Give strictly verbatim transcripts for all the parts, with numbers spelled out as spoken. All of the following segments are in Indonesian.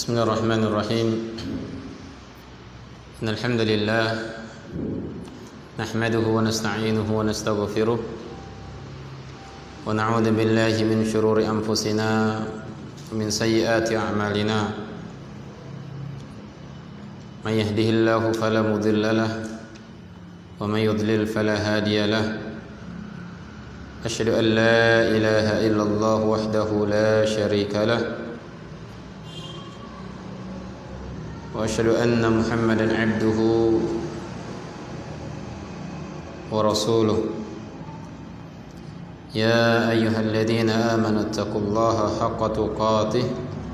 Bismillahirrahmanirrahim. Innal hamdalillah nahmaduhu wa nasta'inuhu wa nastaghfiruh wa na'udzu billahi min shururi anfusina wa min sayyiati a'malina. Man yahdihillahu fala mudilla lahu wa man yudlil fala hadiya lahu. Asyhadu an la ilaha illallah wahdahu la syarika lahu wa asyhadu anna Muhammadan abduhu wa rasuluh. Ya ayyuhalladzina amanu taqullaha haqqa tuqatih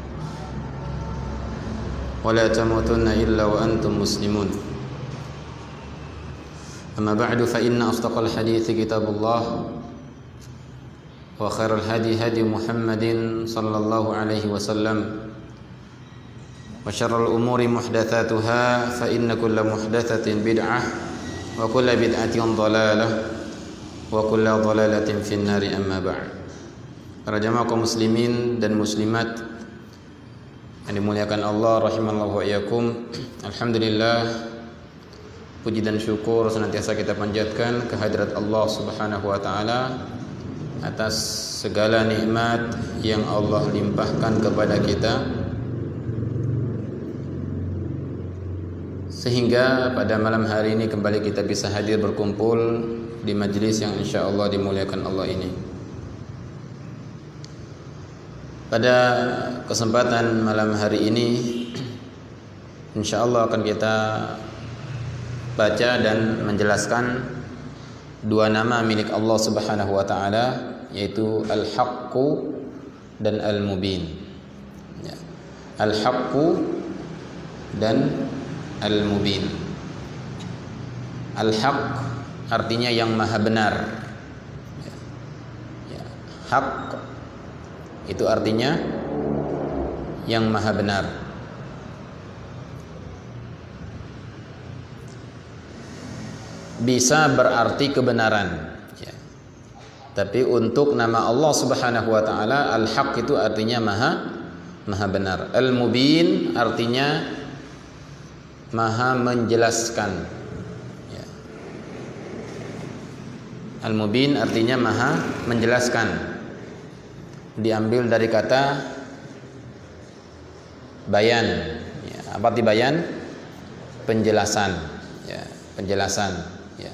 wa la tamutunna illa wa antum muslimun. Amma ba'du fa inna asdaqal hadithi kitabullah wa khairal hadi hadi Muhammadin sallallahu alaihi wasallam wa syarrul umuri muhdatsatuha fa inna kulla muhdatsatin bid'ah wa kulla bid'atin dhalalah wa kulla dhalalatin finnari amma ba'd. Para jamaah kaum muslimin dan muslimat yang dimuliakan Allah rahimallahu wa iyyakum. Alhamdulillah, puji dan syukur senantiasa kita panjatkan kehadirat Allah Subhanahu wa taala atas segala nikmat yang Allah limpahkan kepada kita, sehingga pada malam hari ini kembali kita bisa hadir berkumpul di majlis yang insya Allah dimuliakan Allah ini. Pada kesempatan malam hari ini insya Allah akan kita baca dan menjelaskan dua nama milik Allah Subhanahu wa taala, yaitu Al-Haqqu dan Al-Mubin. Ya. Al-Haqqu dan Al-Mubin. Al-Haq artinya yang maha benar. Ya. Ya. Haq itu artinya yang maha benar. Bisa berarti kebenaran, ya. Tapi untuk nama Allah Subhanahu wa taala, Al-Haq itu artinya maha maha benar. Al-Mubin artinya maha menjelaskan, ya. Al-Mubin artinya maha menjelaskan, diambil dari kata bayan, ya. Apa arti bayan? Penjelasan, ya. Penjelasan, ya.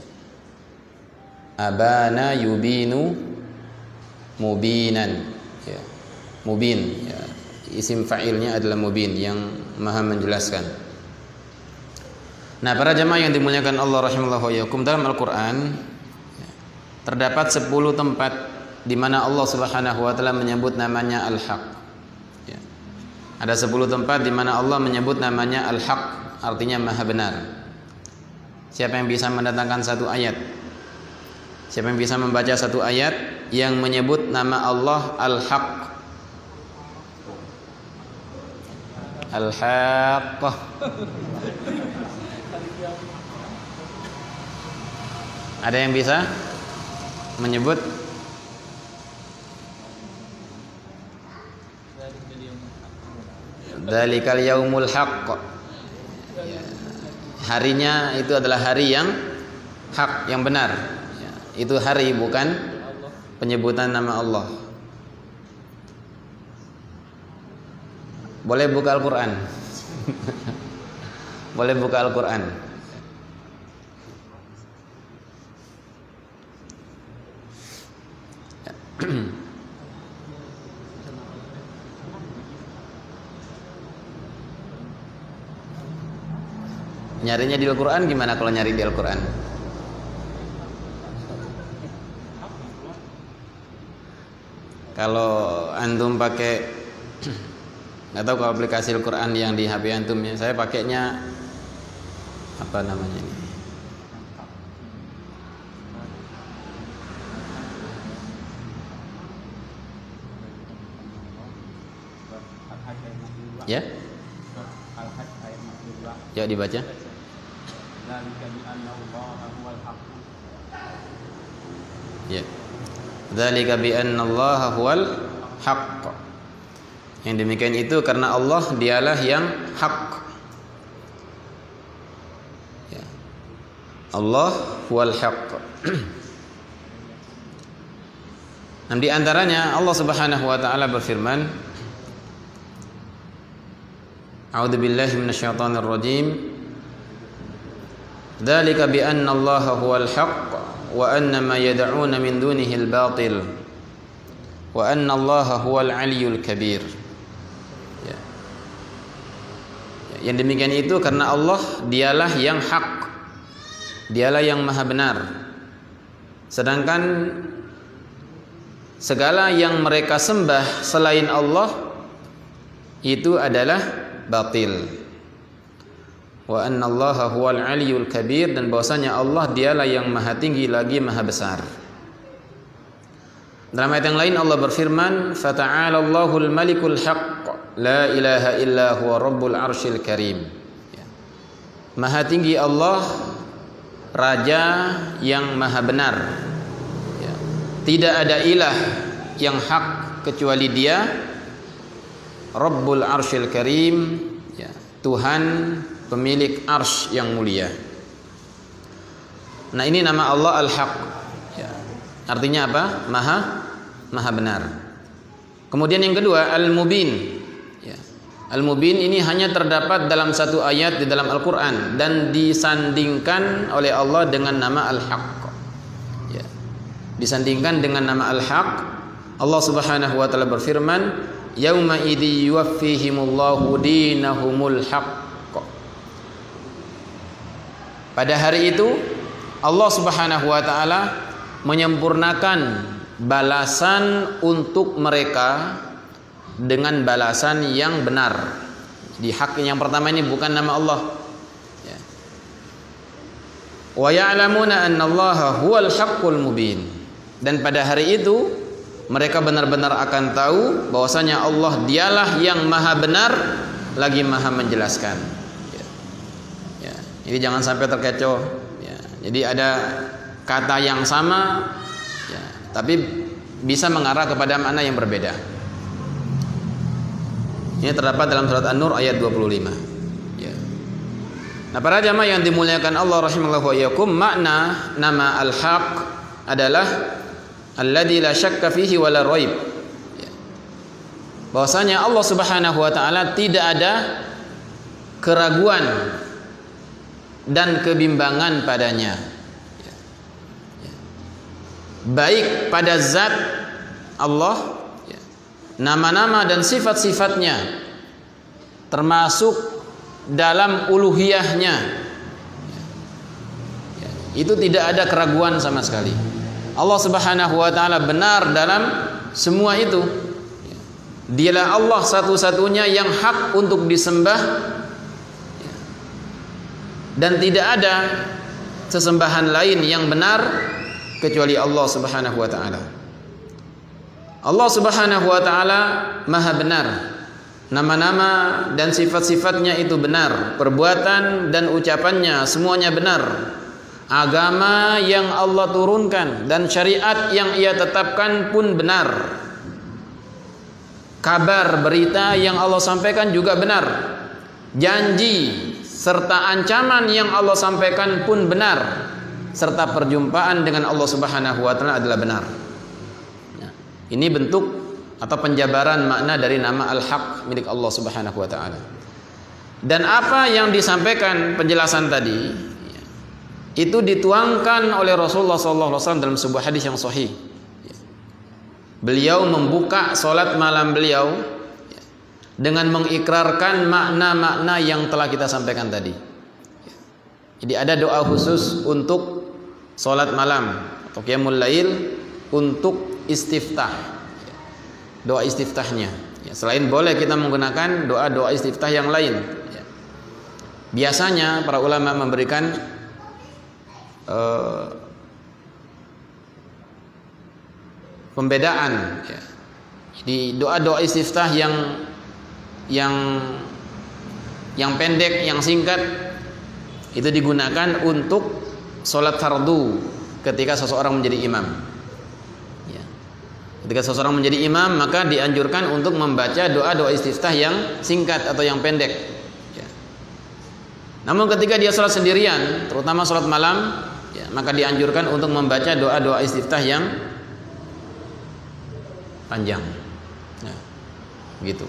Abana yubinu mubinan, ya. Mubin, ya. Isim fa'ilnya adalah mubin, yang maha menjelaskan. Nah, para jamaah yang dimuliakan Allah rahimallahu wa iyyakum, dalam Al-Qur'an terdapat sepuluh tempat di mana Allah Subhanahu wa taala menyebut namanya Al-Haq. Ya. Ada sepuluh tempat di mana Allah menyebut namanya Al-Haq, artinya maha benar. Siapa yang bisa mendatangkan satu ayat? Siapa yang bisa membaca satu ayat yang menyebut nama Allah Al-Haq? Al-Haqqah. Ada yang bisa menyebut? Dzalikal yaumul haqq. Harinya itu adalah hari yang hak, yang benar. Itu hari, bukan penyebutan nama Allah. Boleh buka Al-Quran. Boleh buka Al-Quran. Nyarinya di Al-Quran gimana kalau nyari di Al-Quran? Kalau antum pakai, nggak tahu kalau aplikasi Al-Quran yang di H P antum ya, saya pakainya apa namanya ini? Ya? Ya, dibaca. Ya. Dzalika bi anna Allaha huwal haqq. Yang demikian itu karena Allah dialah yang hak. Ya. Allah huwal haq. Nah, di antaranya Allah Subhanahu wa taala berfirman, A'udzu billahi minasyaitonir rajim. Dzalika bi anna Allaha huwal haqq wa anna ma yad'una min dunihi al-batil wa anna Allaha huwal 'aliyyul kabir. Ya. Yang demikian itu karena Allah dialah yang hak. Dialah yang maha benar. Sedangkan segala yang mereka sembah selain Allah itu adalah batil. Wa anna Allaha huwal 'aliyyul kabir, dan bahwasanya Allah dialah yang maha tinggi lagi maha besar. Dalam ayat yang lain Allah berfirman, "Fata'ala Allahul malikul haqq, la ilaha illa huwa rabbul arsyil karim." Ya. Maha tinggi Allah, Raja yang maha benar. Ya. Tidak ada ilah yang hak kecuali Dia, Rabbul arsyil karim, ya, Tuhan pemilik arsy yang mulia. Nah, ini nama Allah Al-Haq. Ya. Artinya apa? Maha Maha benar. Kemudian yang kedua, Al-Mubin. Ya. Al-Mubin ini hanya terdapat dalam satu ayat di dalam Al-Quran dan disandingkan oleh Allah dengan nama Al-Haq. Ya. Disandingkan dengan nama Al-Haq. Allah Subhanahu wa taala berfirman, "Yauma idzi yuwaffihimullahu dinahumul haqq." Pada hari itu Allah Subhanahu wa taala menyempurnakan balasan untuk mereka dengan balasan yang benar. Di hak yang pertama ini bukan nama Allah. Ya. Wa ya'lamuna anna Allaha huwal haqqul mubin. Dan pada hari itu mereka benar-benar akan tahu bahwasanya Allah dialah yang maha benar lagi maha menjelaskan. Ya. Ya. Jadi jangan sampai terkecoh. Ya. Jadi ada kata yang sama, ya, tapi bisa mengarah kepada makna yang berbeda. Ini terdapat dalam surat An-Nur ayat dua puluh lima. Ya. Nah, para jamaah yang dimuliakan Allah rahimallahu wa iyyakum, makna nama Al-Haq adalah alladzi la syakka fihi wa la raib. Ya. Bahwasanya Allah Subhanahu wa taala tidak ada keraguan dan kebimbangan padanya. Ya. Ya. Baik pada zat Allah, ya, nama-nama dan sifat-sifatnya, termasuk dalam uluhiyahnya, ya. Ya. Itu tidak ada keraguan sama sekali. Allah Subhanahu wa taala benar dalam semua itu. Dialah Allah satu-satunya yang hak untuk disembah, dan tidak ada sesembahan lain yang benar kecuali Allah Subhanahu wa taala. Allah Subhanahu wa taala maha benar. Nama-nama dan sifat-sifatnya itu benar, perbuatan dan ucapannya semuanya benar. Agama yang Allah turunkan dan syariat yang Ia tetapkan pun benar. Kabar berita yang Allah sampaikan juga benar. Janji serta ancaman yang Allah sampaikan pun benar, serta perjumpaan dengan Allah Subhanahu wa taala adalah benar. Nah, ini bentuk atau penjabaran makna dari nama Al-Haq milik Allah Subhanahu wa taala. Dan apa yang disampaikan penjelasan tadi itu dituangkan oleh Rasulullah sallallahu alaihi wasallam dalam sebuah hadis yang sahih. Beliau membuka salat malam beliau dengan mengikrarkan makna-makna yang telah kita sampaikan tadi. Jadi ada doa khusus untuk salat malam atau qiyamul lail untuk istiftah. Doa istiftahnya. Selain boleh kita menggunakan doa-doa istiftah yang lain. Biasanya para ulama memberikan Uh, pembedaan, ya. Jadi doa-doa istiftah yang yang yang pendek, yang singkat itu digunakan untuk sholat fardu ketika seseorang menjadi imam. Ya. Ketika seseorang menjadi imam, maka dianjurkan untuk membaca doa-doa istiftah yang singkat atau yang pendek. Ya. Namun ketika dia sholat sendirian, terutama sholat malam, ya, maka dianjurkan untuk membaca doa-doa istiftah yang panjang. Ya. Begitu.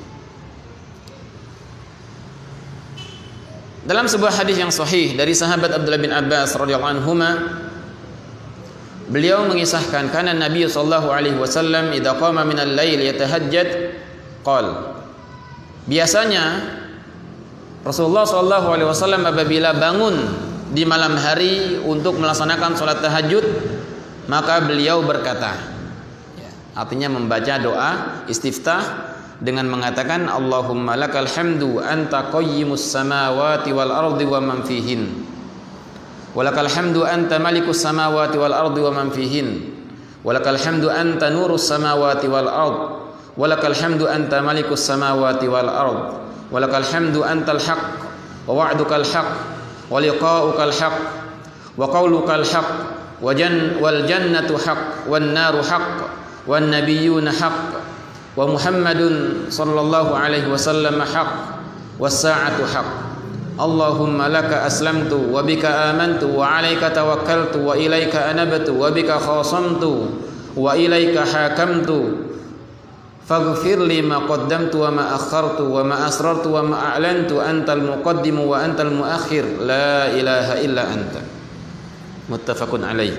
Dalam sebuah hadis yang sahih dari sahabat Abdullah bin Abbas radhiyallahu anhuma, beliau mengisahkan kana Nabi sallallahu alaihi wasallam idza qama minal lail yatahajjad qala, biasanya Rasulullah sallallahu alaihi wasallam apabila bangun di malam hari untuk melaksanakan salat tahajud, maka beliau berkata, ya, artinya membaca doa istiftah dengan mengatakan Allahumma lakal hamdu anta qayyimus samawati wal ardi wa man fihin. Walakal hamdu anta malikus samawati wal ardi wa man fihin. Walakal hamdu anta nurus samawati wal ard. Walakal hamdu anta malikus samawati wal ard. Walakal hamdu antal haq wa wa'dukal haq wa liqa'ukal haq wa qawlukal haq wa jan wal jannatu haq wan naru haq wan nabiyyuna haq wa Muhammadun sallallahu alaihi wasallam haq was sa'atu haq. Allahumma laka aslamtu wa bika amantu wa alaika tawakkaltu wa ilaika anabtu wa bika khasamtu wa ilaika hakamtu faghfir li ma qaddamtu wa ma akhartu wa ma asrartu wa ma a'lantu antal muqaddimu wa antal muakhir la ilaha illa anta. Muttafaqun alaih.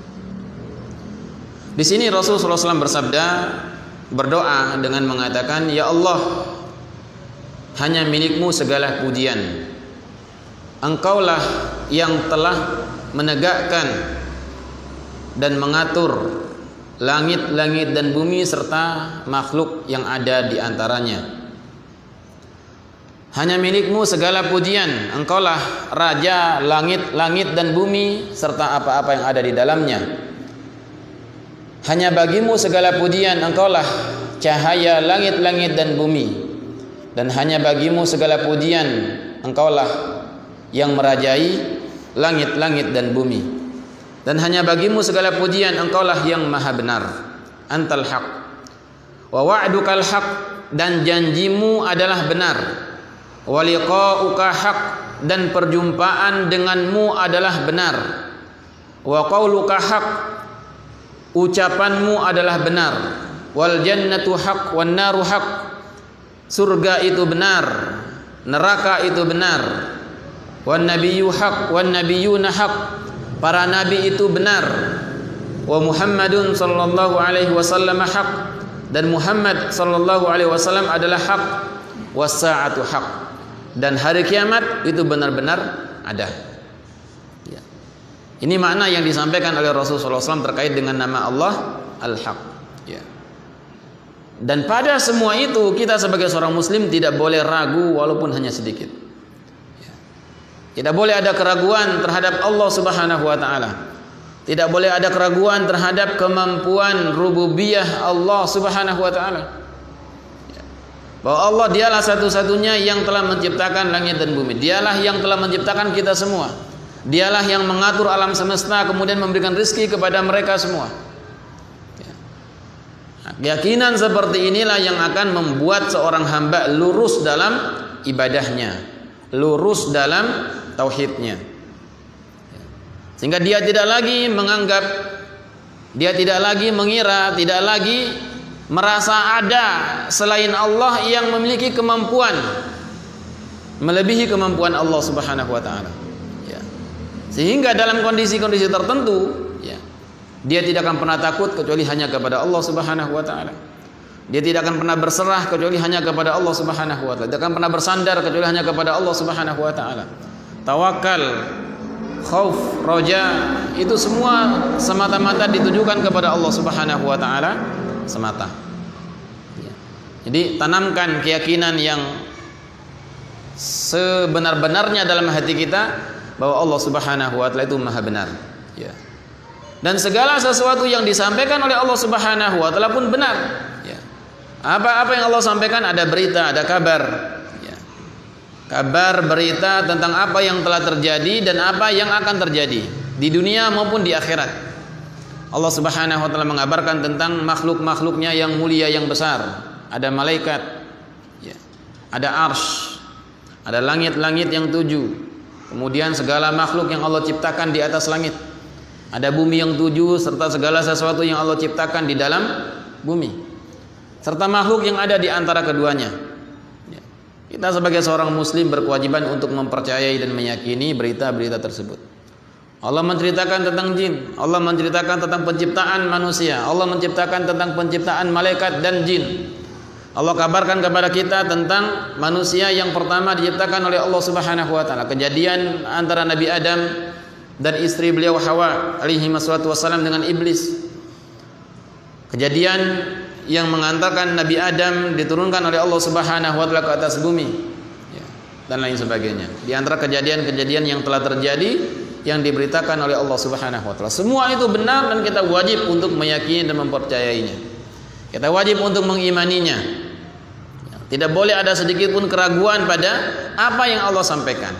Di sini Rasulullah sallallahu alaihi wasallam bersabda, berdoa dengan mengatakan, ya Allah, hanya milikmu segala pujian. Engkaulah yang telah menegakkan dan mengatur langit-langit dan bumi serta makhluk yang ada di antaranya. Hanya milikmu segala pujian. Engkaulah raja langit-langit dan bumi serta apa-apa yang ada di dalamnya. Hanya bagimu segala pujian. Engkaulah cahaya langit-langit dan bumi. Dan hanya bagimu segala pujian. Engkaulah yang merajai langit-langit dan bumi. Dan hanya bagimu segala pujian, engkaulah yang maha benar. Antal haq wa wa'dukal haq, dan janjimu adalah benar. Wa liqa'uka haq, dan perjumpaan denganmu adalah benar. Wa qauluka haq, ucapanmu adalah benar. Wal jannatu haq wan naru haq, surga itu benar, neraka itu benar. Wan nabiyyu haq wan nabiyyuna haq, para nabi itu benar. Wa Muhammadun sallallahu alaihi wasallam haq, dan Muhammad sallallahu alaihi wasallam adalah haq. Was sa'atu haq, dan hari kiamat itu benar-benar ada. Ya. Ini makna yang disampaikan oleh Rasulullah sallallahu alaihi wasallam terkait dengan nama Allah Al-Haq. Ya. Dan pada semua itu kita sebagai seorang muslim tidak boleh ragu walaupun hanya sedikit. Tidak boleh ada keraguan terhadap Allah Subhanahu wa taala. Tidak boleh ada keraguan terhadap kemampuan rububiyah Allah Subhanahu wa taala. Bahwa Allah dialah satu-satunya yang telah menciptakan langit dan bumi. Dialah yang telah menciptakan kita semua. Dialah yang mengatur alam semesta kemudian memberikan rezeki kepada mereka semua. Keyakinan seperti inilah yang akan membuat seorang hamba lurus dalam ibadahnya, lurus dalam tauhidnya, sehingga dia tidak lagi menganggap, dia tidak lagi mengira, tidak lagi merasa ada selain Allah yang memiliki kemampuan melebihi kemampuan Allah Subhanahu wa taala. Ya. Sehingga dalam kondisi-kondisi tertentu, ya, dia tidak akan pernah takut kecuali hanya kepada Allah Subhanahu wa taala. Dia tidak akan pernah berserah kecuali hanya kepada Allah Subhanahu wa taala. Tidak akan pernah bersandar kecuali hanya kepada Allah Subhanahu wa taala. Tawakal, khauf, roja, itu semua semata-mata ditujukan kepada Allah Subhanahu wa taala semata. Ya. Jadi tanamkan keyakinan yang sebenar-benarnya dalam hati kita bahwa Allah Subhanahu wa taala itu maha benar. Ya. Dan segala sesuatu yang disampaikan oleh Allah Subhanahu wa taala pun benar. Ya. Apa-apa yang Allah sampaikan, ada berita, ada kabar. Ya. Kabar, berita tentang apa yang telah terjadi dan apa yang akan terjadi di dunia maupun di akhirat. Allah Subhanahu wa taala mengabarkan tentang makhluk-makhluknya yang mulia yang besar. Ada malaikat, ya. Ada arsy, ada langit-langit yang tujuh. Kemudian segala makhluk yang Allah ciptakan di atas langit. Ada bumi yang tujuh serta segala sesuatu yang Allah ciptakan di dalam bumi. Serta makhluk yang ada di antara keduanya. Ya. Kita sebagai seorang muslim berkewajiban untuk mempercayai dan meyakini berita-berita tersebut. Allah menceritakan tentang jin, Allah menceritakan tentang penciptaan manusia, Allah menciptakan tentang penciptaan malaikat dan jin. Allah kabarkan kepada kita tentang manusia yang pertama diciptakan oleh Allah Subhanahu wa taala. Kejadian antara Nabi Adam dan istri beliau Hawa alaihi wassalatu wassalam dengan iblis. Kejadian yang mengantarkan Nabi Adam diturunkan oleh Allah Subhanahu wa taala ke atas bumi, ya, dan lain sebagainya. Di antara kejadian-kejadian yang telah terjadi yang diberitakan oleh Allah Subhanahu wa taala. Semua itu benar dan kita wajib untuk meyakini dan mempercayainya. Kita wajib untuk mengimaninya. Tidak boleh ada sedikit pun keraguan pada apa yang Allah sampaikan.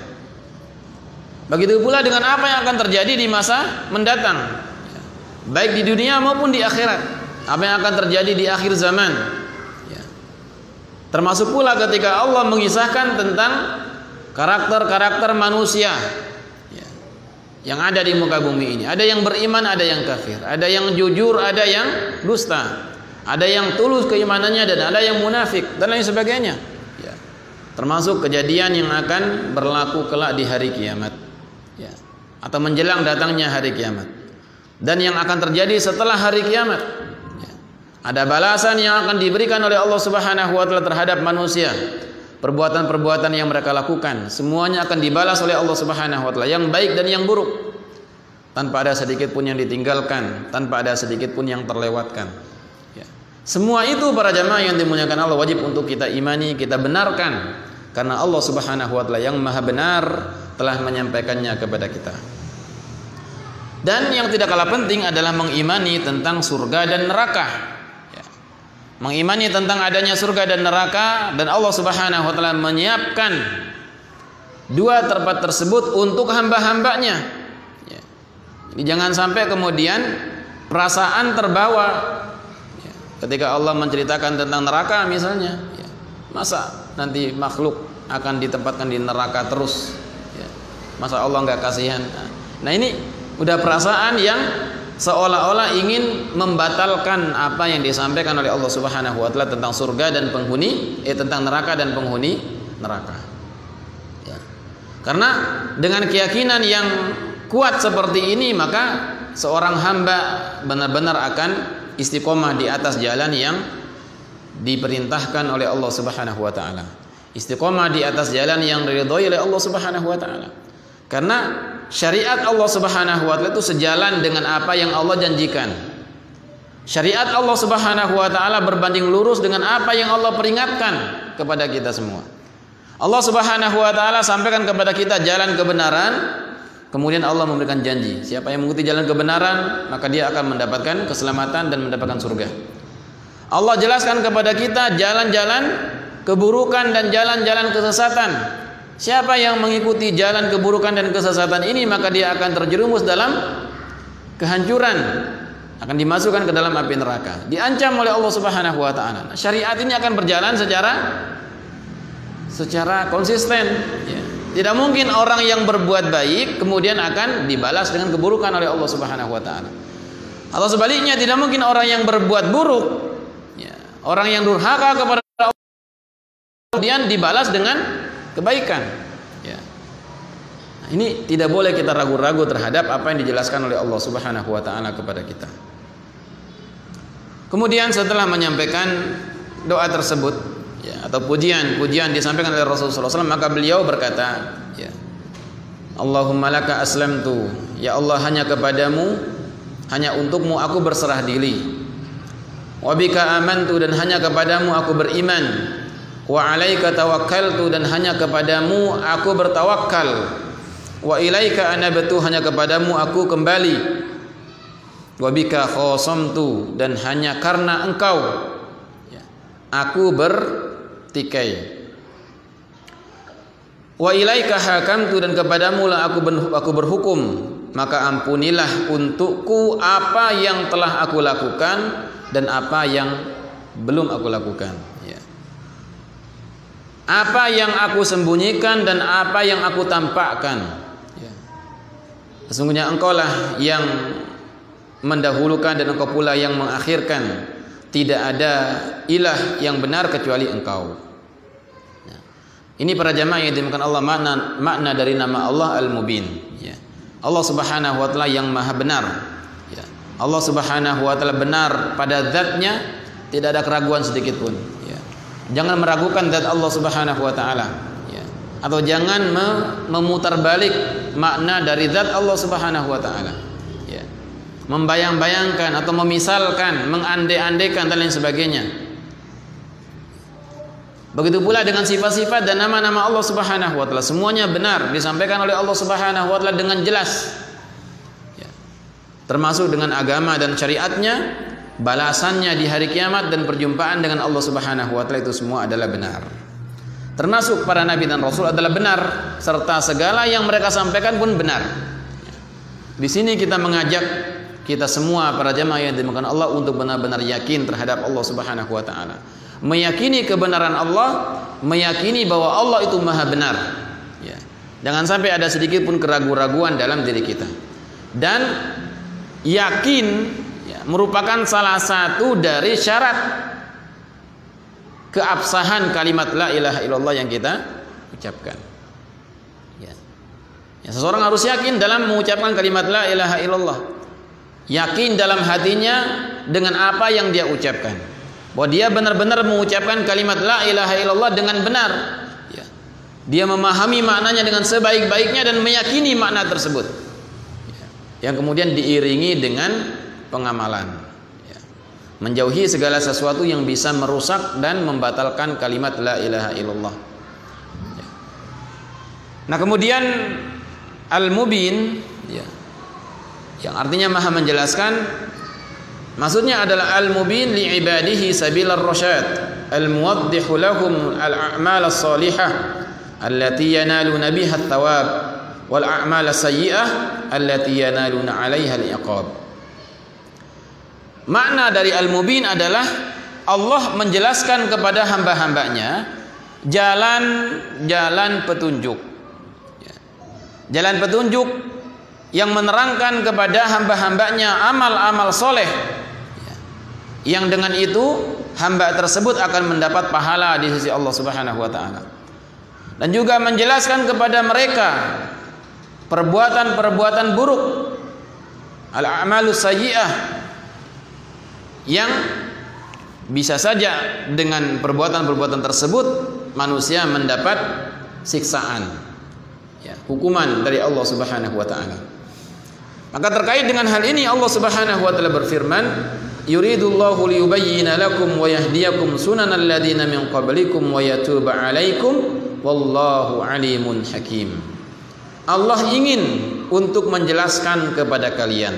Begitu pula dengan apa yang akan terjadi di masa mendatang, baik di dunia maupun di akhirat. Apa yang akan terjadi di akhir zaman, ya. Termasuk pula ketika Allah mengisahkan tentang karakter-karakter manusia, ya, yang ada di muka bumi ini. Ada yang beriman, ada yang kafir, ada yang jujur, ada yang dusta, ada yang tulus keimanannya dan ada yang munafik dan lain sebagainya, ya. Termasuk kejadian yang akan berlaku kelak di hari kiamat, ya, atau menjelang datangnya hari kiamat, dan yang akan terjadi setelah hari kiamat. Ada balasan yang akan diberikan oleh Allah Subhanahu wa taala terhadap manusia. Perbuatan-perbuatan yang mereka lakukan semuanya akan dibalas oleh Allah Subhanahu wa taala, yang baik dan yang buruk. Tanpa ada sedikit pun yang ditinggalkan, tanpa ada sedikit pun yang terlewatkan. Ya. Semua itu para jamaah yang dimuliakan Allah wajib untuk kita imani, kita benarkan, karena Allah Subhanahu wa taala yang Maha benar telah menyampaikannya kepada kita. Dan yang tidak kalah penting adalah mengimani tentang surga dan neraka. Mengimani tentang adanya surga dan neraka, dan Allah Subhanahu wa taala menyiapkan dua tempat tersebut untuk hamba-hambanya, ya. Jadi jangan sampai kemudian perasaan terbawa, ya, ketika Allah menceritakan tentang neraka misalnya, ya. Masa nanti makhluk akan ditempatkan di neraka terus, ya. Masa Allah nggak kasihan? Nah ini udah perasaan yang seolah-olah ingin membatalkan apa yang disampaikan oleh Allah Subhanahu wa taala tentang surga dan penghuni, eh tentang neraka dan penghuni neraka. Ya. Karena dengan keyakinan yang kuat seperti ini, maka seorang hamba benar-benar akan istiqomah di atas jalan yang diperintahkan oleh Allah Subhanahu wa taala. Istiqomah di atas jalan yang diridhoi oleh Allah Subhanahu wa taala. Karena syariat Allah Subhanahu wa taala itu sejalan dengan apa yang Allah janjikan. Syariat Allah Subhanahu wa taala berbanding lurus dengan apa yang Allah peringatkan kepada kita semua. Allah Subhanahu wa taala sampaikan kepada kita jalan kebenaran, kemudian Allah memberikan janji, siapa yang mengikuti jalan kebenaran, maka dia akan mendapatkan keselamatan dan mendapatkan surga. Allah jelaskan kepada kita jalan-jalan keburukan dan jalan-jalan kesesatan. Siapa yang mengikuti jalan keburukan dan kesesatan ini, maka dia akan terjerumus dalam kehancuran, akan dimasukkan ke dalam api neraka, diancam oleh Allah Subhanahu wa taala. Syariat ini akan berjalan secara secara konsisten, ya. Tidak mungkin orang yang berbuat baik kemudian akan dibalas dengan keburukan oleh Allah Subhanahu wa taala. Atau sebaliknya, tidak mungkin orang yang berbuat buruk, ya, orang yang durhaka kepada Allah kemudian dibalas dengan kebaikan, ya. Nah, ini tidak boleh kita ragu-ragu terhadap apa yang dijelaskan oleh Allah Subhanahu wa taala kepada kita. Kemudian setelah menyampaikan doa tersebut, ya, atau pujian pujian disampaikan oleh Rasulullah sallallahu alaihi wasallam, maka beliau berkata, ya, Allahumma laka aslamtu, ya Allah, hanya kepadamu, hanya untukmu aku berserah diri. Wa bika amantu, dan hanya kepadamu aku beriman. Wa alaika tawakkaltu, dan hanya kepadamu aku bertawakal. Wa ilaika anabtu, hanya kepadamu aku kembali. Wa bika khosamtu, dan hanya karena engkau, ya, aku bertikai. Wa ilaika hakamtu, dan kepadamu lah aku aku berhukum. maka ampunilah untukku apa yang telah aku lakukan dan apa yang belum aku lakukan. Ya. Apa yang aku sembunyikan dan apa yang aku tampakkan. Ya. Sesungguhnya engkaulah yang mendahulukan dan engkau pula yang mengakhirkan. Tidak ada ilah yang benar kecuali engkau. Ya. Ini para jamaah yang dimakan Allah, makna, makna dari nama Allah Al-Mubin. Ya. Allah Subhanahu wa ta'ala yang maha benar. Ya. Allah Subhanahu wa ta'ala benar pada zatnya, tidak ada keraguan sedikit pun. Ya. Jangan meragukan zat Allah Subhanahu wa ta'ala. Ya. Atau jangan memutar balik makna dari zat Allah Subhanahu wa ta'ala. Membayang-bayangkan atau memisalkan, mengandai-andaikan dan lain sebagainya. Begitu pula dengan sifat-sifat dan nama-nama Allah Subhanahu wa ta'ala, semuanya benar disampaikan oleh Allah Subhanahu wa ta'ala dengan jelas. Ya. Termasuk dengan agama dan syariatnya, balasannya di hari kiamat dan perjumpaan dengan Allah Subhanahu wa ta'ala, itu semua adalah benar. Termasuk para nabi dan rasul adalah benar, serta segala yang mereka sampaikan pun benar. Ya. Di sini kita mengajak kita semua para jamaah yang dimuliakan Allah untuk benar-benar yakin terhadap Allah Subhanahu wa ta'ala, meyakini kebenaran Allah, meyakini bahwa Allah itu maha benar. Ya. Jangan sampai ada sedikit pun keraguan-raguan dalam diri kita. Dan yakin ya, merupakan salah satu dari syarat keabsahan kalimat la ilaha illallah yang kita ucapkan. Ya. Ya, seseorang harus yakin dalam mengucapkan kalimat la ilaha illallah. Yakin dalam hatinya dengan apa yang dia ucapkan, bahwa dia benar-benar mengucapkan kalimat la ilaha illallah dengan benar. Ya. Dia memahami maknanya dengan sebaik-baiknya dan meyakini makna tersebut. Ya. Yang kemudian diiringi dengan pengamalan. Ya. Menjauhi segala sesuatu yang bisa merusak dan membatalkan kalimat la ilaha illallah. Ya. Nah kemudian Al-Mubin, ya, yang artinya maha menjelaskan, maksudnya adalah al-mubin li ibadihi sabilar rasyad, al-muwaddihu lahum al-a'mal as-salihah allati yanaluna biha at-thawab wal a'mal as-sayyi'ah allati yanaluna 'alaiha al-iqab. Makna dari al-mubin adalah Allah menjelaskan kepada hamba-hambanya jalan-jalan petunjuk. Jalan petunjuk yang menerangkan kepada hamba-hambanya amal-amal soleh, yang dengan itu hamba tersebut akan mendapat pahala di sisi Allah Subhanahu wa ta'ala. Dan juga menjelaskan kepada mereka perbuatan-perbuatan buruk, al-a'malus sayyi'ah, yang bisa saja dengan perbuatan-perbuatan tersebut manusia mendapat siksaan, ya, hukuman dari Allah Subhanahu wa ta'ala. Maka terkait dengan hal ini Allah Subhanahu wa ta'ala berfirman, yuridullahu liyubayyina lakum wa yahdiyakum sunanal ladzina min qablikum wa yatuba 'alaikum wallahu 'alimun hakim. Allah ingin untuk menjelaskan kepada kalian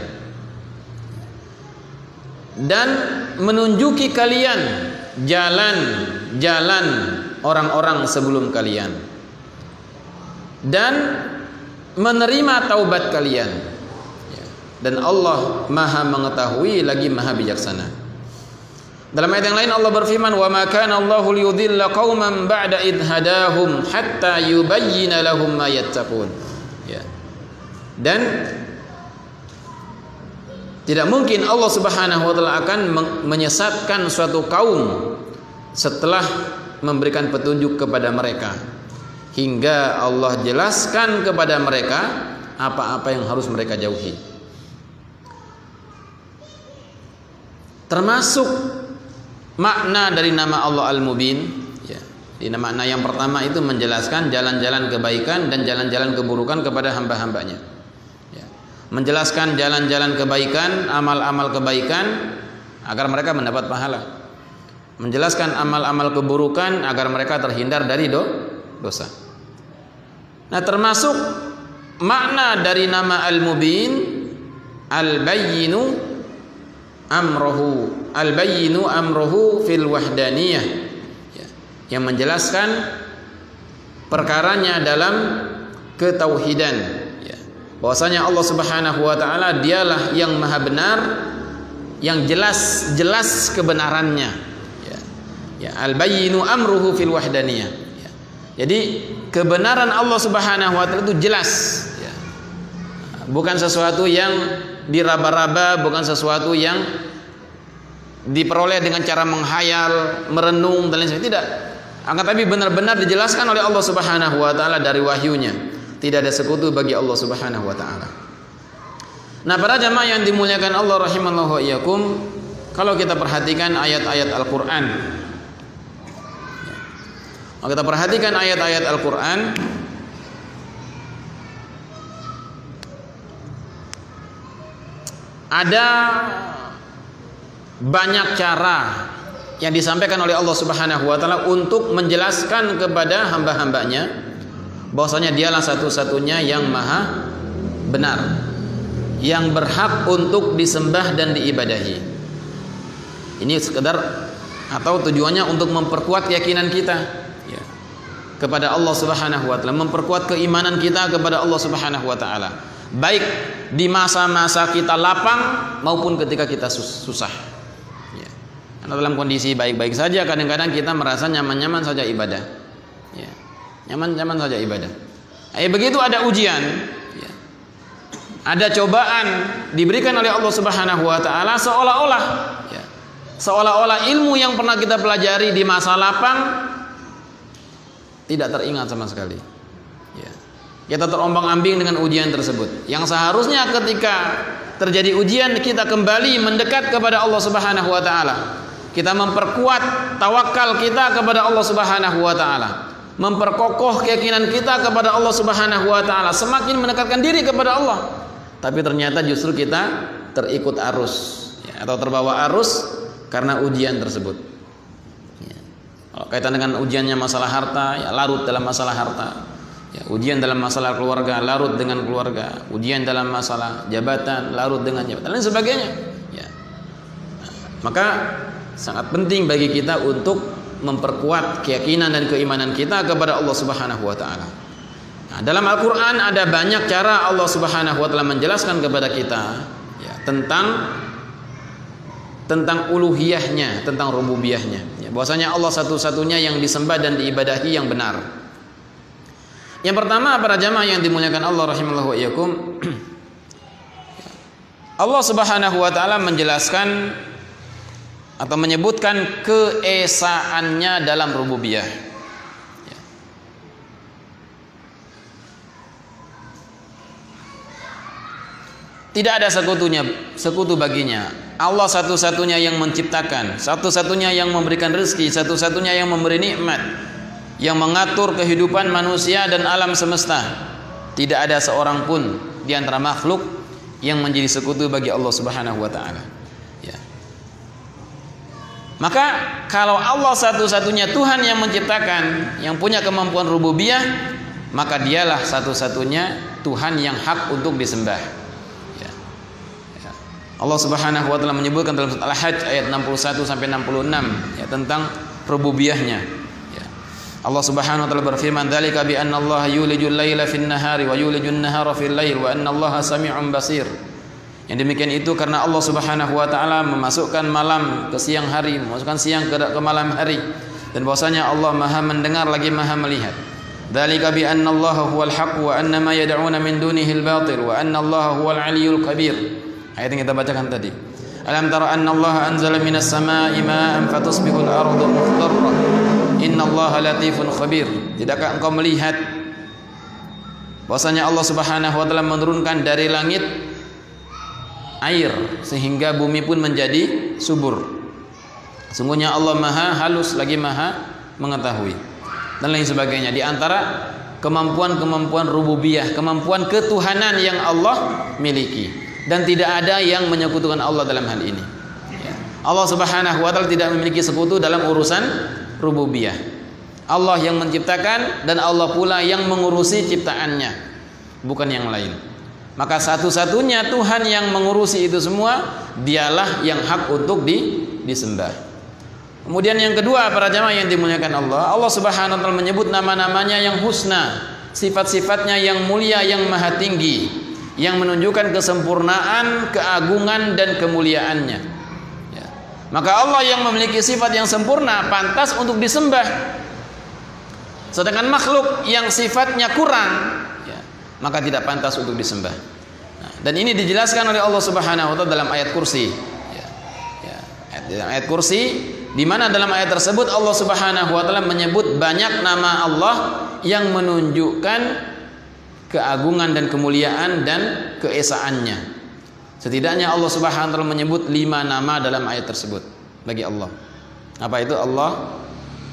dan menunjuki kalian jalan-jalan orang-orang sebelum kalian dan menerima taubat kalian. Dan Allah maha mengetahui lagi maha bijaksana. Dalam ayat yang lain Allah berfirman, wa ma kana Allahu liyudilla qauman ba'da id hadahum hatta yubayyina lahum ma yattaqun. Ya. Dan tidak mungkin Allah Subhanahu wa ta'ala akan menyesatkan suatu kaum setelah memberikan petunjuk kepada mereka, hingga Allah jelaskan kepada mereka apa-apa yang harus mereka jauhi. Termasuk makna dari nama Allah Al-Mubin, ya. Di makna yang pertama itu menjelaskan jalan-jalan kebaikan dan jalan-jalan keburukan kepada hamba-hambanya, ya. Menjelaskan jalan-jalan kebaikan, amal-amal kebaikan agar mereka mendapat pahala. Menjelaskan amal-amal keburukan agar mereka terhindar dari do, dosa. Nah, termasuk makna dari nama Al-Mubin, Al-Bayyinu amrohu, al-bayyinu amrohu fil wahdaniyah, ya, yang menjelaskan perkaranya dalam ketauhidan, ya, bahwasanya Allah Subhanahu wa taala dialah yang maha benar, yang jelas jelas kebenarannya. Ya, ya al-bayyinu amruhu fil wahdaniyah. Ya. Jadi kebenaran Allah Subhanahu wa taala itu jelas. Ya. Bukan sesuatu yang diraba-raba, bukan sesuatu yang diperoleh dengan cara menghayal, merenung dan lain sebagainya. Tidak. Akan tapi benar-benar dijelaskan oleh Allah Subhanahu wa taala dari wahyunya. Tidak ada sekutu bagi Allah Subhanahu wa taala. Nah, para jamaah yang dimuliakan Allah rahimallahu wa iyyakum, kalau kita perhatikan ayat-ayat Al-Qur'an. Kalau kita perhatikan ayat-ayat Al-Qur'an, ada banyak cara yang disampaikan oleh Allah Subhanahu wa taala untuk menjelaskan kepada hamba-hambanya bahwasanya dialah satu-satunya yang maha benar, yang berhak untuk disembah dan diibadahi. Ini sekedar atau tujuannya untuk memperkuat keyakinan kita ya, kepada Allah Subhanahu wa taala, memperkuat keimanan kita kepada Allah Subhanahu wa taala, baik di masa-masa kita lapang maupun ketika kita susah ya. Karena dalam kondisi baik-baik saja kadang-kadang kita merasa nyaman-nyaman saja ibadah ya. Nyaman-nyaman saja ibadah. Eh begitu ada ujian, ya. Ada cobaan diberikan oleh Allah Subhanahu wa taala, seolah-olah ya, seolah-olah ilmu yang pernah kita pelajari di masa lapang tidak teringat sama sekali. Ya. Kita terombang-ambing dengan ujian tersebut. Yang seharusnya ketika terjadi ujian kita kembali mendekat kepada Allah Subhanahu wa taala. Kita memperkuat tawakal kita kepada Allah Subhanahu wa taala. Memperkokoh keyakinan kita kepada Allah Subhanahu wa taala, semakin mendekatkan diri kepada Allah. Tapi ternyata justru kita terikut arus ya, atau terbawa arus karena ujian tersebut. Ya. Kalau kaitan dengan ujiannya masalah harta, ya larut dalam masalah harta. Ya, ujian dalam masalah keluarga, larut dengan keluarga. Ujian dalam masalah jabatan, larut dengan jabatan dan sebagainya. Ya. Nah, maka sangat penting bagi kita untuk memperkuat keyakinan dan keimanan kita kepada Allah Subhanahu wa taala. Nah, dalam Al-Qur'an ada banyak cara Allah Subhanahu wa taala menjelaskan kepada kita ya, tentang tentang uluhiyahnya, tentang rububiyahnya. Ya, bahwasanya Allah satu-satunya yang disembah dan diibadahi yang benar. Yang pertama, para jamaah yang dimuliakan Allah rahimallahu wa iyyakum, Allah Subhanahu wa taala menjelaskan atau menyebutkan keesaannya dalam rububiyah. Ya. Tidak ada sekutunya, sekutu baginya. Allah satu-satunya yang menciptakan, satu-satunya yang memberikan rezeki, satu-satunya yang memberi nikmat, yang mengatur kehidupan manusia dan alam semesta. Tidak ada seorang pun di antara makhluk yang menjadi sekutu bagi Allah Subhanahu wa taala. Maka kalau Allah satu-satunya Tuhan yang menciptakan, yang punya kemampuan rububiyah, maka dialah satu-satunya Tuhan yang hak untuk disembah. Ya. Ya. Allah Subhanahu wa taala menyebutkan dalam surat Al-Hajj ayat enam puluh satu sampai enam puluh enam ya, tentang rububiyahnya. Ya. Allah Subhanahu wa taala berfirman, "Dzalika bi anna Allah yulijul laila fin nahari wa yulijun nahara fil lail wa anna Allaha sami'un basir." Yang demikian itu karena Allah Subhanahu wa taala memasukkan malam ke siang hari, memasukkan siang ke, ke malam hari, dan bahwasanya Allah Maha mendengar lagi Maha melihat. Dzalika bi anna Allah huwal haqq wa anna ma yad'una min dunihi al-batil wa anna Allah huwal 'aliyyul kabir. Ayat yang kita bacakan tadi. Alam tara anna Allah anzala minas samaa'i ma'an fatusbihul ardu mukhdarrah. Innallaha latifun khabir. Tidakkah engkau melihat bahwasanya Allah Subhanahu wa taala menurunkan dari langit air sehingga bumi pun menjadi subur. Sungguhnya Allah Maha halus lagi Maha mengetahui dan lain sebagainya. Di antara kemampuan-kemampuan rububiyah, kemampuan ketuhanan yang Allah miliki, dan tidak ada yang menyekutukan Allah dalam hal ini. Allah Subhanahu wa taala tidak memiliki sekutu dalam urusan rububiyah. Allah yang menciptakan dan Allah pula yang mengurusi ciptaannya, bukan yang lain. Maka satu-satunya Tuhan yang mengurusi itu semua, dialah yang hak untuk di, disembah. Kemudian yang kedua, para jamaah yang dimuliakan Allah, Allah Subhanahu wa taala menyebut nama-namanya yang husna, sifat-sifatnya yang mulia, yang maha tinggi. yang menunjukkan kesempurnaan, keagungan dan kemuliaannya. Ya. Maka Allah yang memiliki sifat yang sempurna pantas untuk disembah. Sedangkan makhluk yang sifatnya kurang, ya, maka tidak pantas untuk disembah. Nah, dan ini dijelaskan oleh Allah Subhanahu wa taala dalam ayat kursi. Ya. Ya. Dalam ayat kursi, di mana dalam ayat tersebut Allah Subhanahu wa taala menyebut banyak nama Allah yang menunjukkan keagungan dan kemuliaan dan keesaannya. Setidaknya Allah Subhanahu wa taala menyebut lima nama dalam ayat tersebut bagi Allah. Apa itu? Allah,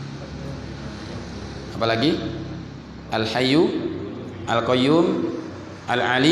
apalagi? Al-Hayyu, Al-Qayyum, Al-Ali,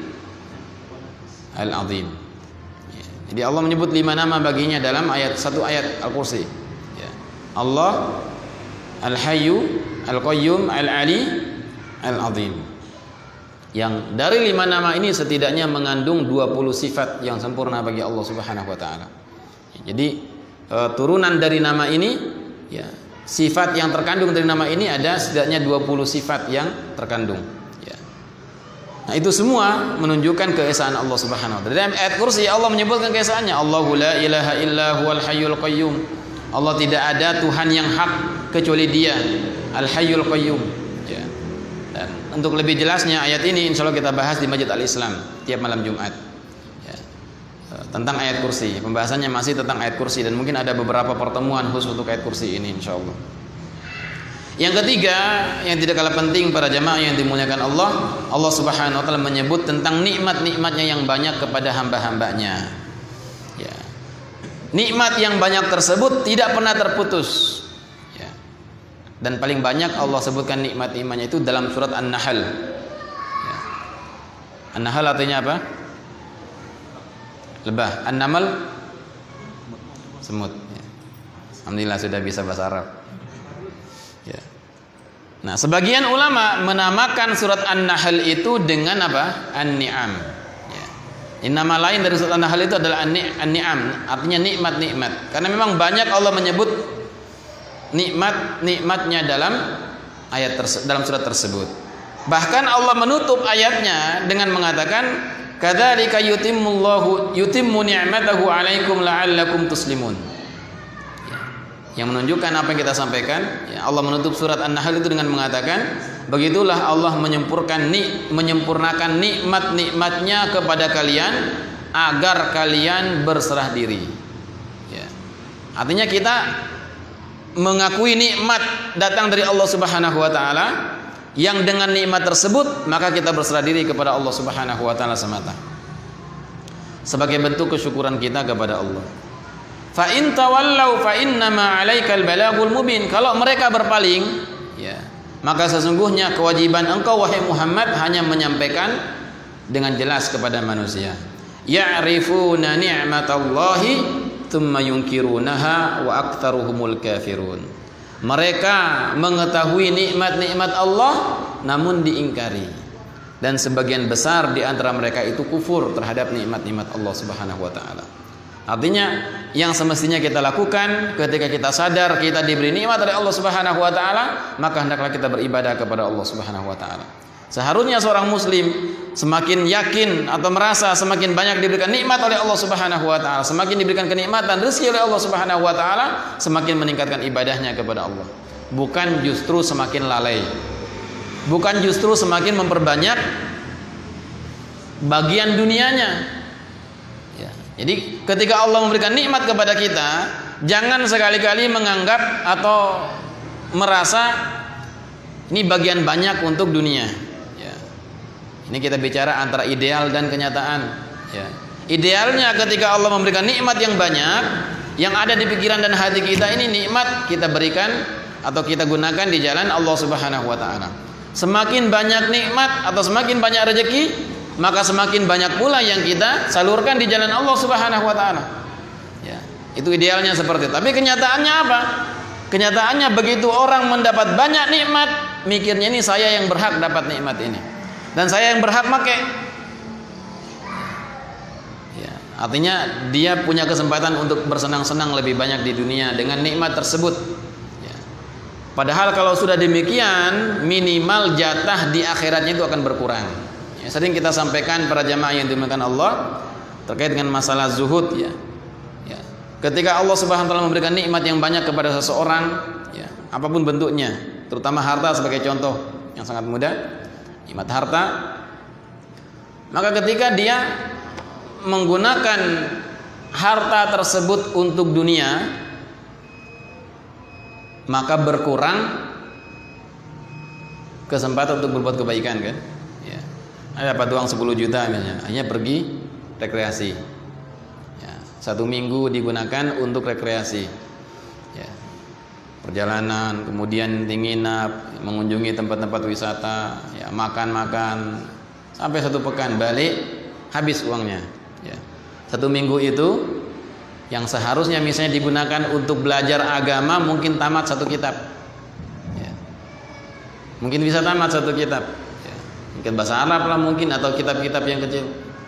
Al-Azim. Jadi Allah menyebut lima nama baginya dalam ayat satu ayat Al-Kursi. Ya. Allah, Al-Hayyu, Al-Qayyum, Al-Ali, Al-Azim. Yang dari lima nama ini setidaknya mengandung dua puluh sifat yang sempurna bagi Allah Subhanahu wa taala. Jadi e, turunan dari nama ini, ya, sifat yang terkandung dari nama ini ada setidaknya dua puluh sifat yang terkandung. Nah, itu semua menunjukkan keesaan Allah Subhanahu wa taala. Dalam ayat kursi Allah menyebutkan keesaannya, Allahu la ilaha illa huwal hayyul qayyum. Allah tidak ada Tuhan yang hak kecuali Dia, Al-Hayyul Qayyum. Ya. Dan untuk lebih jelasnya ayat ini insyaallah kita bahas di Masjid Al-Islam tiap malam Jumat. Ya. Tentang ayat kursi. Pembahasannya masih tentang ayat kursi dan mungkin ada beberapa pertemuan khusus untuk ayat kursi ini insyaallah. Yang ketiga, yang tidak kalah penting para jamaah yang dimuliakan Allah, Allah Subhanahu wa taala menyebut tentang nikmat-nikmatnya yang banyak kepada hamba-hambanya. Ya. Nikmat yang banyak tersebut tidak pernah terputus. Ya. Dan paling banyak Allah sebutkan nikmat-nikmatnya itu dalam surat An-Nahl. Ya. An-Nahl artinya apa? Lebah. An-Naml semut. Ya. Alhamdulillah sudah bisa bahasa Arab. Ya. Nah, sebagian ulama menamakan surat An-Nahl itu dengan apa? An-Ni'am. Ya. Ini nama lain dari surat An-Nahl itu adalah An-Ni'am, artinya nikmat-nikmat. Karena memang banyak Allah menyebut nikmat-nikmatnya dalam ayat terse- dalam surat tersebut. Bahkan Allah menutup ayatnya dengan mengatakan, "Kadzalika yutimmullahu yutimmu ni'matahu 'alaikum la'allakum tuslimun." Yang menunjukkan apa yang kita sampaikan, ya, Allah menutup surat An-Nahl itu dengan mengatakan, begitulah Allah menyempurnakan ni, menyempurnakan nikmat-nikmatnya kepada kalian agar kalian berserah diri. Ya. Artinya kita mengakui nikmat datang dari Allah Subhanahu wa taala, yang dengan nikmat tersebut maka kita berserah diri kepada Allah Subhanahu wa taala semata. Sebagai bentuk kesyukuran kita kepada Allah. Fa in tawallau fa innama 'alaikal balagul mubin. Kalau mereka berpaling, ya, maka sesungguhnya kewajiban engkau wahai Muhammad hanya menyampaikan dengan jelas kepada manusia. Ya'rifuna ni'matallahi tsumma yunkirunaha wa aktsaruhumul kafirun. Mereka mengetahui nikmat-nikmat Allah namun diingkari. Dan sebagian besar di antara mereka itu kufur terhadap nikmat-nikmat Allah Subhanahu wa taala. Artinya yang semestinya kita lakukan ketika kita sadar kita diberi nikmat dari Allah Subhanahu wa taala, maka hendaklah kita beribadah kepada Allah Subhanahu wa taala. Seharusnya seorang muslim semakin yakin atau merasa semakin banyak diberikan nikmat oleh Allah Subhanahu wa taala, semakin diberikan kenikmatan rezeki oleh Allah Subhanahu wa taala, semakin meningkatkan ibadahnya kepada Allah. Bukan justru semakin lalai. Bukan justru semakin memperbanyak bagian dunianya. Jadi ketika Allah memberikan nikmat kepada kita, jangan sekali-kali menganggap atau merasa ini bagian banyak untuk dunia. Ya. Ini kita bicara antara ideal dan kenyataan. Ya. Idealnya ketika Allah memberikan nikmat yang banyak, yang ada di pikiran dan hati kita ini nikmat kita berikan atau kita gunakan di jalan Allah Subhanahu wa taala. Semakin banyak nikmat atau semakin banyak rezeki, maka semakin banyak pula yang kita salurkan di jalan Allah Subhanahu wa taala. Ya, itu idealnya seperti itu. Tapi kenyataannya apa? Kenyataannya begitu orang mendapat banyak nikmat, mikirnya ini saya yang berhak dapat nikmat ini. Dan saya yang berhak pakai. Ya, artinya dia punya kesempatan untuk bersenang-senang lebih banyak di dunia dengan nikmat tersebut. Ya. Padahal kalau sudah demikian, minimal jatah di akhiratnya itu akan berkurang. Ya, sering kita sampaikan para jamaah yang dimuliakan Allah terkait dengan masalah zuhud ya. Ya. Ketika Allah Subhanahu wa taala memberikan nikmat yang banyak kepada seseorang, ya, apapun bentuknya, terutama harta sebagai contoh yang sangat mudah, nikmat harta, maka ketika dia menggunakan harta tersebut untuk dunia, maka berkurang kesempatan untuk berbuat kebaikan kan? Ya. Ada dapat uang sepuluh juta misalnya, hanya pergi rekreasi. Ya. Satu minggu digunakan untuk rekreasi. Ya. Perjalanan, kemudian nginap, mengunjungi tempat-tempat wisata, ya, makan-makan, sampai satu pekan balik habis uangnya. Ya. Satu minggu itu yang seharusnya misalnya digunakan untuk belajar agama mungkin tamat satu kitab. Ya. Mungkin bisa tamat satu kitab. Ya. Mungkin bahasa Arab lah mungkin atau kitab-kitab yang kecil.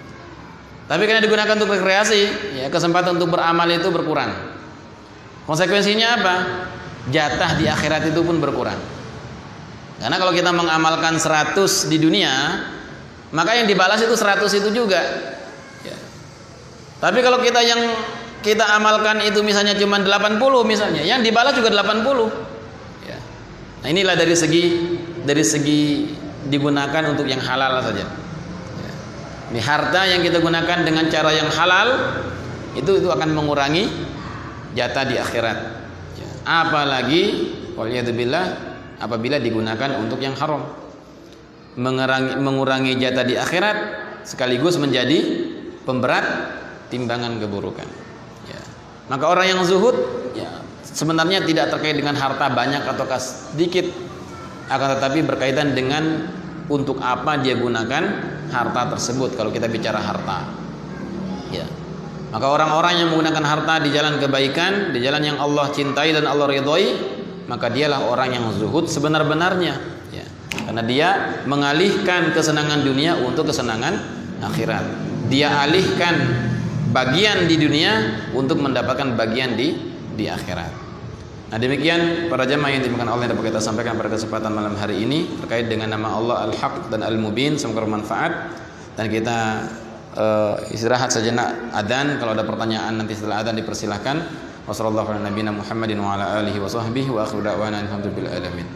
Tapi karena digunakan untuk rekreasi, ya, kesempatan untuk beramal itu berkurang. Konsekuensinya apa? Jatah di akhirat itu pun berkurang. Karena kalau kita mengamalkan seratus di dunia, maka yang dibalas itu seratus itu juga. Ya. Tapi kalau kita yang kita amalkan itu misalnya cuma delapan puluh misalnya, yang dibalas juga delapan puluh. Ya. Nah, inilah dari segi dari segi digunakan untuk yang halal saja. Ya. Ini harta yang kita gunakan dengan cara yang halal itu itu akan mengurangi jatah di akhirat. Ya. Apalagi waliyadzubillah apabila digunakan untuk yang haram. Mengurangi, mengurangi jatah di akhirat sekaligus menjadi pemberat timbangan keburukan. Ya. Maka orang yang zuhud ya, sebenarnya tidak terkait dengan harta banyak atau sedikit, akan tetapi berkaitan dengan untuk apa dia gunakan harta tersebut. Kalau kita bicara harta, ya. Maka orang-orang yang menggunakan harta di jalan kebaikan, di jalan yang Allah cintai dan Allah ridhoi, maka dialah orang yang zuhud sebenar-benarnya. Ya. Karena dia mengalihkan kesenangan dunia untuk kesenangan akhirat. Dia alihkan bagian di dunia untuk mendapatkan bagian di di akhirat. Nah, demikian para jamaah yang dimuliakan Allah yang dapat kita sampaikan pada kesempatan malam hari ini terkait dengan nama Allah Al-Haq dan Al-Mubin. Semoga bermanfaat dan kita uh, istirahat sejenak adzan. Kalau ada pertanyaan nanti setelah adzan dipersilahkan. Wassallallahu ala nabiyina Muhammadin wa ala alihi wa sahbihi wa akhiru da'wana alhamdulillahi alamin.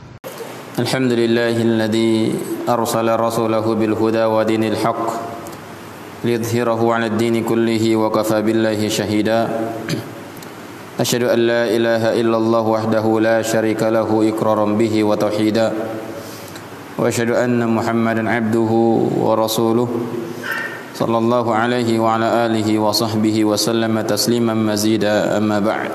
Alhamdulillahilladzi arsala rasulahu bil huda wa dinil haqq liyudhhirahu 'ala ad-dini kullihi wa kafa billahi shahida. Asyhadu an la ilaha illallah wahdahu la syarika lahu iqraran bihi wa tauhida. Wa asyhadu anna Muhammadan 'abduhu wa rasuluh sallallahu alaihi wa ala alihi wa sahbihi wa sallama tasliman mazida amma ba'd.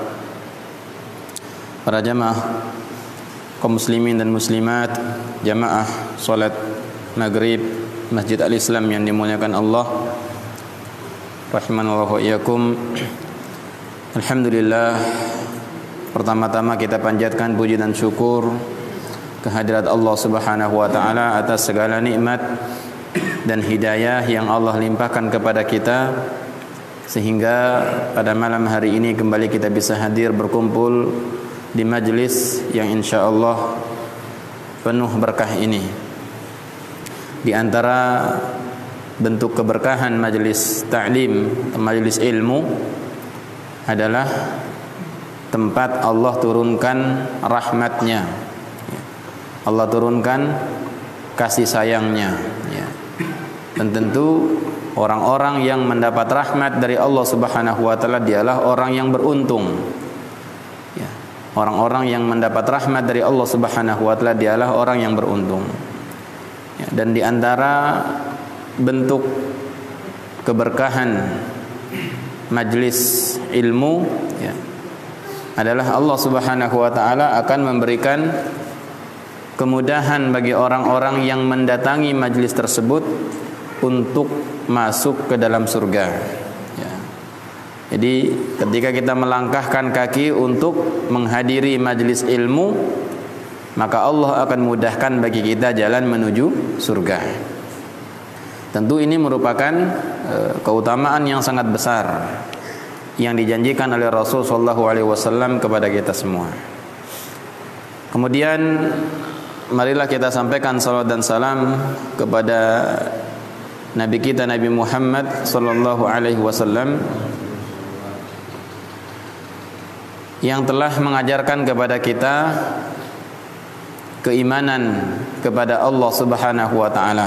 Para jamaah kaum muslimin dan muslimat, jamaah salat maghrib Masjid Al-Islam yang dimuliakan Allah rahimanallahu wa iyyakum. Alhamdulillah, pertama-tama kita panjatkan puji dan syukur kehadirat Allah Subhanahu wa taala atas segala nikmat dan hidayah yang Allah limpahkan kepada kita sehingga pada malam hari ini kembali kita bisa hadir berkumpul di majlis yang insyaallah penuh berkah ini. Di antara bentuk keberkahan majlis ta'lim, majlis ilmu adalah tempat Allah turunkan rahmatnya, Allah turunkan kasih sayangnya, ya. Dan tentu orang-orang yang mendapat rahmat dari Allah Subhanahu wa taala dialah orang yang beruntung, ya. Orang-orang yang mendapat rahmat dari Allah Subhanahu wa taala dialah orang yang beruntung, ya. Dan di antara bentuk keberkahan majlis ilmu, ya, adalah Allah Subhanahu wa taala akan memberikan kemudahan bagi orang-orang yang mendatangi majlis tersebut untuk masuk ke dalam surga, ya. Jadi ketika kita melangkahkan kaki untuk menghadiri majlis ilmu, maka Allah akan mudahkan bagi kita jalan menuju surga. Tentu ini merupakan e, keutamaan yang sangat besar yang dijanjikan oleh Rasul sallallahu alaihi wasallam kepada kita semua. Kemudian marilah kita sampaikan salawat dan salam kepada Nabi kita Nabi Muhammad sallallahu alaihi wasallam yang telah mengajarkan kepada kita keimanan kepada Allah Subhanahu wa taala.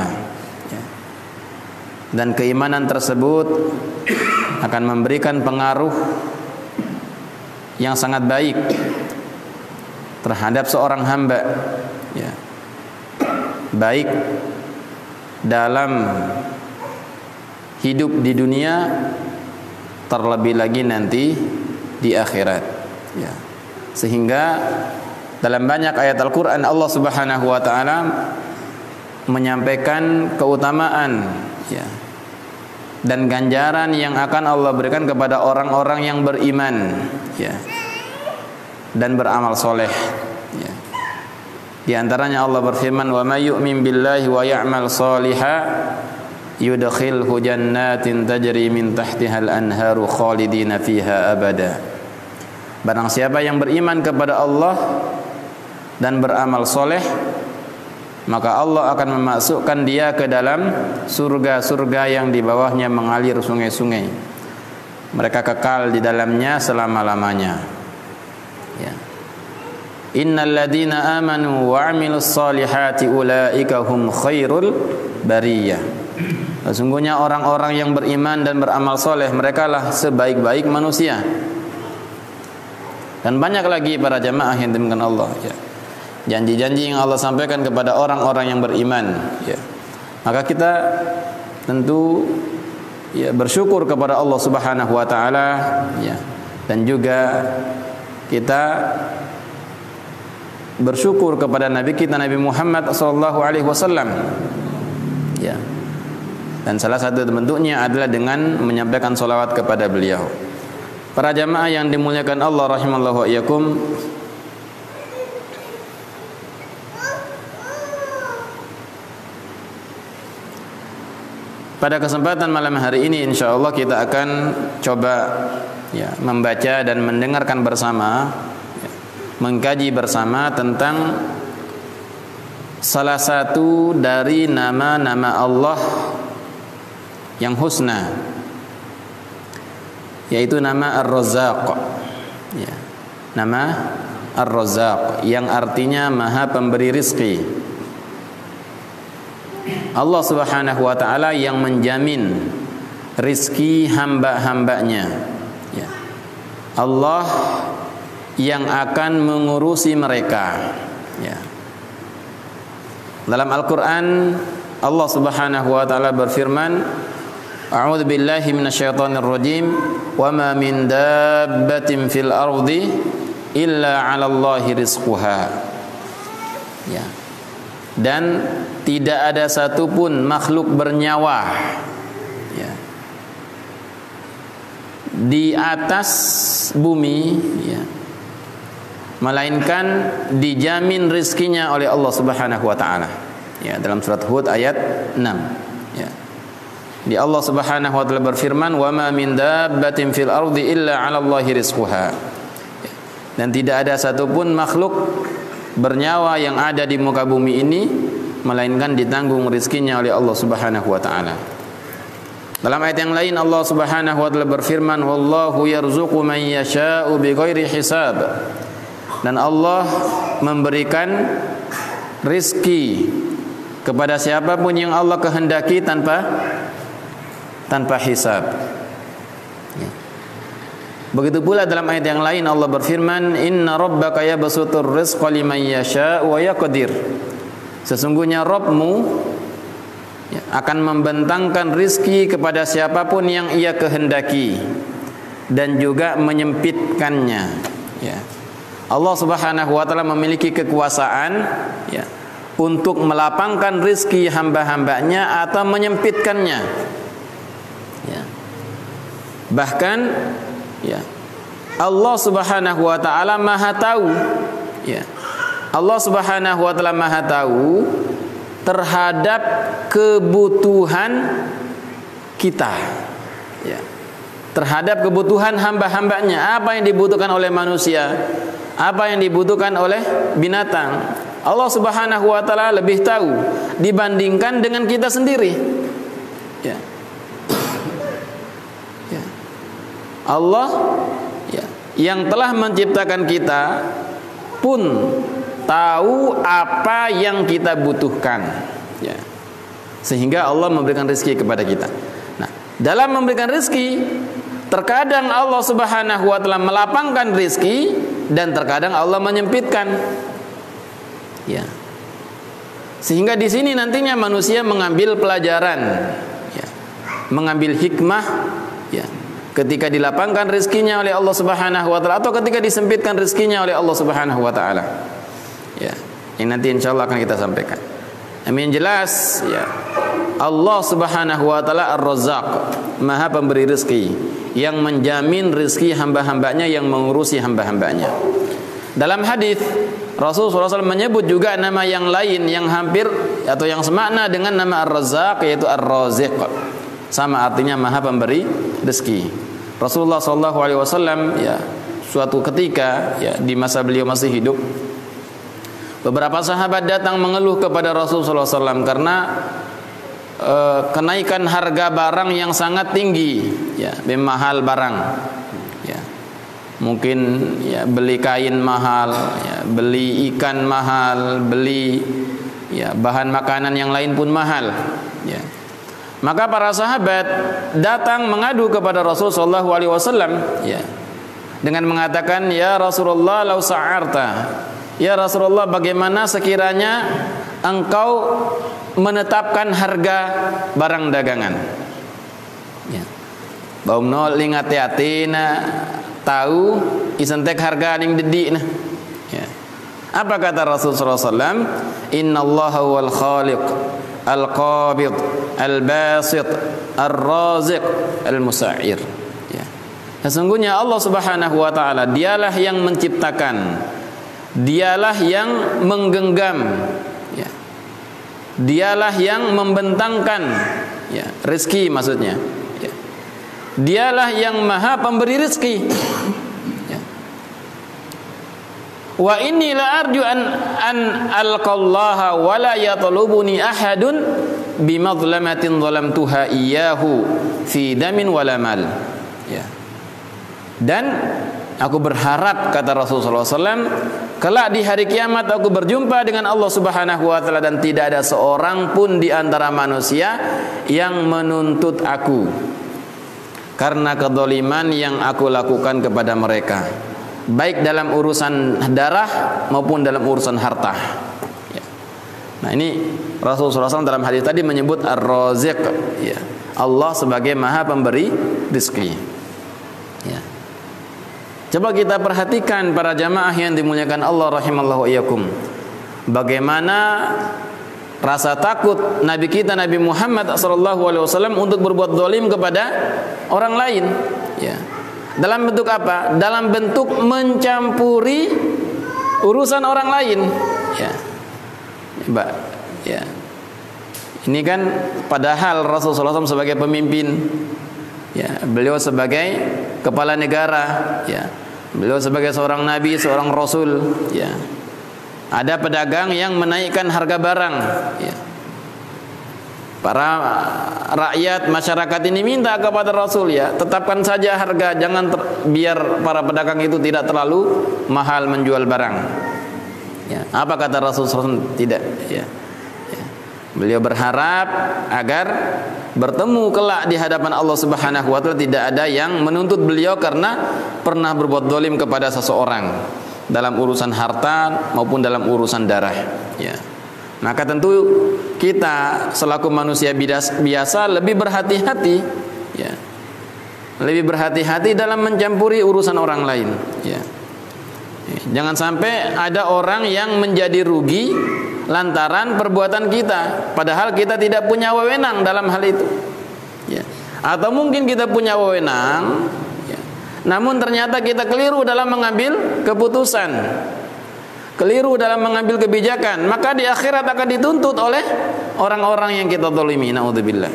Dan keimanan tersebut akan memberikan pengaruh yang sangat baik terhadap seorang hamba, ya, baik dalam hidup di dunia, terlebih lagi nanti di akhirat, ya. Sehingga dalam banyak ayat Al-Quran Allah Subhanahu wa ta'ala menyampaikan keutamaan, ya, dan ganjaran yang akan Allah berikan kepada orang-orang yang beriman, ya, dan beramal soleh, ya. Di antaranya Allah berfirman, wa may yu'min billahi wa ya'mal shalihan yudkhilhu jannatin tajri min tahtihal anharu khalidina fiha abada. Barang siapa yang beriman kepada Allah dan beramal soleh, maka Allah akan memasukkan dia ke dalam surga-surga yang di bawahnya mengalir sungai-sungai. Mereka kekal di dalamnya selama-lamanya, ya. Innal ladzina amanu wa 'amilus solihati ulaika hum khairul bariyah. Sesungguhnya orang-orang yang beriman dan beramal soleh, merekalah sebaik-baik manusia. Dan banyak lagi para jamaah yang dimuliakan Allah, ya, janji-janji yang Allah sampaikan kepada orang-orang yang beriman, ya. Maka kita tentu, ya, bersyukur kepada Allah Subhanahu wa taala, ya. Dan juga kita bersyukur kepada Nabi kita Nabi Muhammad sallallahu alaihi wasallam, ya. Dan salah satu bentuknya adalah dengan menyampaikan salawat kepada beliau. Para jamaah yang dimuliakan Allah rahimallahu wa iyyakum, pada kesempatan malam hari ini insyaallah kita akan coba, ya, membaca dan mendengarkan bersama, ya, mengkaji bersama tentang salah satu dari nama-nama Allah yang husna, yaitu nama Ar-Razzaq, ya, nama Ar-Razzaq yang artinya Maha Pemberi rizki. Allah Subhanahu wa ta'ala yang menjamin rizki hamba-hambanya, ya. Allah yang akan mengurusi mereka, ya. Dalam Al-Quran Allah Subhanahu wa ta'ala berfirman, a'udzu billahi minasyaitonir rajim, wa ma min dabbatin fil ardi illa 'alallahi rizquha, ya. Dan tidak ada satupun makhluk bernyawa, ya, di atas bumi, ya, melainkan dijamin rizkinya oleh Allah Subhanahu wa ta'ala, ya. Dalam surat Hud ayat enam, ya. Di Allah Subhanahu wa ta'ala berfirman, wa ma min dabbatin fil ardi illa 'alallahi rizquha, ya. Dan tidak ada satupun makhluk bernyawa yang ada di muka bumi ini melainkan ditanggung rizkinya oleh Allah Subhanahu wa ta'ala. Dalam ayat yang lain Allah Subhanahu wa ta'ala berfirman, wallahu yarzuqu man yasha'u bighairi hisab. Dan Allah memberikan rizki kepada siapapun yang Allah kehendaki tanpa tanpa hisab, ya. Begitu pula dalam ayat yang lain Allah berfirman, inna rabbaka yabsutur rizqa liman yasha' wa yaqdir. Sesungguhnya Rabbmu, ya, akan membentangkan rizki kepada siapapun yang ia kehendaki dan juga menyempitkannya, ya. Allah Subhanahu wa ta'ala memiliki kekuasaan, ya, untuk melapangkan rizki hamba-hambanya atau menyempitkannya, ya. Bahkan, ya, Allah Subhanahu wa ta'ala Maha tahu, ya. Allah Subhanahu wa ta'ala Maha tahu terhadap kebutuhan kita, ya. Terhadap kebutuhan hamba-hambanya. Apa yang dibutuhkan oleh manusia, apa yang dibutuhkan oleh binatang, Allah Subhanahu wa taala lebih tahu dibandingkan dengan kita sendiri. Ya. Ya. Allah ya, yang telah menciptakan kita pun tahu apa yang kita butuhkan, ya. Sehingga Allah memberikan rezeki kepada kita. Nah, dalam memberikan rezeki, terkadang Allah Subhanahu wa taala melapangkan rezeki dan terkadang Allah menyempitkan. Ya. Sehingga di sini nantinya manusia mengambil pelajaran, ya. Mengambil hikmah, ya. Ketika dilapangkan rezekinya oleh Allah Subhanahu wa taala atau ketika disempitkan rezekinya oleh Allah Subhanahu wa taala. Ya, ini nanti insyaallah akan kita sampaikan. Amin. Jelas ya. Allah Subhanahu wa taala Ar-Razzaq, Maha pemberi rezeki, yang menjamin rezeki hamba-hambanya, yang mengurusi hamba-hambanya. Dalam hadis Rasulullah shallallahu alaihi wasallam menyebut juga nama yang lain yang hampir atau yang semakna dengan nama Ar-Razzaq, yaitu Ar-Raziq. Sama artinya Maha pemberi rezeki. Rasulullah shallallahu alaihi wasallam ya suatu ketika ya di masa beliau masih hidup, beberapa sahabat datang mengeluh kepada Rasulullah shallallahu alaihi wasallam karena e, kenaikan harga barang yang sangat tinggi, ya, mahal barang. Ya. Mungkin ya beli kain mahal, ya, beli ikan mahal, beli ya bahan makanan yang lain pun mahal. Ya. Maka para sahabat datang mengadu kepada Rasulullah shallallahu alaihi wasallam, ya, dengan mengatakan, ya Rasulullah, lau sa'arta, ya Rasulullah, bagaimana sekiranya engkau menetapkan harga barang dagangan? Ya. Baum nol lingat yatina tahu isentek harga ning dedi nah. Ya. Apa kata Rasulullah shallallahu alaihi wasallam? Innallaha wal khaliq al-qabid al-basit ar-raziq al-musa'ir. Ya. Sesungguhnya Allah Subhanahu wa taala dialah yang menciptakan, dialah yang menggenggam, ya. Dialah yang membentangkan, ya, rezeki maksudnya, ya. Dialah yang maha pemberi rezeki, ya. Wa inni la arju an an alqallaha wa la yatlubuni ahadun bimadlamatin zalamtuha iyyahu fi damin wala mal. Ya. Dan aku berharap, kata Rasulullah shallallahu alaihi wasallam, kelak di hari kiamat aku berjumpa dengan Allah Subhanahu wa taala dan tidak ada seorang pun di antara manusia yang menuntut aku karena kezaliman yang aku lakukan kepada mereka, baik dalam urusan darah maupun dalam urusan harta. Ya. Nah, ini Rasulullah shallallahu alaihi wasallam dalam hadis tadi menyebut Ar-Raziq, ya, Allah sebagai maha pemberi rezeki. Ya. Coba kita perhatikan para jamaah yang dimuliakan Allah rahimallahu iyyakum, bagaimana rasa takut Nabi kita Nabi Muhammad sallallahu alaihi wasallam untuk berbuat zalim kepada orang lain, ya. Dalam bentuk apa? Dalam bentuk mencampuri urusan orang lain, ya. Mbak, ya. Ini kan padahal Rasulullah shallallahu alaihi wasallam sebagai pemimpin, ya, beliau sebagai kepala negara, ya, beliau sebagai seorang nabi, seorang rasul, ya. Ada pedagang yang menaikkan harga barang, ya. Para rakyat masyarakat ini minta kepada Rasul, ya, tetapkan saja harga, jangan ter, biar para pedagang itu tidak terlalu mahal menjual barang. Ya. Apa kata Rasul shallallahu alaihi wasallam? Tidak, ya. Ya. Beliau berharap agar bertemu kelak di hadapan Allah Subhanahu wa taala tidak ada yang menuntut beliau karena pernah berbuat zalim kepada seseorang dalam urusan harta maupun dalam urusan darah, ya. Maka tentu kita selaku manusia biasa lebih berhati-hati, ya. Lebih berhati-hati dalam mencampuri urusan orang lain, ya. Jangan sampai ada orang yang menjadi rugi lantaran perbuatan kita, padahal kita tidak punya wewenang dalam hal itu, ya. Atau mungkin kita punya wewenang, ya, namun ternyata kita keliru dalam mengambil keputusan, keliru dalam mengambil kebijakan, maka di akhirat akan dituntut oleh orang-orang yang kita zalimi. Naudzubillah.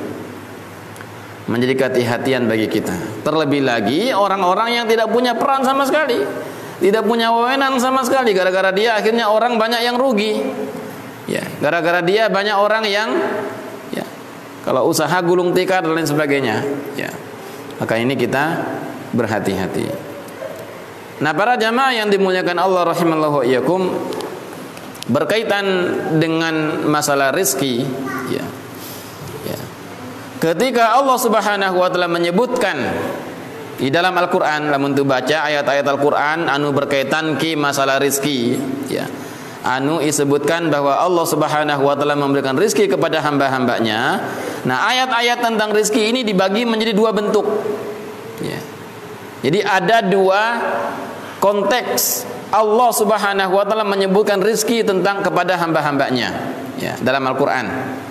Menjadi kehati-hatian bagi kita. Terlebih lagi orang-orang yang tidak punya peran sama sekali, tidak punya wewenang sama sekali. Gara-gara dia akhirnya orang banyak yang rugi. Ya, gara-gara dia banyak orang yang ya, kalau usaha gulung tikar dan lain sebagainya. Ya, maka ini kita berhati-hati. Nah, para jamaah yang dimuliakan Allah rahimallahu iyyakum, berkaitan dengan masalah rezeki, ya, ya. Ketika Allah Subhanahu wa taala menyebutkan di dalam Al-Qur'an, lamun tu baca ayat-ayat Al-Qur'an anu berkaitan ki masalah rezeki, ya. Anu disebutkan bahwa Allah Subhanahu wa taala memberikan rezeki kepada hamba-hambanya. Nah, ayat-ayat tentang rezeki ini dibagi menjadi dua bentuk. Ya. Jadi ada dua konteks Allah Subhanahu wa taala menyebutkan rezeki tentang kepada hamba-hambanya, ya, dalam Al-Qur'an.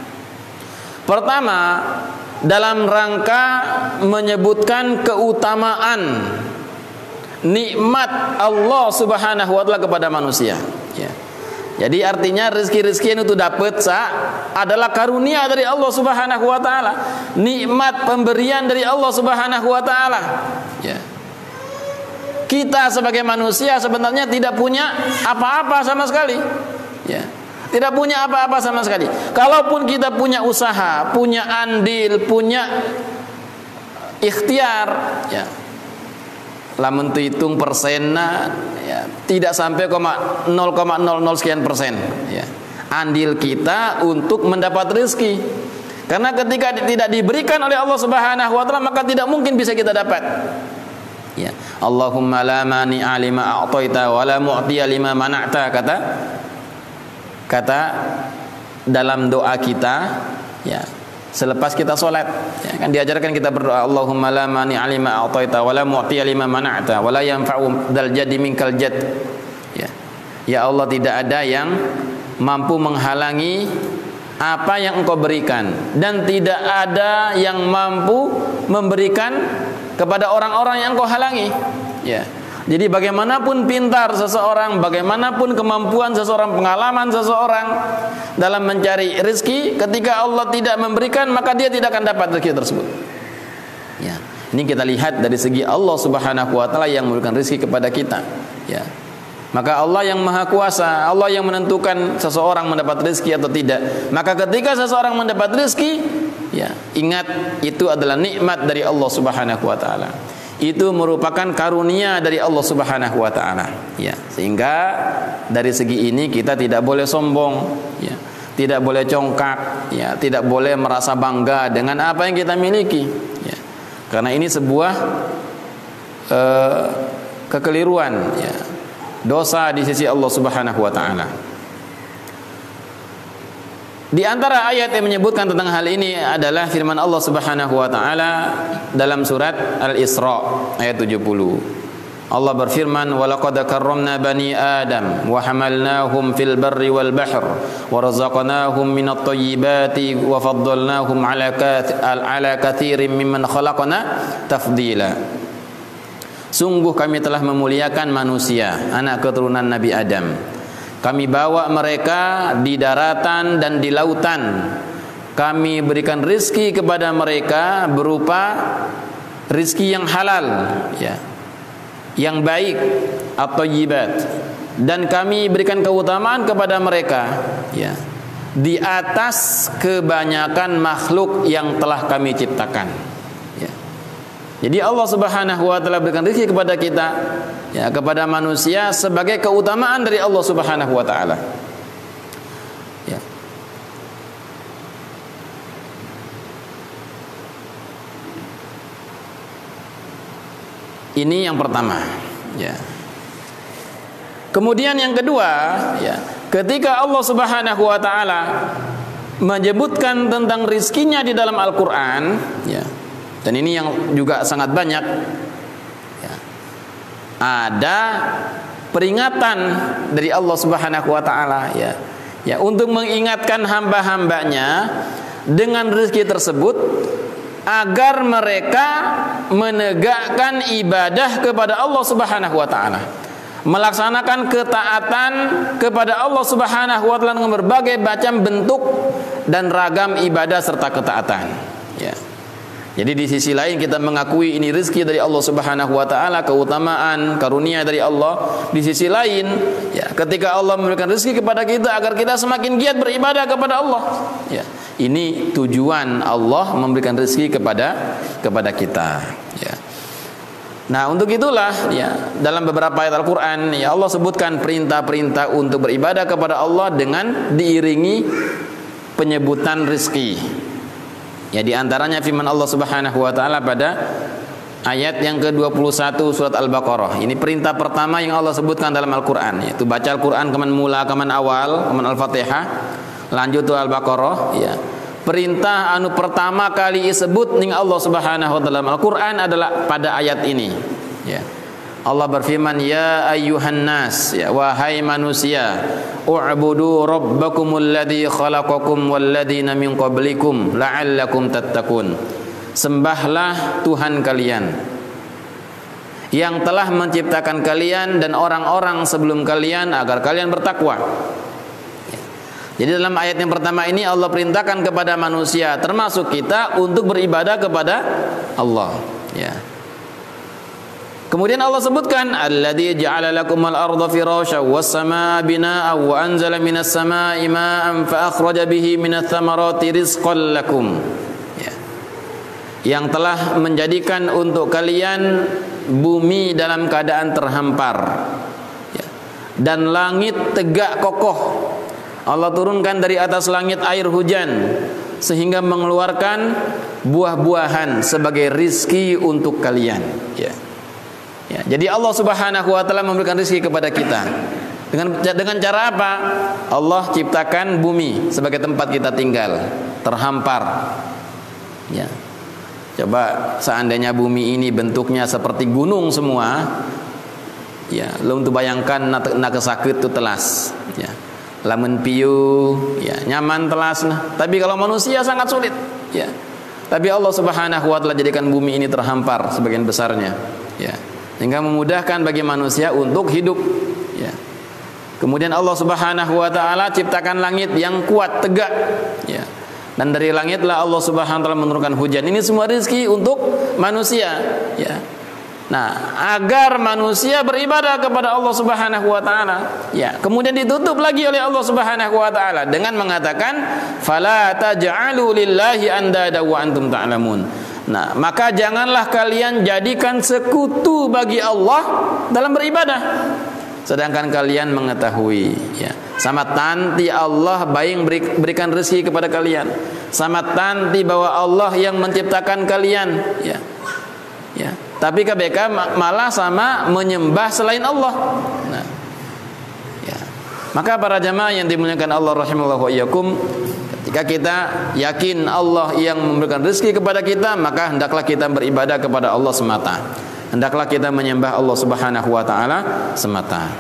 Pertama, dalam rangka menyebutkan keutamaan nikmat Allah Subhanahu wa taala kepada manusia, ya. Jadi artinya rezeki-rezeki yang itu dapat sa adalah karunia dari Allah Subhanahu wa taala, nikmat pemberian dari Allah Subhanahu wa taala, ya. Kita sebagai manusia sebenarnya tidak punya apa-apa sama sekali, ya. Tidak punya apa-apa sama sekali. Kalaupun kita punya usaha, punya andil, punya ikhtiar, ya, lamun hitung persenna, ya, tidak sampai nol koma nol nol sekian persen, ya, andil kita untuk mendapat rezeki. Karena ketika tidak diberikan oleh Allah Subhanahu wa taala, maka tidak mungkin bisa kita dapat. Ya, Allahumma la mani'a lima a'taita wa la mu'tiya lima mana'ta, kata kata dalam doa kita, ya, selepas kita sholat, ya, kan diajarkan kita berdoa, Allahumma la mani'a lima a'taita wa la mu'tiya lima mana'ta wa la yanfa'u dzal jaddi minkal jadd. Ya. Ya Allah, tidak ada yang mampu menghalangi apa yang Engkau berikan, dan tidak ada yang mampu memberikan kepada orang-orang yang Engkau halangi. Ya. Jadi bagaimanapun pintar seseorang, bagaimanapun kemampuan seseorang, pengalaman seseorang dalam mencari rezeki, ketika Allah tidak memberikan, maka dia tidak akan dapat rezeki tersebut. Ya. Ini kita lihat dari segi Allah Subhanahu wa taala yang memberikan rezeki kepada kita. Ya. Maka Allah yang maha kuasa, Allah yang menentukan seseorang mendapat rezeki atau tidak. Maka ketika seseorang mendapat rezeki, ya, ingat itu adalah nikmat dari Allah Subhanahu wa taala. Itu merupakan karunia dari Allah Subhanahu wa taala, ya. Sehingga dari segi ini kita tidak boleh sombong, ya. Tidak boleh congkak, ya, tidak boleh merasa bangga dengan apa yang kita miliki, ya. Karena ini sebuah uh, kekeliruan, ya. Dosa di sisi Allah Subhanahu wa taala. Di antara ayat yang menyebutkan tentang hal ini adalah firman Allah Subhanahu wa taala dalam surat Al-Isra ayat tujuh puluh. Allah berfirman, "Wa laqad karramna bani Adam wa hamalnahum fil barri wal bahr wa razaqnahum minat thayyibati wa faddalnahum 'ala ala katsirin mimman khalaqna tafdila." Sungguh kami telah memuliakan manusia, anak keturunan Nabi Adam. Kami bawa mereka di daratan dan di lautan. Kami berikan rizki kepada mereka berupa rizki yang halal, ya, yang baik, atau yibat. Dan kami berikan keutamaan kepada mereka, ya, di atas kebanyakan makhluk yang telah kami ciptakan. Ya. Jadi Allah Subhanahu wa taala berikan rezeki kepada kita, ya, kepada manusia sebagai keutamaan dari Allah Subhanahu wa taala. Ya. Ini yang pertama, ya. Kemudian yang kedua, ya, ketika Allah Subhanahu wa taala menyebutkan tentang rizkinya di dalam Al-Qur'an, ya. Dan ini yang juga sangat banyak, ya. Ada peringatan dari Allah Subhanahu wa taala, ya. Ya, untuk mengingatkan hamba-hambanya dengan rezeki tersebut agar mereka menegakkan ibadah kepada Allah Subhanahu wa taala, melaksanakan ketaatan kepada Allah Subhanahu wa taala dengan berbagai macam bentuk dan ragam ibadah serta ketaatan, ya. Jadi di sisi lain kita mengakui ini rezeki dari Allah Subhanahu wa taala, keutamaan, karunia dari Allah. Di sisi lain, ya, ketika Allah memberikan rezeki kepada kita agar kita semakin giat beribadah kepada Allah. Ya, ini tujuan Allah memberikan rezeki kepada kepada kita, ya. Nah, untuk itulah ya, dalam beberapa ayat Al-Qur'an ya Allah sebutkan perintah-perintah untuk beribadah kepada Allah dengan diiringi penyebutan rezeki. Ya, di antaranya firman Allah Subhanahu wa taala pada ayat yang ke dua puluh satu surat Al-Baqarah. Ini perintah pertama yang Allah sebutkan dalam Al-Qur'an, yaitu baca Al-Qur'an keman mula, keman awal, keman Al-Fatihah, lanjut tu Al-Baqarah, ya. Perintah anu pertama kali disebut ning Allah Subhanahu wa taala dalam Al-Qur'an adalah pada ayat ini, ya. Allah berfirman, ya ayyuhan nas, ya, wahai manusia, u'budu rabbakumul ladzi khalaqakum walladzina min qablikum la'allakum tattaqun. Sembahlah Tuhan kalian yang telah menciptakan kalian dan orang-orang sebelum kalian agar kalian bertakwa. Jadi dalam ayat yang pertama ini Allah perintahkan kepada manusia termasuk kita untuk beribadah kepada Allah, ya. Kemudian Allah sebutkan alladzi ja'ala lakumal arda firasya was samaa binaa'a wa anzala minas samaa'i maa'an fa akhraja bihi minats thamarati rizqan lakum. Ya. Yang telah menjadikan untuk kalian bumi dalam keadaan terhampar, ya, dan langit tegak kokoh. Allah turunkan dari atas langit air hujan sehingga mengeluarkan buah-buahan sebagai rizki untuk kalian, ya. Ya, jadi Allah Subhanahu wa taala memberikan rezeki kepada kita. Dengan dengan cara apa? Allah ciptakan bumi sebagai tempat kita tinggal, terhampar. Ya. Coba seandainya bumi ini bentuknya seperti gunung semua, ya, lu untuk bayangkan nak sakit tu telas, ya. Lamun piu, ya, nyaman telas nah. Tapi kalau manusia sangat sulit, ya. Tapi Allah Subhanahu wa taala jadikan bumi ini terhampar sebagian besarnya, ya. Sehingga memudahkan bagi manusia untuk hidup, ya. Kemudian Allah Subhanahu wa taala ciptakan langit yang kuat, tegak, ya. Dan dari langitlah Allah Subhanahu wa taala menurunkan hujan. Ini semua rezeki untuk manusia, ya. Nah, agar manusia beribadah kepada Allah Subhanahu wa taala, ya. Kemudian ditutup lagi oleh Allah Subhanahu wa taala dengan mengatakan fala taj'alu lillahi andada wa antum ta'lamun. Nah, maka janganlah kalian jadikan sekutu bagi Allah dalam beribadah sedangkan kalian mengetahui, ya. Sama tanti Allah baik beri, berikan rezeki kepada kalian. Sama tanti bahwa Allah yang menciptakan kalian, ya. Ya. Tapi K B K malah sama menyembah selain Allah. Nah, ya. Maka para jamaah yang dimuliakan Allah rahimallahu wa iyyakum, ketika kita yakin Allah yang memberikan rezeki kepada kita, maka hendaklah kita beribadah kepada Allah semata. Hendaklah kita menyembah Allah Subhanahu wa taala semata.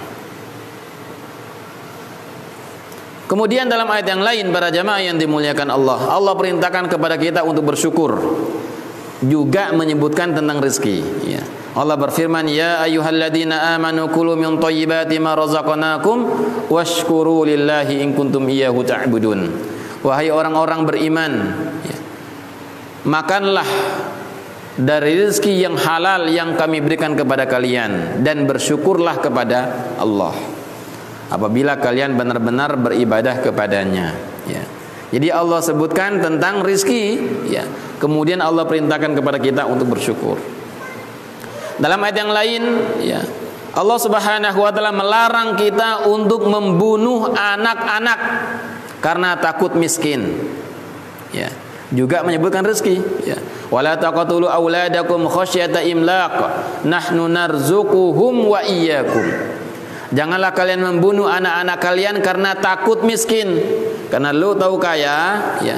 Kemudian dalam ayat yang lain para jamaah yang dimuliakan Allah, Allah perintahkan kepada kita untuk bersyukur. Juga menyebutkan tentang rezeki, ya. Allah berfirman, ya ayyuhalladzina amanu kulu min thayyibati ma razaqnakum washkuru lillahi in kuntum iyyahu ta'budun. Wahai orang-orang beriman, ya, makanlah dari rezeki yang halal yang kami berikan kepada kalian dan bersyukurlah kepada Allah apabila kalian benar-benar beribadah kepadanya, ya. Jadi Allah sebutkan tentang rizki, ya. Kemudian Allah perintahkan kepada kita untuk bersyukur. Dalam ayat yang lain, ya, Allah Subhanahu wa taala melarang kita untuk membunuh anak-anak karena takut miskin, ya. Juga menyebutkan rezeki, ya. Wala taqtulu auladakum khasyata imlaq nahnu narzuquhum wa iyyakum. Janganlah kalian membunuh anak-anak kalian karena takut miskin. Karena lu tahu kaya, ya,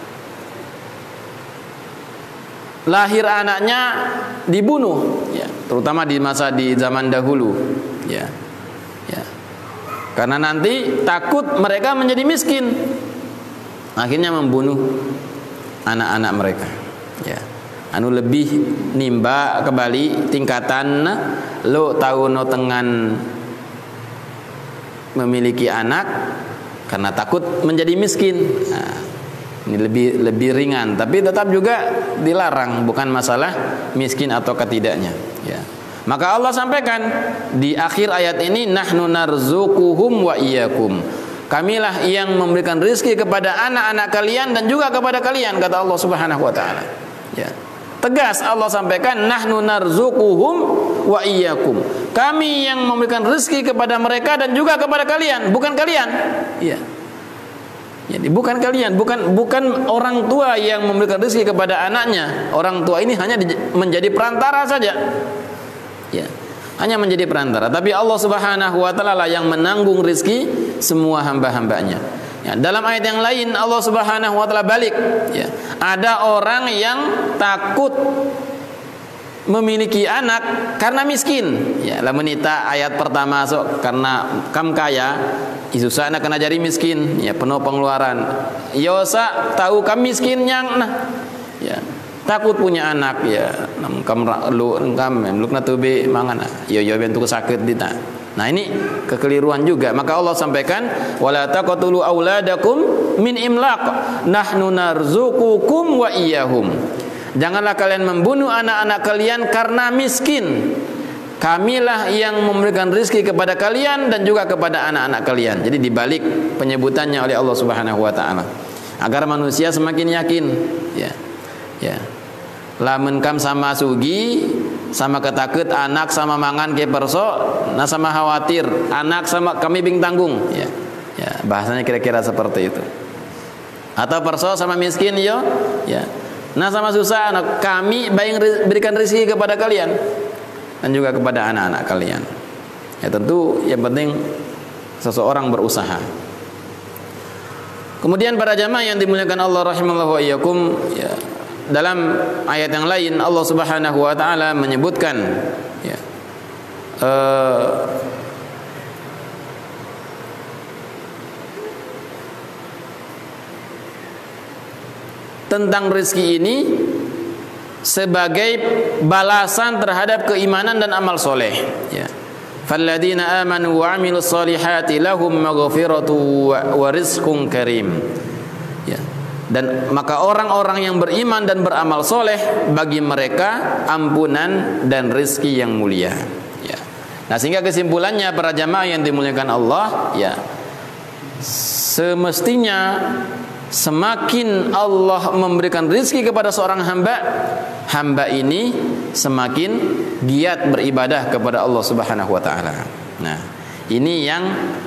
lahir anaknya dibunuh, ya, terutama di masa di zaman dahulu, ya, ya. Karena nanti takut mereka menjadi miskin, akhirnya membunuh anak-anak mereka, ya. Anu lebih nimba kembali tingkatan lu tahu no tengan memiliki anak karena takut menjadi miskin. Nah, Ini lebih lebih ringan, tapi tetap juga dilarang, bukan masalah miskin atau ketidaknya, ya. Maka Allah sampaikan di akhir ayat ini, nahnu narzuquhum wa iyyakum. Kamilah yang memberikan rezeki kepada anak-anak kalian dan juga kepada kalian, kata Allah Subhanahu wa taala. Ya. Tegas Allah sampaikan, nahnu narzuquhum wa iyyakum. Kami yang memberikan rezeki kepada mereka dan juga kepada kalian, bukan kalian. Ya. Jadi bukan kalian, bukan bukan orang tua yang memberikan rezeki kepada anaknya. Orang tua ini hanya menjadi perantara saja. Ya, hanya menjadi perantara. Tapi Allah Subhanahu wa taala lah yang menanggung rezeki semua hamba-hambanya. Ya, dalam ayat yang lain Allah Subhanahu wa taala balik, ya. Ada orang yang takut memiliki anak karena miskin. Ya, lamun ita ayat pertama sok karena kam kaya, isusana kena jari miskin, ya penuh pengeluaran. Yosa tahu kam miskin yang nah. Ya, takut punya anak, ya kam lu engkam lu kena tube mangan. Yo yo bentuk sakit dita. Nah, ini kekeliruan juga. Maka Allah sampaikan, wala taqtulu auladakum min imlaq, nahnu narzuqukum wa iyyahum. Janganlah kalian membunuh anak-anak kalian karena miskin. Kamilah yang memberikan rezeki kepada kalian dan juga kepada anak-anak kalian. Jadi dibalik penyebutannya oleh Allah Subhanahu wa taala agar manusia semakin yakin, ya. Ya. Lamun kam sama sugi, sama ketakut anak sama mangan ke perso, nah sama khawatir anak sama kami bing tanggung, ya. Ya, bahasanya kira-kira seperti itu. Atau perso sama miskin yo, ya. Nah sama susah anak kami bayang berikan rezeki kepada kalian dan juga kepada anak-anak kalian. Ya tentu yang penting seseorang berusaha. Kemudian para jamaah yang dimuliakan Allah rahimallahu wa iyyakum, ya, dalam ayat yang lain Allah Subhanahu wa taala menyebutkan, ya, uh, tentang rezeki ini sebagai balasan terhadap keimanan dan amal soleh, ya. Falladzina amanu wa amilus solihati lahum maghfiratu wa rizqun karim, ya. Dan maka orang-orang yang beriman dan beramal soleh bagi mereka ampunan dan rezeki yang mulia, ya. Nah, sehingga kesimpulannya para jamaah yang dimuliakan Allah, ya, semestinya semakin Allah memberikan rezeki kepada seorang hamba, hamba ini semakin giat beribadah kepada Allah Subhanahu wa taala. Nah, ini yang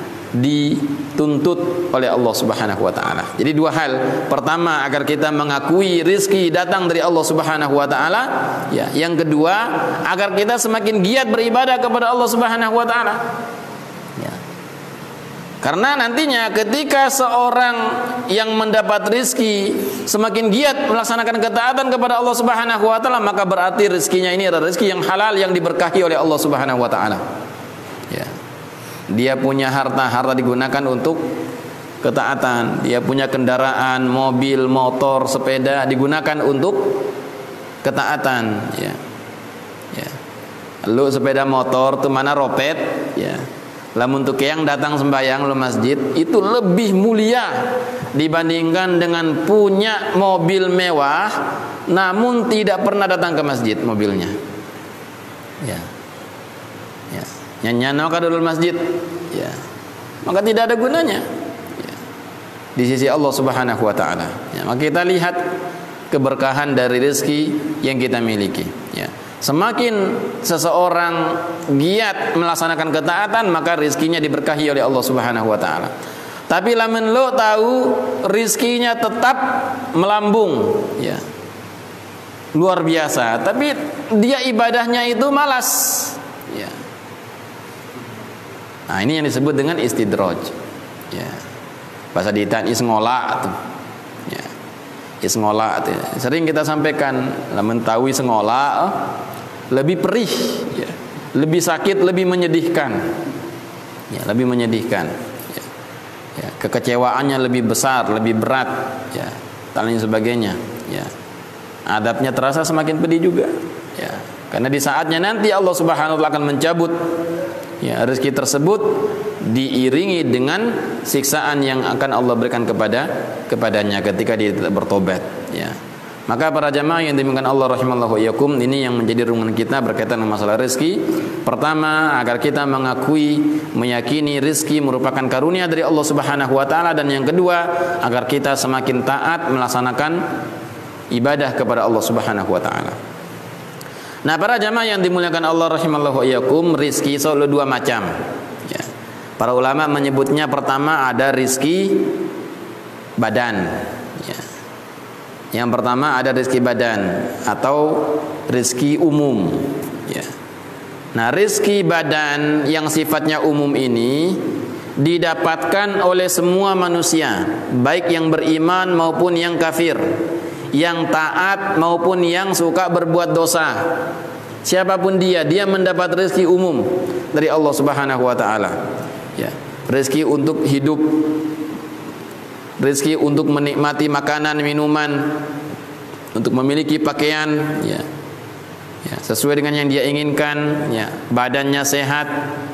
dituntut oleh Allah Subhanahu wa taala. Jadi dua hal. Pertama, agar kita mengakui rezeki datang dari Allah Subhanahu wa taala, ya. Yang kedua, agar kita semakin giat beribadah kepada Allah Subhanahu wa taala. Ya. Karena nantinya ketika seorang yang mendapat rezeki semakin giat melaksanakan ketaatan kepada Allah Subhanahu wa taala, maka berarti rezekinya ini adalah rezeki yang halal yang diberkahi oleh Allah Subhanahu wa taala. Ya. Dia punya harta, harta digunakan untuk ketaatan. Dia punya kendaraan, mobil, motor, sepeda digunakan untuk ketaatan, ya. Ya. Lu sepeda motor tuh mana ropet, ya. Lamun tuh yang datang sembahyang lu masjid itu lebih mulia dibandingkan dengan punya mobil mewah namun tidak pernah datang ke masjid mobilnya. Ya. Ya. Nyanyano ka dulul masjid, ya. Maka tidak ada gunanya, ya, di sisi Allah Subhanahu wa taala. Ya, maka kita lihat keberkahan dari rezeki yang kita miliki, ya. Semakin seseorang giat melaksanakan ketaatan, maka rizkinya diberkahi oleh Allah Subhanahu wa taala. Tapi lamun lo tahu rizkinya tetap melambung, ya, luar biasa, tapi dia ibadahnya itu malas, ya. Nah, ini yang disebut dengan istidraj, ya. Bahasa ditan isngola tuh, ya. Isngola tuh. Sering kita sampaikan, lamun tahu isngola oh, lebih perih, ya. Lebih sakit, lebih menyedihkan, ya, lebih menyedihkan, ya. Ya, kekecewaannya lebih besar, lebih berat, ya, dan lain sebagainya, ya. Adabnya terasa semakin pedih juga, ya. Karena di saatnya nanti Allah Subhanahu wa taala akan mencabut, ya, rezeki tersebut diiringi dengan siksaan yang akan Allah berikan kepada kepadanya ketika dia tidak bertobat, ya. Maka para jamaah yang dimuliakan Allah rahimallahu iyyakum, ini yang menjadi runtuhan kita berkaitan dengan masalah rezeki. Pertama, agar kita mengakui, meyakini rezeki merupakan karunia dari Allah Subhanahu wa taala, dan yang kedua, agar kita semakin taat melaksanakan ibadah kepada Allah Subhanahu wa taala. Nah, para jamaah yang dimuliakan Allah rahimallahu iyyakum, rezeki selalu dua macam, ya. Para ulama menyebutnya pertama ada rezeki badan, ya. Yang pertama ada rezeki badan atau rezeki umum, ya. Nah, rezeki badan yang sifatnya umum ini didapatkan oleh semua manusia, baik yang beriman maupun yang kafir, yang taat maupun yang suka berbuat dosa. Siapapun dia, dia mendapat rezeki umum dari Allah Subhanahu wa taala, ya. Rezeki untuk hidup, rezeki untuk menikmati makanan, minuman, untuk memiliki pakaian, ya, ya, sesuai dengan yang dia inginkan, ya, badannya sehat,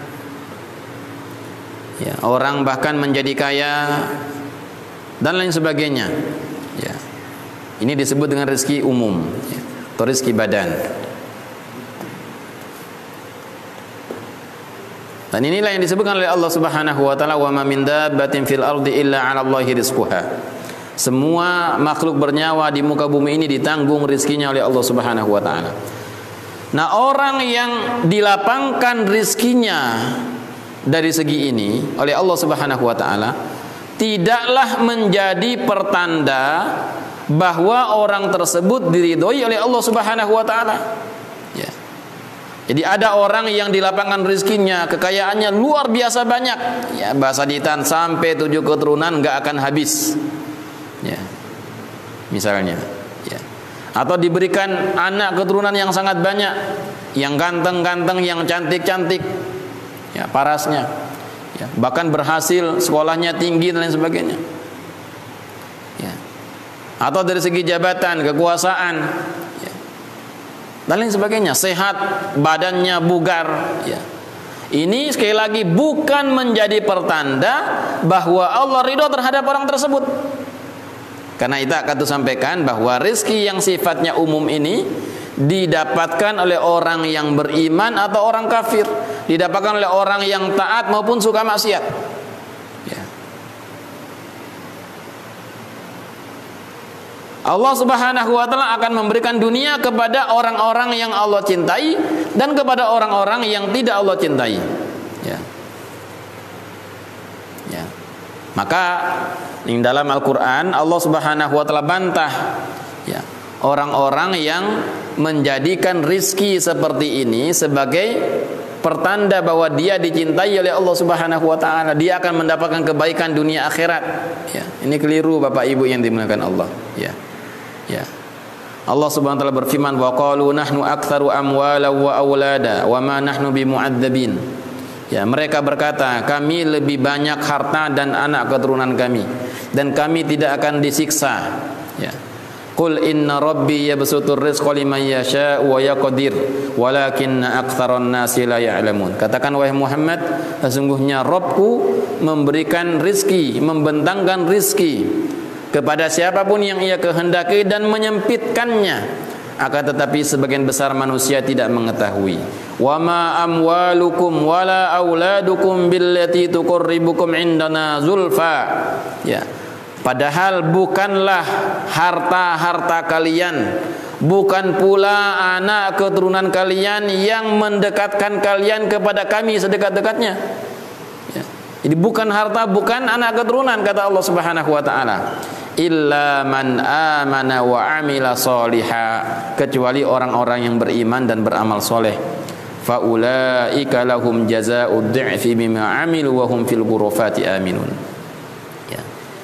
ya, orang bahkan menjadi kaya dan lain sebagainya, ya. Ini disebut dengan rezeki umum, ya, atau rezeki badan. Dan inilah yang disebutkan oleh Allah Subhanahu wa taala, wa ma min dabbatin fil ardi illa 'ala Allahi rizquha. Semua makhluk bernyawa di muka bumi ini ditanggung rizkinya oleh Allah Subhanahu wa taala. Nah, orang yang dilapangkan rizkinya dari segi ini oleh Allah Subhanahu wa taala tidaklah menjadi pertanda bahwa orang tersebut diridhoi oleh Allah Subhanahu wa taala. Ya. Jadi ada orang yang dilapangkan rezekinya, kekayaannya luar biasa banyak, ya, bahasa ditan sampai tujuh keturunan nggak akan habis, ya, misalnya, ya. Atau diberikan anak keturunan yang sangat banyak, yang ganteng-ganteng, yang cantik-cantik, ya, parasnya, ya, bahkan berhasil, sekolahnya tinggi dan lain sebagainya, ya. Atau dari segi jabatan, kekuasaan, dan lain sebagainya, sehat, badannya bugar, ya. Ini sekali lagi bukan menjadi pertanda bahwa Allah ridho terhadap orang tersebut. Karena itu akan disampaikan bahwa rezeki yang sifatnya umum ini didapatkan oleh orang yang beriman atau orang kafir, didapatkan oleh orang yang taat maupun suka maksiat. Allah Subhanahu wa taala akan memberikan dunia kepada orang-orang yang Allah cintai dan kepada orang-orang yang tidak Allah cintai, ya. Ya. Maka di dalam Al-Qur'an Allah Subhanahu wa taala bantah, ya, orang-orang yang menjadikan rizki seperti ini sebagai pertanda bahwa dia dicintai oleh Allah Subhanahu wa taala, dia akan mendapatkan kebaikan dunia akhirat, ya. Ini keliru Bapak Ibu yang dimuliakan Allah, ya. Ya. Allah Subhanahu wa taala berfirman, wa qalu nahnu aktsaru amwala wa aulada wa ma nahnu bimu'adzabin. Ya, mereka berkata, kami lebih banyak harta dan anak keturunan kami, dan kami tidak akan disiksa. Ya. Qul inna rabbi yabsutur rizqa liman yasha'u wa yaqdir walakinna aktsaran nasi la ya'lamun. Katakan wahai Muhammad, sesungguhnya Rabbku memberikan rizki, membentangkan rizki kepada siapapun yang ia kehendaki dan menyempitkannya, akan tetapi sebagian besar manusia tidak mengetahui. Wa ma amwalukum wala auladukum billati tuqarribukum indana zulfa. Ya. Padahal bukanlah harta-harta kalian, bukan pula anak keturunan kalian yang mendekatkan kalian kepada kami sedekat-dekatnya. Ya. Jadi bukan harta, bukan anak keturunan, kata Allah Subhanahu wa taala. Illa man amana wa amila sholiha, kecuali orang-orang yang beriman dan beramal soleh. Fa ulaika lahum jazaa'ud dhi'fi bima amilu wa hum fil ghurafati aminun. Ya.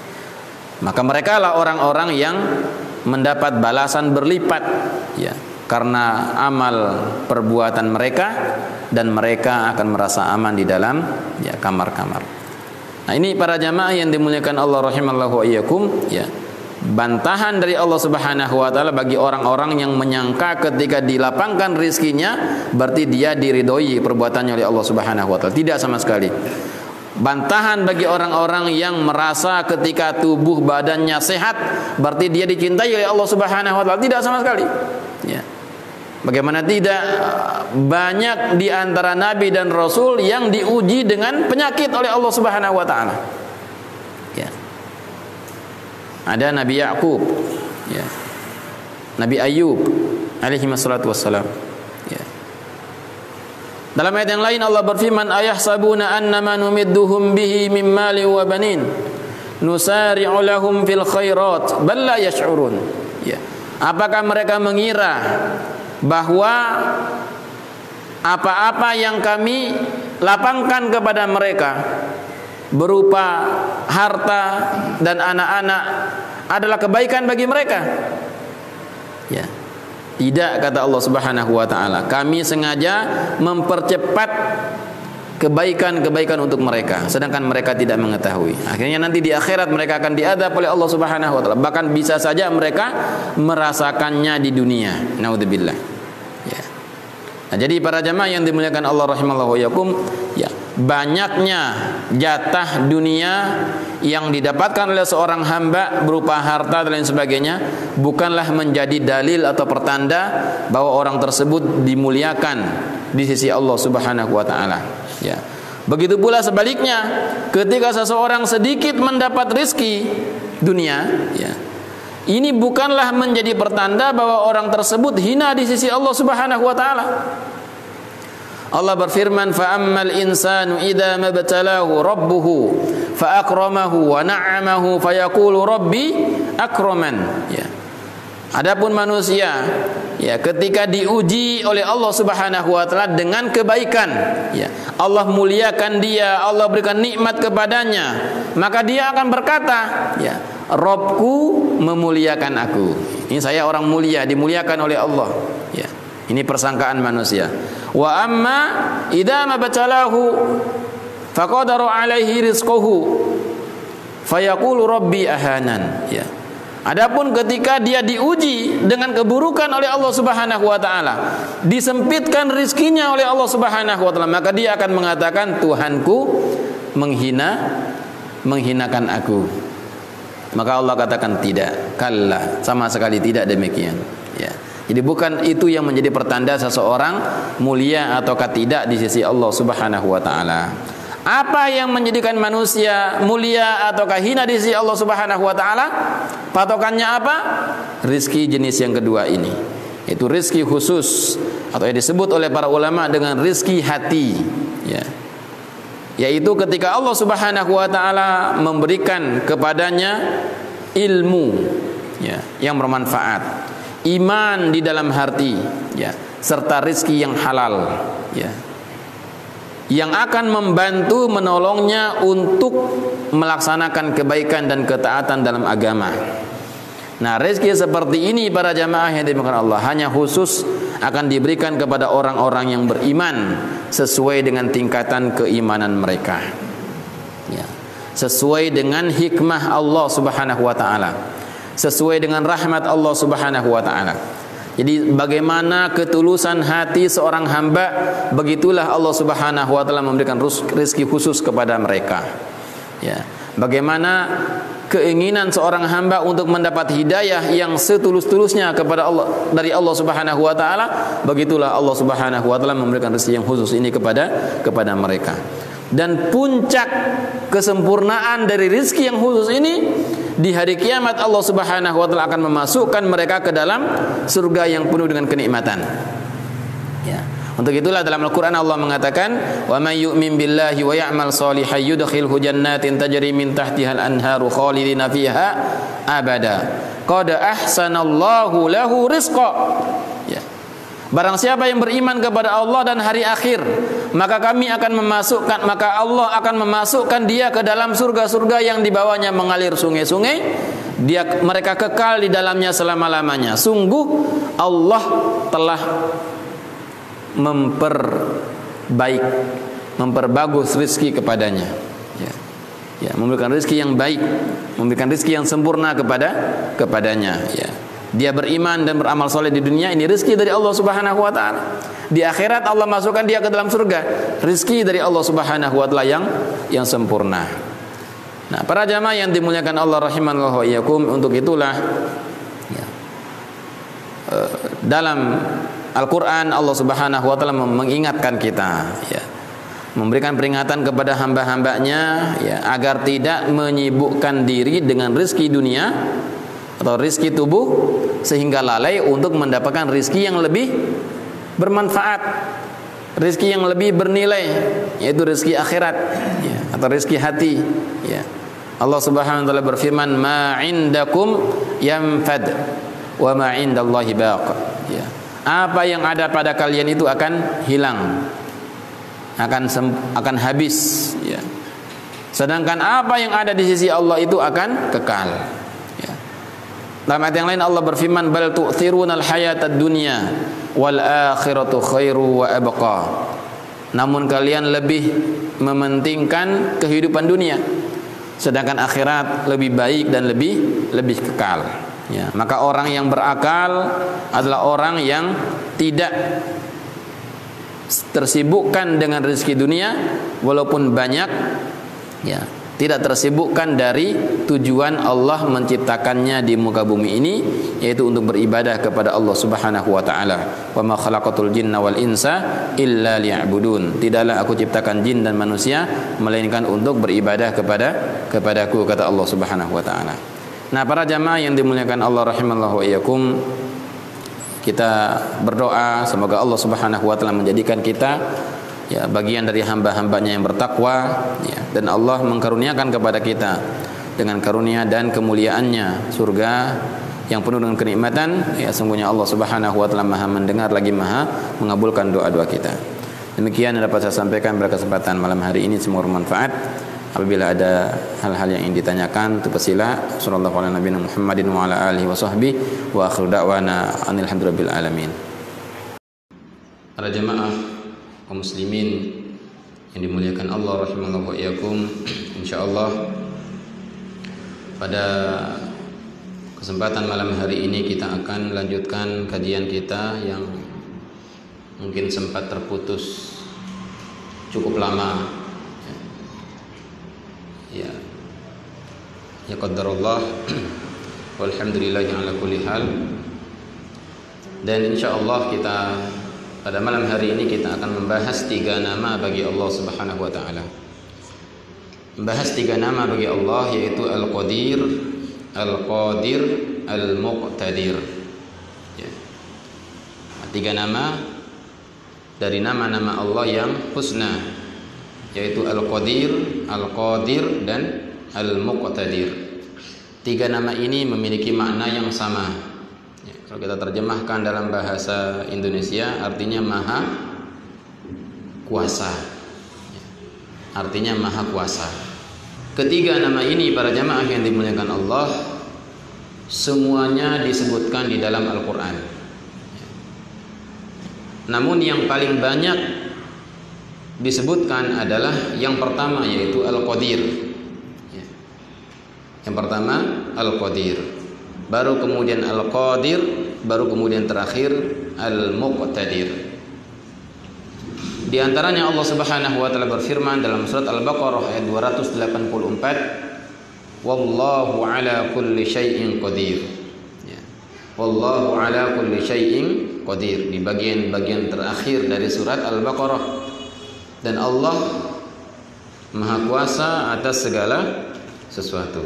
Maka mereka lah orang-orang yang mendapat balasan berlipat, ya, karena amal perbuatan mereka, dan mereka akan merasa aman di dalam, ya, kamar-kamar. Nah, ini para jamaah yang dimuliakan Allah rahimallahu wa iyyakum, ya, bantahan dari Allah Subhanahu wa taala bagi orang-orang yang menyangka ketika dilapangkan rizkinya berarti dia diridhoi perbuatannya oleh Allah Subhanahu wa taala. Tidak sama sekali. bantahan bagi orang-orang yang merasa ketika tubuh badannya sehat berarti dia dicintai oleh Allah Subhanahu wa taala. Tidak sama sekali. Ya. Bagaimana tidak, banyak di antara nabi dan rasul yang diuji dengan penyakit oleh Allah Subhanahu wa taala. Ya. Ada Nabi Yakub, ya. Nabi Ayub alaihi wassalatu wassalam. Ya. Dalam ayat yang lain Allah berfirman, ayahsabuna annama numidduhum bihi min mali wa banin nusari'u lahum fil khairat bal la yash'urun. Ya. Apakah mereka mengira bahwa apa-apa yang kami lapangkan kepada mereka berupa harta dan anak-anak adalah kebaikan bagi mereka? Ya. Tidak, kata Allah Subhanahu wa taala. Kami sengaja mempercepat kebaikan-kebaikan untuk mereka, sedangkan mereka tidak mengetahui. Akhirnya nanti di akhirat mereka akan diadab oleh Allah Subhanahu wa taala. Bahkan bisa saja mereka merasakannya di dunia. Naudzubillah. Ya. Nah, jadi para jamaah yang dimuliakan Allah rahimallahu yakum, ya, banyaknya jatah dunia yang didapatkan oleh seorang hamba berupa harta dan lain sebagainya bukanlah menjadi dalil atau pertanda bahwa orang tersebut dimuliakan di sisi Allah Subhanahu wa taala. Ya. Begitu pula sebaliknya, ketika seseorang sedikit mendapat rezeki dunia, ya, ini bukanlah menjadi pertanda bahwa orang tersebut hina di sisi Allah Subhanahu wa taala. Allah berfirman, fa ammal insanu idza mabtalahu rabbuhu fa akramahu wa na'amahu fayaqulu rabbi akraman. Ya. Adapun manusia, ya, ketika diuji oleh Allah Subhanahu wa taala dengan kebaikan, ya, Allah muliakan dia, Allah berikan nikmat kepadanya, maka dia akan berkata, ya, Robku memuliakan aku. Ini saya orang mulia, dimuliakan oleh Allah. Ya. Ini persangkaan manusia. Wa amma idza mabtalahu faqadara alaihi rizquhu fayaqulu rabbi ahanan. Ya. Adapun ketika dia diuji dengan keburukan oleh Allah Subhanahu wa taala, disempitkan rizkinya oleh Allah Subhanahu wa taala, maka dia akan mengatakan Tuhanku menghina menghinakan aku. Maka Allah katakan tidak, kalla, sama sekali tidak demikian. Ya. Jadi bukan itu yang menjadi pertanda seseorang mulia ataukah tidak di sisi Allah Subhanahu wa taala. Apa yang menjadikan manusia mulia ataukah hina di sisi Allah Subhanahu wa taala? Patokannya apa? Rizki jenis yang kedua ini. Itu rizki khusus atau yang disebut oleh para ulama dengan rizki hati, ya. Yaitu ketika Allah Subhanahu wa taala memberikan kepadanya ilmu, ya, yang bermanfaat, iman di dalam hati, ya, serta rizki yang halal, ya, yang akan membantu menolongnya untuk melaksanakan kebaikan dan ketaatan dalam agama. Nah, rezeki seperti ini para jamaah yang dimuliakan Allah hanya khusus akan diberikan kepada orang-orang yang beriman sesuai dengan tingkatan keimanan mereka, ya, sesuai dengan hikmah Allah Subhanahu wa taala, sesuai dengan rahmat Allah Subhanahu wa taala. Jadi bagaimana ketulusan hati seorang hamba, begitulah Allah Subhanahu wa taala memberikan rezeki khusus kepada mereka. Ya. Bagaimana keinginan seorang hamba untuk mendapat hidayah yang setulus-tulusnya kepada Allah dari Allah Subhanahu wa taala, begitulah Allah Subhanahu wa taala memberikan rezeki yang khusus ini kepada kepada mereka. Dan puncak kesempurnaan dari rezeki yang khusus ini, di hari kiamat Allah Subhanahu wa taala akan memasukkan mereka ke dalam surga yang penuh dengan kenikmatan. Ya. Untuk itulah dalam Al-Qur'an Allah mengatakan, "Wa may yu'min billahi wa ya'mal shalihan yudkhilhu jannatin tajri min tahtiha al-anharu khalidina fiha abada. Qad ahsanallahu lahu rizqa." Ya. Barang siapa yang beriman kepada Allah dan hari akhir, maka kami akan memasukkan maka Allah akan memasukkan dia ke dalam surga-surga yang di bawahnya mengalir sungai-sungai. Dia mereka kekal di dalamnya selama-lamanya. Sungguh Allah telah memperbaik, memperbagus rizki kepadanya. Ya. Ya, memberikan rizki yang baik, memberikan rizki yang sempurna kepada kepadanya. Ya. Dia beriman dan beramal soleh di dunia, ini rezeki dari Allah Subhanahu wa taala. Di akhirat Allah masukkan dia ke dalam surga, rezeki dari Allah Subhanahu wa taala yang yang sempurna. Nah, para jamaah yang dimuliakan Allah rahimanallahu wa iyyakum, untuk itulah ya, dalam Al-Quran Allah Subhanahu wa taala mengingatkan kita, ya, memberikan peringatan kepada hamba-hambanya, ya, agar tidak menyibukkan diri dengan rezeki dunia atau rezeki tubuh sehingga lalai untuk mendapatkan rezeki yang lebih bermanfaat, rezeki yang lebih bernilai, yaitu rezeki akhirat, ya, atau rezeki hati, ya. Allah Subhanahu wa taala berfirman, "Ma 'indakum yanfad wa ma 'indallahi baq." Ya. Apa yang ada pada kalian itu akan hilang, akan akan habis, ya. Sedangkan apa yang ada di sisi Allah itu akan kekal. Ya. Dalam ayat yang lain Allah berfirman, "Bal tu'thirunal hayatad dunya wal akhiratu khairu wa abqa." Namun kalian lebih mementingkan kehidupan dunia, sedangkan akhirat lebih baik dan lebih lebih kekal. Ya, maka orang yang berakal adalah orang yang tidak tersibukkan dengan rezeki dunia walaupun banyak, ya, tidak tersibukkan dari tujuan Allah menciptakannya di muka bumi ini, yaitu untuk beribadah kepada Allah Subhanahu wa taala. Wa ma khalaqatul jinna wal insa illa liya'budun. Tidaklah aku ciptakan jin dan manusia melainkan untuk beribadah kepada kepadaku, kata Allah Subhanahu wa taala. Nah, para jamaah yang dimuliakan Allah rahimallahu wa iyyakum, kita berdoa semoga Allah Subhanahu wa taala menjadikan kita, ya, bagian dari hamba-hambanya yang bertakwa, ya, dan Allah mengkaruniakan kepada kita dengan karunia dan kemuliaannya surga yang penuh dengan kenikmatan. Ya, sungguhnya Allah Subhanahu wa taala Maha mendengar lagi Maha mengabulkan doa-doa kita. Demikian yang dapat saya sampaikan pada kesempatan malam hari ini, semoga bermanfaat. Apabila ada hal-hal yang ingin ditanyakan, terpesila. Sallallahu ala nabiyina Muhammadin wa ala alihi wa sahbihi wa akhiru da'wana alhamdulillahi alamin. Para jemaah kaum muslimin yang dimuliakan Allah rahimallahu wa iyyakum, insyaallah pada kesempatan malam hari ini kita akan melanjutkan kajian kita yang mungkin sempat terputus cukup lama. Ya, ya qadarullah walhamdulillahi ala kulli hal. Dan insyaallah kita pada malam hari ini kita akan membahas tiga nama bagi Allah Subhanahu wa taala. Membahas tiga nama bagi Allah, yaitu Al-Qadir, Al-Qadir, Al-Muqtadir. Ya. Tiga nama dari nama-nama Allah yang husna, yaitu Al-Qadir, Al-Qadir, dan Al-Muqtadir. Tiga nama ini memiliki makna yang sama. Ya, kalau kita terjemahkan dalam bahasa Indonesia, artinya Maha Kuasa. Ya, artinya Maha Kuasa. Ketiga nama ini, para jamaah yang dimuliakan Allah, semuanya disebutkan di dalam Al-Quran. Ya. Namun yang paling banyak disebutkan adalah yang pertama, yaitu Al-Qadir, ya. Yang pertama Al-Qadir, baru kemudian Al-Qadir, baru kemudian terakhir Al-Muqtadir. Di antaranya Allah Subhanahu wa taala berfirman dalam surat Al-Baqarah ayat dua ratus delapan puluh empat, wallahu ala kulli syai'in qadir, ya. Wallahu ala kulli syai'in qadir, di bagian-bagian terakhir dari surat Al-Baqarah. Dan Allah Maha Kuasa atas segala sesuatu.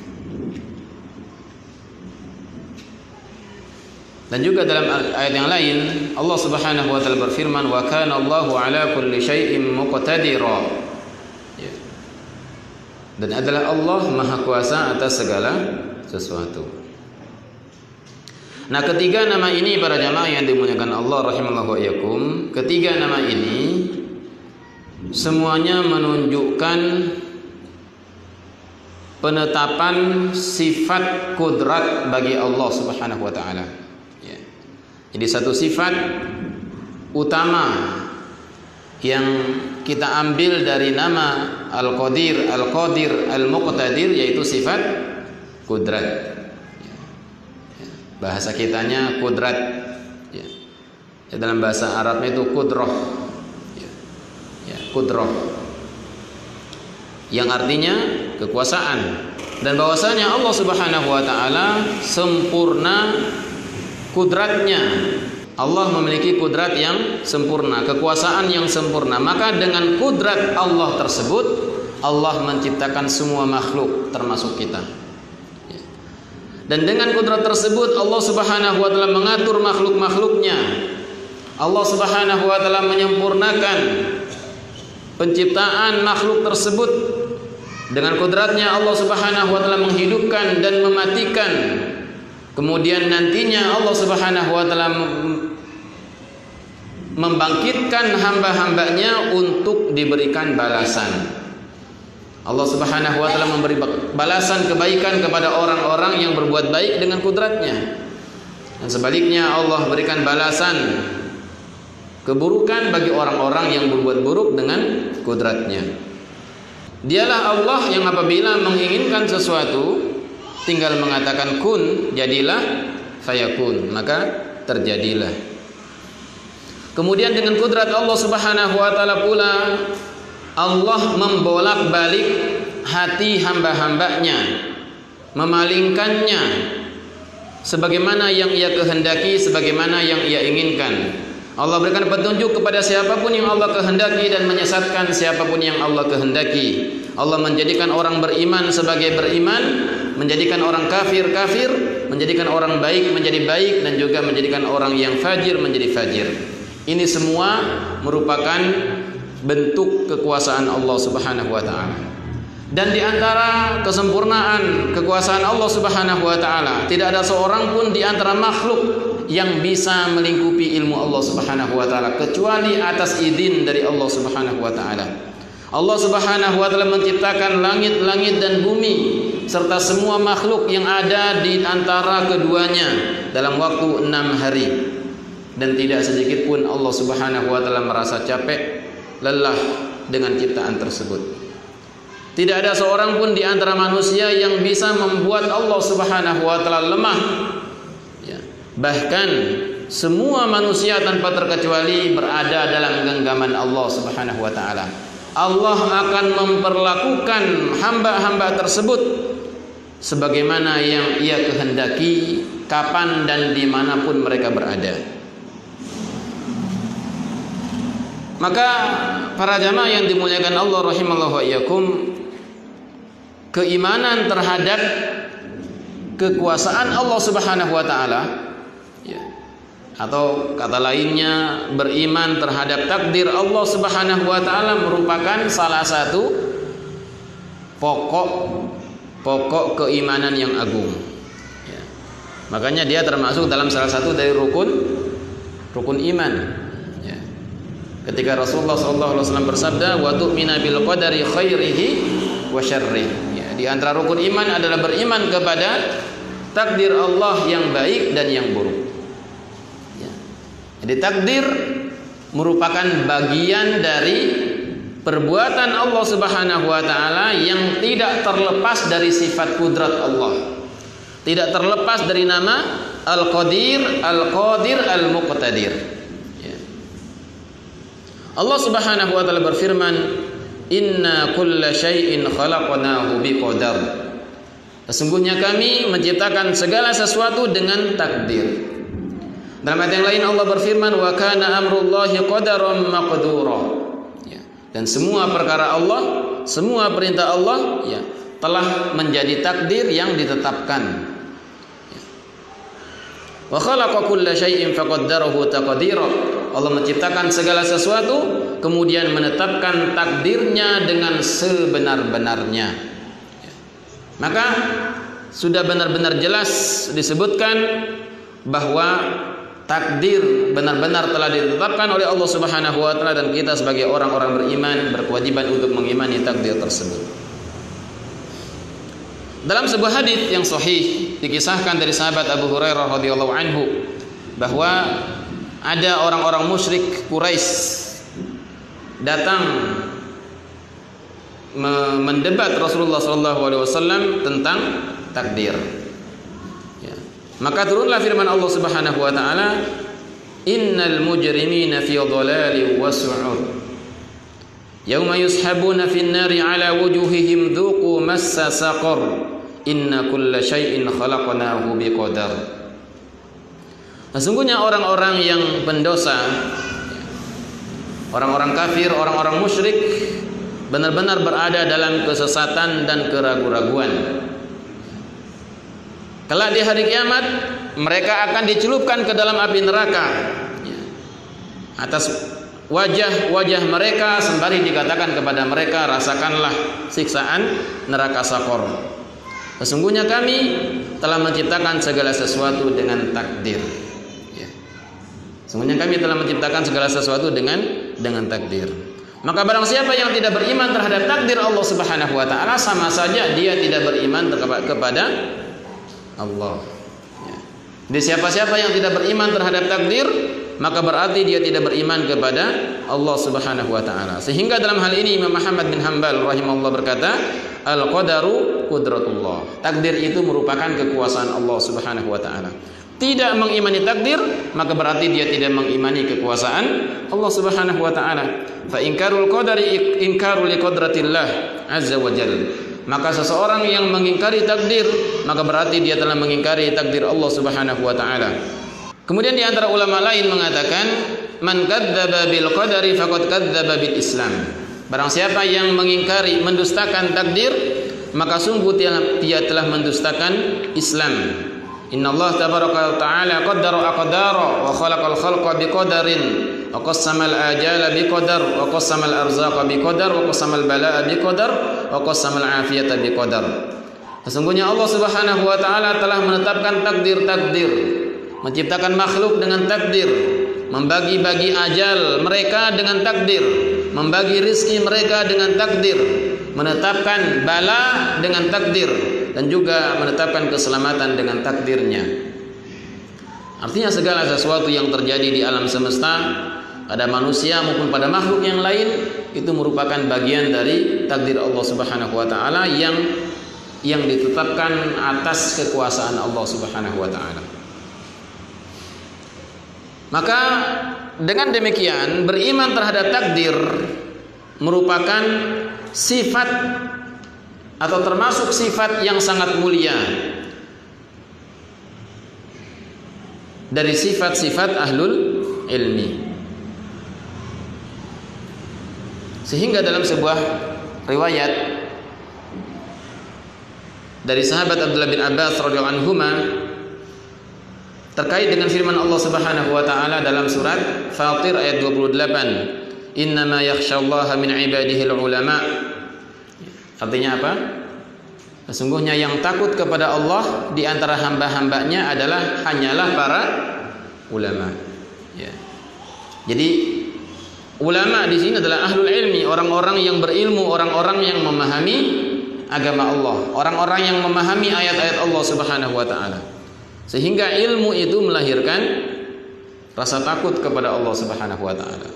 Dan juga dalam ayat yang lain Allah Subhanahu wa taala berfirman, wa kana Allahu ala kulli syai'in muqtadira. Ya. Dan adalah Allah Maha Kuasa atas segala sesuatu. Nah, ketiga nama ini, para jamaah yang dimuliakan Allah rahimallahu wa iyyakum, ketiga nama ini semuanya menunjukkan penetapan sifat kudrat bagi Allah Subhanahu wa taala. Ya. Jadi satu sifat utama yang kita ambil dari nama Al-Qadir, Al-Qadir, Al-Muqtadir, yaitu sifat kudrat. Ya. Bahasa kitanya kudrat. Ya. Ya, dalam bahasa Arabnya itu kudroh. Ya. Ya, kudroh. Yang artinya kekuasaan. Dan bahwasanya Allah Subhanahu wa taala sempurna kudratnya. Allah memiliki kudrat yang sempurna, kekuasaan yang sempurna. Maka dengan kudrat Allah tersebut, Allah menciptakan semua makhluk termasuk kita. Dan dengan kudrat tersebut Allah Subhanahu wa taala mengatur makhluk-makhluknya. Allah Subhanahu wa taala menyempurnakan penciptaan makhluk tersebut. Dengan kudratnya Allah Subhanahu wa taala menghidupkan dan mematikan. Kemudian nantinya Allah Subhanahu wa taala membangkitkan hamba-hambanya untuk diberikan balasan. Allah Subhanahu wa taala memberi balasan kebaikan kepada orang-orang yang berbuat baik dengan kudratnya. Dan sebaliknya Allah berikan balasan keburukan bagi orang-orang yang berbuat buruk dengan kudratnya. Dialah Allah yang apabila menginginkan sesuatu tinggal mengatakan kun, jadilah, fayakun, maka terjadilah. Kemudian dengan kudrat Allah Subhanahu wa taala pula Allah membolak-balik hati hamba-hambanya, memalingkannya sebagaimana yang Ia kehendaki, sebagaimana yang Ia inginkan. Allah berikan petunjuk kepada siapapun yang Allah kehendaki dan menyesatkan siapapun yang Allah kehendaki. Allah menjadikan orang beriman sebagai beriman, menjadikan orang kafir kafir, menjadikan orang baik menjadi baik, dan juga menjadikan orang yang fajir menjadi fajir. Ini semua merupakan bentuk kekuasaan Allah Subhanahu wa taala. Dan di antara kesempurnaan kekuasaan Allah Subhanahu wa taala, tidak ada seorang pun di antara makhluk yang bisa melingkupi ilmu Allah Subhanahu wa taala kecuali atas izin dari Allah Subhanahu wa taala. Allah Subhanahu wa taala menciptakan langit-langit dan bumi serta semua makhluk yang ada di antara keduanya dalam waktu enam hari. Dan tidak sedikit pun Allah Subhanahu wa taala merasa capek, lelah dengan ciptaan tersebut. Tidak ada seorang pun di antara manusia yang bisa membuat Allah Subhanahu wa taala lemah. Ya. Bahkan semua manusia tanpa terkecuali berada dalam genggaman Allah Subhanahu wa taala. Allah akan memperlakukan hamba-hamba tersebut sebagaimana yang Ia kehendaki, kapan dan dimanapun mereka berada. Maka para jamaah yang dimuliakan Allah rahimallahu wa iyyakum, keimanan terhadap kekuasaan Allah Subhanahu wa taala, ya, atau kata lainnya beriman terhadap takdir Allah Subhanahu wa taala merupakan salah satu pokok pokok keimanan yang agung. Ya. Makanya dia termasuk dalam salah satu dari rukun rukun iman. Ketika Rasulullah shallallahu alaihi wasallam bersabda, wa tu'mina bil qadari khairihi wa syarrih. Ya, di antara rukun iman adalah beriman kepada takdir Allah yang baik dan yang buruk. Ya. Jadi takdir merupakan bagian dari perbuatan Allah Subhanahu wa taala yang tidak terlepas dari sifat kudrat Allah. Tidak terlepas dari nama Al-Qadir, Al-Qadir, Al-Muqtadir. Allah Subhanahu wa taala berfirman, "Inna kulla syai'in khalaqnahu biqadar." Sesungguhnya kami menciptakan segala sesuatu dengan takdir. Dalam ayat yang lain Allah berfirman, "Wa kana amrullahi qadaran maqdura." Ya. Dan semua perkara Allah, semua perintah Allah, ya, telah menjadi takdir yang ditetapkan. Ya. Wa khalaqa kulla syai'in faqaddarahu taqdira. Allah menciptakan segala sesuatu kemudian menetapkan takdirnya dengan sebenar-benarnya. Ya. Maka sudah benar-benar jelas disebutkan bahwa takdir benar-benar telah ditetapkan oleh Allah Subhanahu wa taala, dan kita sebagai orang-orang beriman berkewajiban untuk mengimani takdir tersebut. Dalam sebuah hadis yang sahih dikisahkan dari sahabat Abu Hurairah radhiyallahu anhu bahwa ada orang-orang musyrik Quraisy datang mendebat Rasulullah shallallahu alaihi wasallam tentang takdir. Ya. Maka turunlah firman Allah Subhanahu wa taala, innal mujrimina fi dhalalin wa su'ur yauma yushabuna fin nari ala wujuhihim dhuqu massa saqar inna kulla syai'in khalaqnahu biqadar. Sesungguhnya orang-orang yang pendosa, orang-orang kafir, orang-orang musyrik benar-benar berada dalam kesesatan dan keraguan-raguan. Kelak di hari kiamat mereka akan dicelupkan ke dalam api neraka. Atas wajah-wajah mereka sembari dikatakan kepada mereka, rasakanlah siksaan neraka Sakor. Sesungguhnya kami telah menciptakan segala sesuatu dengan takdir. Sesungguhnya kami telah menciptakan segala sesuatu dengan dengan takdir. Maka barang siapa yang tidak beriman terhadap takdir Allah Subhanahu wa taala, sama saja dia tidak beriman kepada Allah. Ya. Jadi siapa-siapa yang tidak beriman terhadap takdir, maka berarti dia tidak beriman kepada Allah Subhanahu wa taala. Sehingga dalam hal ini Imam Ahmad bin Hanbal rahimahullah berkata, al-qadaru qudratullah. Takdir itu merupakan kekuasaan Allah Subhanahu wa taala. Tidak mengimani takdir, maka berarti dia tidak mengimani kekuasaan Allah Subhanahu wa taala. Fa inkarul qadari inkaru liqadratillah azza wa jalla. Maka seseorang yang mengingkari takdir, maka berarti dia telah mengingkari takdir Allah Subhanahu wa taala. Kemudian di antara ulama lain mengatakan, man kadzdzaba bil qadari faqad kadzdzaba bil Islam. Barang siapa yang mengingkari, mendustakan takdir, maka sungguh dia, dia telah mendustakan Islam. Innallaha tabaraka wa ta'ala qaddara aqdara wa khalaqal khalqa biqadarin wa qassamal ajala biqadar wa qassamal arzaqa biqadar wa qassamal balaa biqadar wa qassamal afiyata biqadar. Sesungguhnya Allah Subhanahu wa taala telah menetapkan takdir-takdir, menciptakan makhluk dengan takdir, membagi-bagi ajal mereka dengan takdir, membagi rizki mereka dengan takdir, menetapkan bala dengan takdir, dan juga menetapkan keselamatan dengan takdirnya. Artinya segala sesuatu yang terjadi di alam semesta, pada manusia maupun pada makhluk yang lain, itu merupakan bagian dari takdir Allah Subhanahu wa taala yang yang ditetapkan atas kekuasaan Allah Subhanahu wa taala. Maka dengan demikian beriman terhadap takdir merupakan sifat atau termasuk sifat yang sangat mulia dari sifat-sifat ahlul ilmi. Sehingga dalam sebuah riwayat dari sahabat Abdullah bin Abbas radhiyallahu anhuma terkait dengan firman Allah Subhanahu wa taala dalam surat Fatir ayat dua puluh delapan, innama yakhsyallaha min ibadihil ulama. Artinya apa? Sesungguhnya yang takut kepada Allah di antara hamba-hambanya adalah hanyalah para ulama. Ya. Jadi ulama di sini adalah ahlul ilmi, orang-orang yang berilmu, orang-orang yang memahami agama Allah, orang-orang yang memahami ayat-ayat Allah Subhanahu wa taala. Sehingga ilmu itu melahirkan rasa takut kepada Allah Subhanahu wa taala.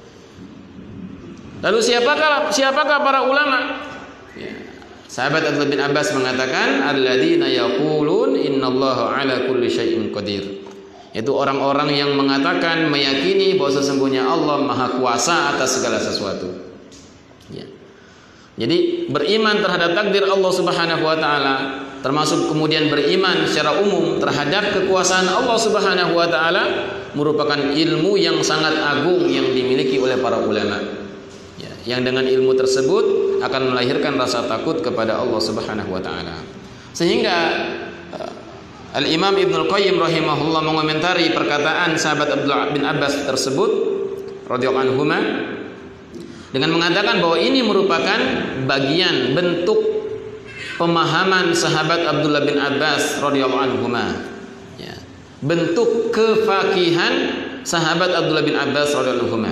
Lalu siapakah siapakah para ulama? Ya. Sahabat Abdullah bin Abbas mengatakan, alladzina yaqulun innallaha ala kulli syai'in qadir. Itu orang-orang yang mengatakan, meyakini bahwa sesungguhnya Allah Maha Kuasa atas segala sesuatu. Ya. Jadi beriman terhadap takdir Allah Subhanahu wa taala, termasuk kemudian beriman secara umum terhadap kekuasaan Allah Subhanahu wa taala, merupakan ilmu yang sangat agung yang dimiliki oleh para ulama. Ya, yang dengan ilmu tersebut akan melahirkan rasa takut kepada Allah Subhanahu wa taala. Sehingga uh, Al-Imam Ibnul Qayyim rahimahullah mengomentari perkataan sahabat Abdullah bin Abbas tersebut radhiyallahu anhuma dengan mengatakan bahwa ini merupakan bagian bentuk pemahaman sahabat Abdullah bin Abbas radhiyallahu anhuma. Ya. Bentuk kefakihan sahabat Abdullah bin Abbas radhiyallahu anhuma.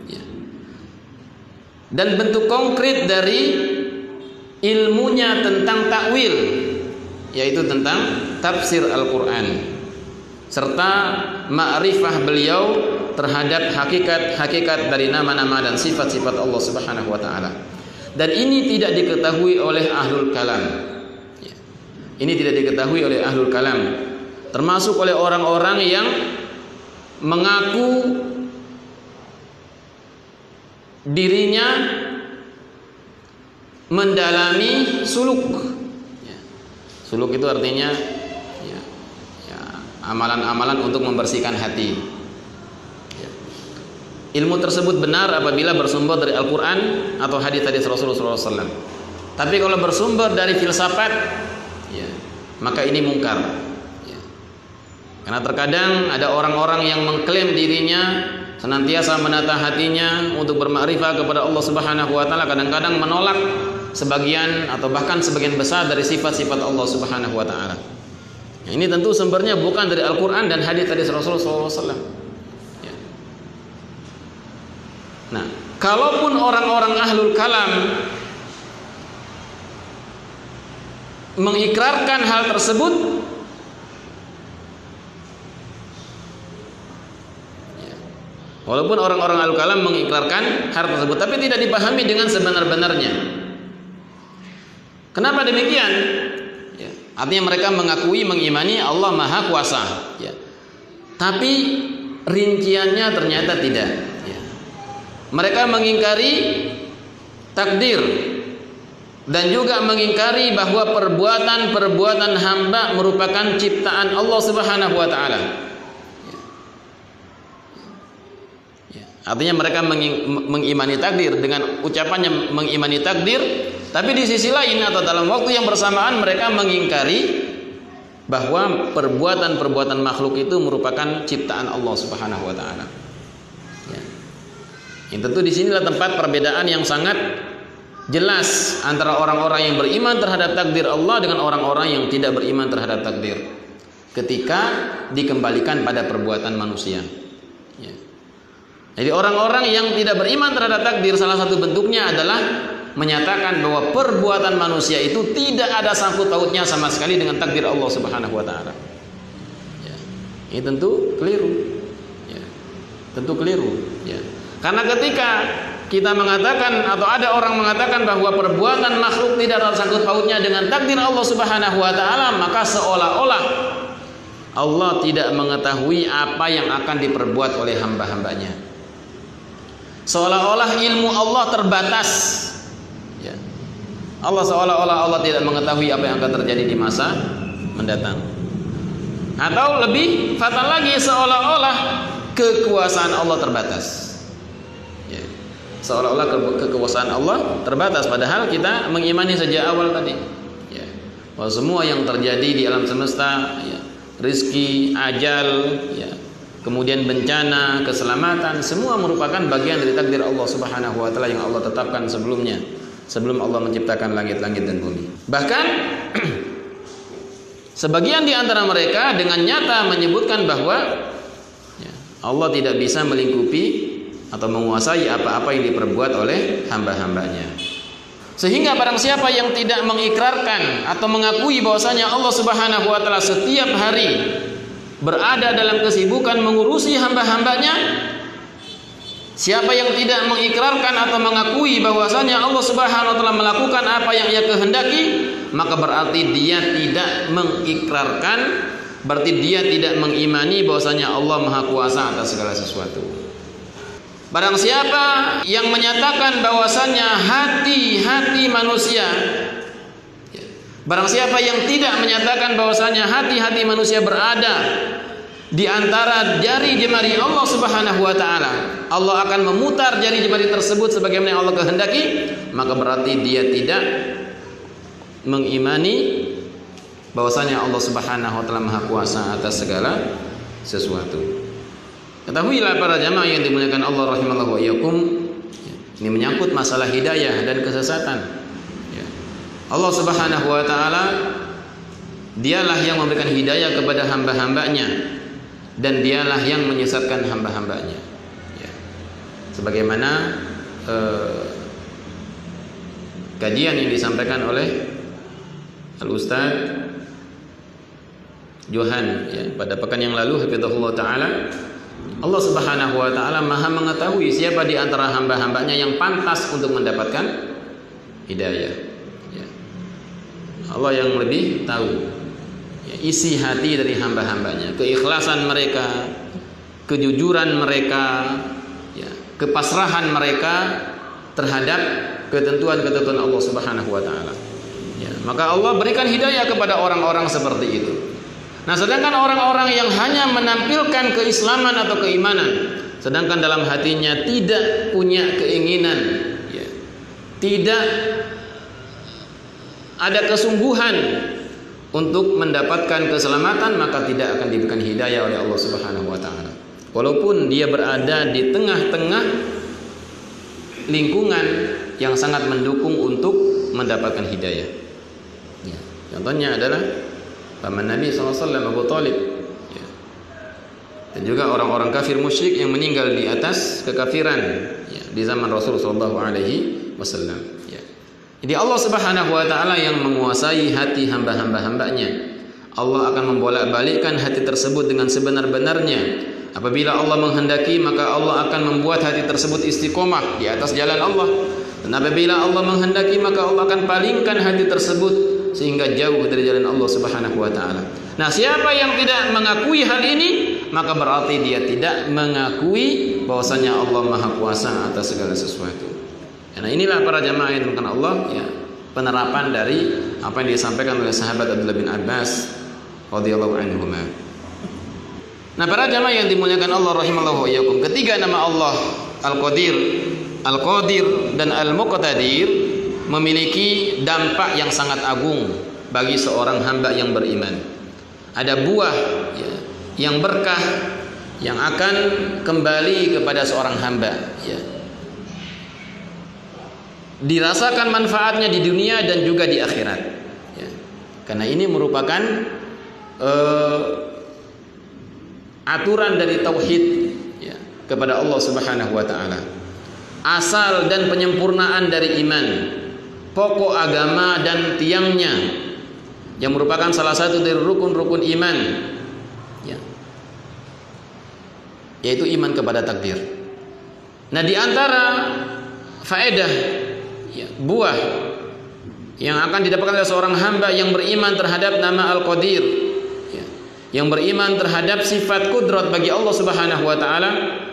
Dan bentuk konkret dari ilmunya tentang takwil, yaitu tentang tafsir Al-Quran, serta ma'rifah beliau terhadap hakikat-hakikat dari nama-nama dan sifat-sifat Allah Subhanahu wa taala. Dan ini tidak diketahui oleh ahlul kalam. Ini tidak diketahui oleh ahlul kalam. termasuk oleh orang-orang yang mengaku dirinya mendalami suluk. Ya. Suluk itu artinya ya, ya, amalan-amalan untuk membersihkan hati. Ya. Ilmu tersebut benar apabila bersumber dari Al-Quran atau hadis-hadis Rasulullah shallallahu alaihi wasallam. Tapi kalau bersumber dari filsafat, ya, maka ini mungkar. Ya. Karena terkadang ada orang-orang yang mengklaim dirinya senantiasa menata hatinya untuk bermakrifah kepada Allah Subhanahu wa taala, kadang-kadang menolak sebagian atau bahkan sebagian besar dari sifat-sifat Allah Subhanahu wa taala. Ya, ini tentu sumbernya bukan dari Al-Qur'an dan hadis-hadis Rasulullah shallallahu alaihi wasallam. Ya. Nah, kalaupun orang-orang ahlul kalam mengikrarkan hal tersebut, walaupun orang-orang ahlul kalam mengikrarkan hal tersebut, tapi tidak dipahami dengan sebenar-benarnya. Kenapa demikian? Ya, artinya mereka mengakui, mengimani Allah Maha Kuasa, ya. Tapi rinciannya ternyata tidak. Ya. Mereka mengingkari takdir dan juga mengingkari bahwa perbuatan-perbuatan hamba merupakan ciptaan Allah Subhanahu wa taala. Artinya mereka mengimani takdir dengan ucapannya mengimani takdir, tapi di sisi lain atau dalam waktu yang bersamaan mereka mengingkari bahwa perbuatan-perbuatan makhluk itu merupakan ciptaan Allah Subhanahu wa taala. Ya. Yang tentu di sinilah tempat perbedaan yang sangat jelas antara orang-orang yang beriman terhadap takdir Allah dengan orang-orang yang tidak beriman terhadap takdir ketika dikembalikan pada perbuatan manusia. Ya. Jadi orang-orang yang tidak beriman terhadap takdir, salah satu bentuknya adalah menyatakan bahwa perbuatan manusia itu tidak ada sangkut pautnya sama sekali dengan takdir Allah Subhanahu wa taala. Ya. Ini tentu keliru. Ya. Tentu keliru, ya. Karena ketika kita mengatakan atau ada orang mengatakan bahwa perbuatan makhluk tidak ada sangkut pautnya dengan takdir Allah Subhanahu wa taala, maka seolah-olah Allah tidak mengetahui apa yang akan diperbuat oleh hamba-hambanya. Seolah-olah ilmu Allah terbatas, ya. Allah seolah-olah Allah tidak mengetahui apa yang akan terjadi di masa mendatang. Atau lebih fatal lagi, seolah-olah kekuasaan Allah terbatas, ya. Seolah-olah ke kekuasaan Allah terbatas, padahal kita mengimani sejak awal tadi, ya, bahwa semua yang terjadi di alam semesta, ya, rizki, ajal, ya, kemudian bencana, keselamatan, semua merupakan bagian dari takdir Allah Subhanahu wa taala yang Allah tetapkan sebelumnya, sebelum Allah menciptakan langit-langit dan bumi. Bahkan sebagian di antara mereka dengan nyata menyebutkan bahwa ya, Allah tidak bisa melingkupi atau menguasai apa-apa yang diperbuat oleh hamba-hambanya. Sehingga barang siapa yang tidak mengikrarkan atau mengakui bahwasanya Allah Subhanahu wa taala setiap hari berada dalam kesibukan mengurusi hamba-hambanya, siapa yang tidak mengikrarkan atau mengakui bahwasanya Allah Subhanahu wa taala melakukan apa yang Ia kehendaki, maka berarti dia tidak mengikrarkan, berarti dia tidak mengimani bahwasanya Allah Maha Kuasa atas segala sesuatu. Barang siapa yang menyatakan bahwasanya hati-hati manusia, barang siapa yang tidak menyatakan bahwasanya hati-hati manusia berada di antara jari jemari Allah Subhanahu wa taala, Allah akan memutar jari jemari tersebut sebagaimana yang Allah kehendaki, maka berarti dia tidak mengimani bahwasanya Allah Subhanahu wa taala Maha Kuasa atas segala sesuatu. Ketahuilah para jamaah yang dimuliakan Allah rahimallahu wa iyyakum, ini menyangkut masalah hidayah dan kesesatan. Allah Subhanahu wa taala dialah yang memberikan hidayah kepada hamba-hambanya dan dialah yang menyesatkan hamba-hambanya, ya. Sebagaimana eh, kajian yang disampaikan oleh Al-Ustaz Johan, ya, pada pekan yang lalu, hafizahullah taala, Allah Subhanahu wa taala Maha mengetahui siapa di antara hamba-hambanya yang pantas untuk mendapatkan hidayah. Allah yang lebih tahu, ya, isi hati dari hamba-hambanya, keikhlasan mereka, kejujuran mereka, ya, kepasrahan mereka terhadap ketentuan-ketentuan Allah Subhanahu wa taala. Ya, maka Allah berikan hidayah kepada orang-orang seperti itu. Nah, sedangkan orang-orang yang hanya menampilkan keislaman atau keimanan, sedangkan dalam hatinya tidak punya keinginan, ya, tidak ada kesungguhan untuk mendapatkan keselamatan, maka tidak akan diberikan hidayah oleh Allah Subhanahu wa taala. Walaupun dia berada di tengah-tengah lingkungan yang sangat mendukung untuk mendapatkan hidayah. Ya, contohnya adalah paman Nabi shallallahu alaihi wasallam Abu Thalib, ya, dan juga orang-orang kafir musyrik yang meninggal di atas kekafiran, ya, di zaman Rasul shallallahu alaihi wasallam. Ya. Jadi Allah Subhanahu wa taala yang menguasai hati hamba-hamba-hambanya. Allah akan membolak-balikkan hati tersebut dengan sebenar-benarnya. Apabila Allah menghendaki, maka Allah akan membuat hati tersebut istiqomah di atas jalan Allah. Dan apabila Allah menghendaki, maka Allah akan palingkan hati tersebut sehingga jauh dari jalan Allah Subhanahu wa taala. Nah, siapa yang tidak mengakui hal ini, maka berarti dia tidak mengakui bahwasanya Allah Maha Kuasa atas segala sesuatu. Nah, inilah para jamaah yang dimuliakan Allah, ya, penerapan dari apa yang disampaikan oleh sahabat Abdullah bin Abbas radhiyallahu anhu. Nah, para jamaah yang dimuliakan Allah rahimallahu wa iyyakum, ketiga nama Allah Al-Qadir, Al-Qadir dan Al-Muqtadir memiliki dampak yang sangat agung bagi seorang hamba yang beriman. Ada buah, ya, yang berkah yang akan kembali kepada seorang hamba, ya. Dirasakan manfaatnya di dunia dan juga di akhirat, ya. Karena ini merupakan uh, aturan dari tauhid, ya, kepada Allah Subhanahu wa taala. Asal dan penyempurnaan dari iman, pokok agama dan tiangnya, yang merupakan salah satu dari rukun-rukun iman, ya, yaitu iman kepada takdir. Nah, di antara faedah, ya, buah yang akan didapatkan oleh seorang hamba yang beriman terhadap nama Al-Qadir, ya, yang beriman terhadap sifat kudrat bagi Allah Subhanahu wa taala,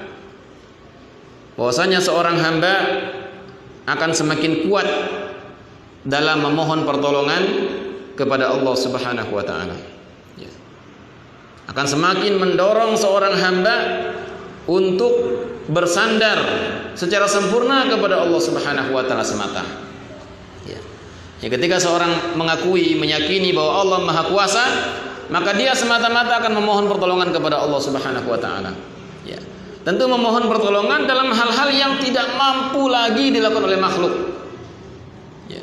bahwasanya seorang hamba akan semakin kuat dalam memohon pertolongan kepada Allah Subhanahu wa taala, ya. Akan semakin mendorong seorang hamba untuk bersandar secara sempurna kepada Allah Subhanahu wa taala semata, ya. Ya, ketika seorang mengakui, meyakini bahwa Allah Maha Kuasa, maka dia semata-mata akan memohon pertolongan kepada Allah Subhanahu wa taala, ya. Tentu memohon pertolongan dalam hal-hal yang tidak mampu lagi dilakukan oleh makhluk, ya.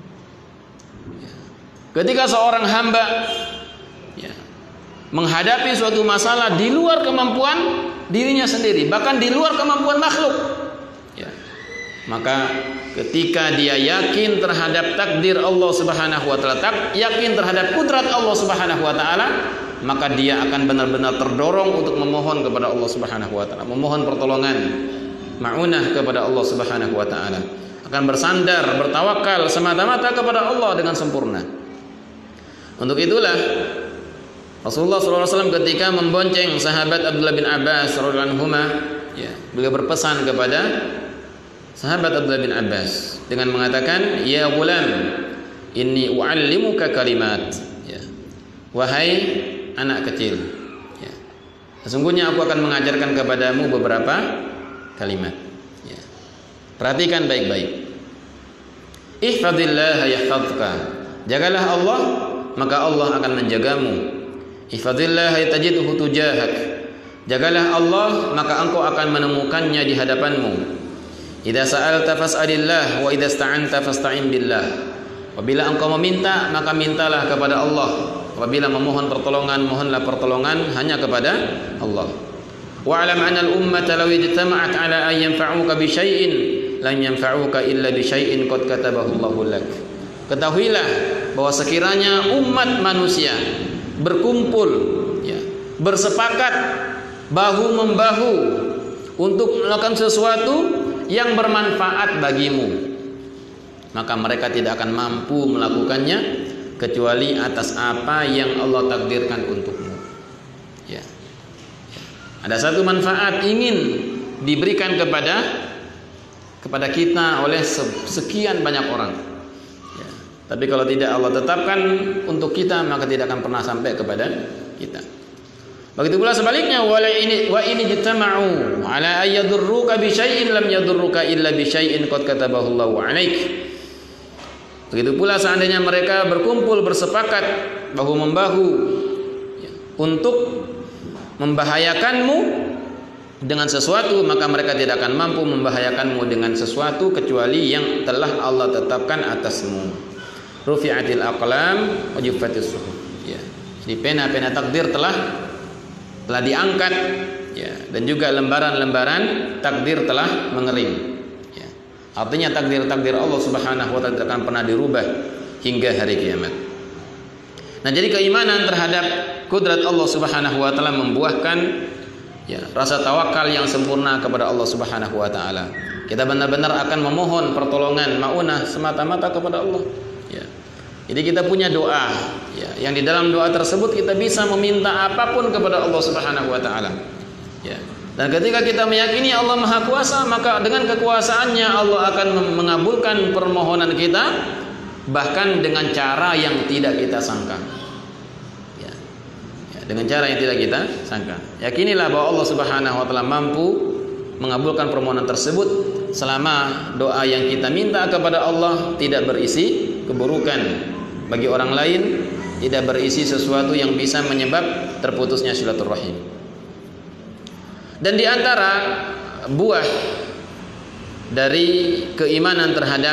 Ya. Ketika seorang hamba, ya, menghadapi suatu masalah di luar kemampuan dirinya sendiri, bahkan di luar kemampuan makhluk, ya, maka ketika dia yakin terhadap takdir Allah Subhanahu wa taala, yakin terhadap kudrat Allah Subhanahu wa taala, maka dia akan benar-benar terdorong untuk memohon kepada Allah Subhanahu wa taala, memohon pertolongan, ma'unah kepada Allah Subhanahu wa taala, akan bersandar, bertawakal semata-mata kepada Allah dengan sempurna. Untuk itulah Rasulullah shallallahu alaihi wasallam ketika membonceng sahabat Abdullah bin Abbas radhiyallahu anhuma, ya, beliau berpesan kepada sahabat Abdullah bin Abbas dengan mengatakan, "Ya gulam, inni u'allimuka kalimat." Ya. Wahai anak kecil, ya, sesungguhnya aku akan mengajarkan kepadamu beberapa kalimat, ya. Perhatikan baik-baik. Ihfadillah yahfadka. Jagalah Allah, maka Allah akan menjagamu. Ihfadillah tajidhu tujahak. Jagalah Allah, maka engkau akan menemukannya di hadapanmu. Idza sa'alta fas'alillah wa idza sta'anta fasta'in billah. Apabila engkau meminta, maka mintalah kepada Allah. Apabila memohon pertolongan, mohonlah pertolongan hanya kepada Allah. Wa'lam 'anna al-ummata law ijtama'at 'ala an yanfa'uka bi syai'in lam yanfa'uka illa bi syai'in qad katabahu Allahu lak. Ketahuilah bahwa sekiranya umat manusia berkumpul, ya, bersepakat bahu membahu untuk melakukan sesuatu yang bermanfaat bagimu, maka mereka tidak akan mampu melakukannya kecuali atas apa yang Allah takdirkan untukmu. Ya. Ada satu manfaat ingin diberikan kepada kepada kita oleh sekian banyak orang. Ya. Tapi kalau tidak Allah tetapkan untuk kita, maka tidak akan pernah sampai kepada kita. Begitu pula sebaliknya, wala ini wa ini jitama'u ala ayyadurruka bi syai'in lam yadurruka illa bi syai'in qad katabahu Allahu 'alaik. Begitu pula seandainya mereka berkumpul bersepakat bahu membahu ya, untuk membahayakanmu dengan sesuatu, maka mereka tidak akan mampu membahayakanmu dengan sesuatu kecuali yang telah Allah tetapkan atasmu. Rufi'atil aqlam wa juffatis suhuf. Ya. Jadi pena-pena takdir telah telah diangkat ya, dan juga lembaran-lembaran takdir telah mengering. Ya. Artinya takdir-takdir Allah Subhanahu wa taala tidak akan pernah dirubah hingga hari kiamat. Nah, jadi keimanan terhadap kudrat Allah Subhanahu wa taala membuahkan ya, rasa tawakal yang sempurna kepada Allah Subhanahu wa taala. Kita benar-benar akan memohon pertolongan maunah semata-mata kepada Allah. Ya. Jadi kita punya doa ya, yang di dalam doa tersebut kita bisa meminta apapun kepada Allah Subhanahu wa taala. Ya. Dan ketika kita meyakini Allah Maha Kuasa, maka dengan kekuasaannya Allah akan mengabulkan permohonan kita bahkan dengan cara yang tidak kita sangka. Ya. Ya, dengan cara yang tidak kita sangka. Yakinilah bahwa Allah Subhanahu wa taala mampu mengabulkan permohonan tersebut selama doa yang kita minta kepada Allah tidak berisi keburukan bagi orang lain, tidak berisi sesuatu yang bisa menyebab terputusnya silaturahim. Dan di antara buah dari keimanan terhadap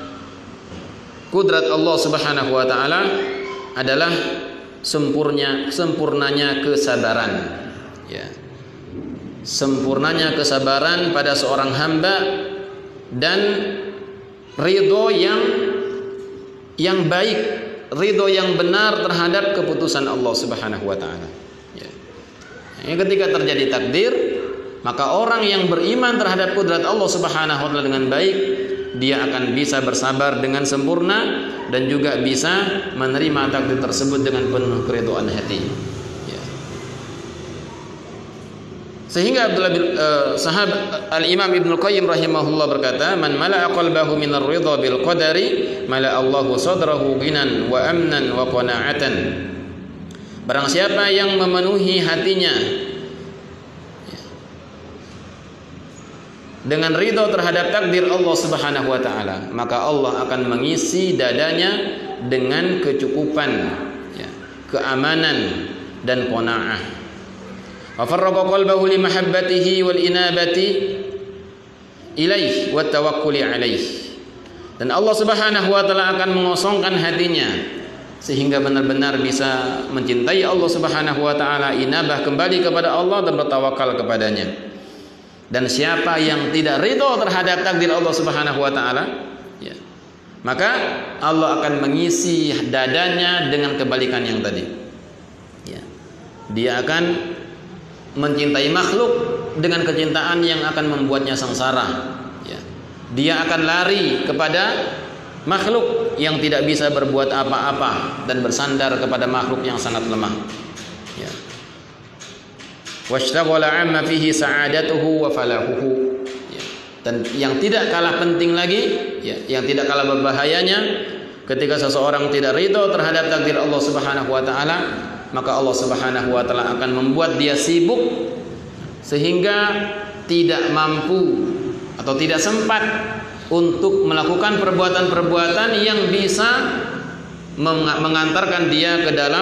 kudrat Allah Subhanahu wa taala adalah sempurnya sempurnanya kesabaran. Ya. Sempurnanya kesabaran pada seorang hamba dan ridho yang yang baik, ridho yang benar terhadap keputusan Allah Subhanahu wa taala. Ya. Ketika terjadi takdir, maka orang yang beriman terhadap kudrat Allah Subhanahu wa taala dengan baik, dia akan bisa bersabar dengan sempurna dan juga bisa menerima takdir tersebut dengan penuh keridhaan hati. Ya. Sehingga Abdullah bin uh, sahabat Al-Imam Ibnu Qayyim rahimahullah berkata, "Man mala'a qalbahu minar ridha bil qadari, mala'a Allahu sadrahu ghinan wa amnan wa qana'atan." Barang siapa yang memenuhi hatinya ya, dengan ridha terhadap takdir Allah Subhanahu wa taala, maka Allah akan mengisi dadanya dengan kecukupan, ya, keamanan dan qanaah. Wa farraqa qalbahu li mahabbatihi wal inabati ilaih wa tawakkuli alaih. Dan Allah Subhanahu wa taala akan mengosongkan hatinya sehingga benar-benar bisa mencintai Allah Subhanahu wa taala, inabah kembali kepada Allah dan bertawakal kepadanya. Dan siapa yang tidak ridho terhadap takdir Allah Subhanahu wa taala, ya, maka Allah akan mengisi dadanya dengan kebalikan yang tadi. Ya. Dia akan mencintai makhluk dengan kecintaan yang akan membuatnya sengsara. Ya. Dia akan lari kepada makhluk yang tidak bisa berbuat apa-apa dan bersandar kepada makhluk yang sangat lemah. Ya. Washtaghala amma fihi sa'adatuhu wa falahuhu. Ya. Dan yang tidak kalah penting lagi, ya, yang tidak kalah berbahayanya, ketika seseorang tidak ridho terhadap takdir Allah Subhanahu wa taala, maka Allah Subhanahu wa taala akan membuat dia sibuk sehingga tidak mampu atau tidak sempat untuk melakukan perbuatan-perbuatan yang bisa mengantarkan dia ke dalam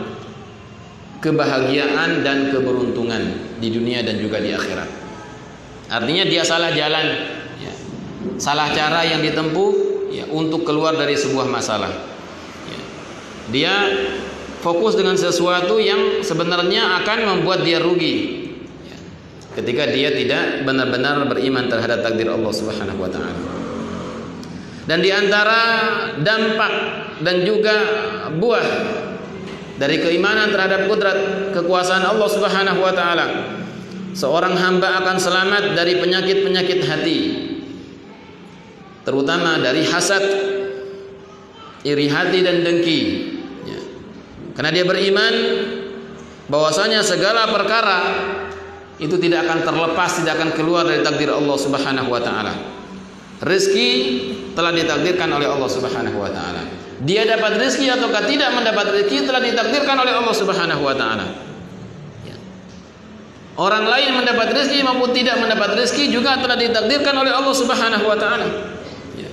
kebahagiaan dan keberuntungan di dunia dan juga di akhirat. Artinya dia salah jalan, ya, salah cara yang ditempuh, ya, untuk keluar dari sebuah masalah. Ya. Dia fokus dengan sesuatu yang sebenarnya akan membuat dia rugi, ya, ketika dia tidak benar-benar beriman terhadap takdir Allah Subhanahu wa taala. Dan di antara dampak dan juga buah dari keimanan terhadap kudrat kekuasaan Allah Subhanahu wa taala, seorang hamba akan selamat dari penyakit-penyakit hati, terutama dari hasad, iri hati dan dengki, ya. Karena dia beriman bahwasanya segala perkara itu tidak akan terlepas, tidak akan keluar dari takdir Allah Subhanahu wa taala. Rezeki telah ditakdirkan oleh Allah Subhanahu wa taala. Dia dapat rezeki ataukah tidak mendapat rezeki telah ditakdirkan oleh Allah Subhanahu wa taala. Ya. Orang lain mendapat rezeki maupun tidak mendapat rezeki juga telah ditakdirkan oleh Allah Subhanahu wa taala. Ya.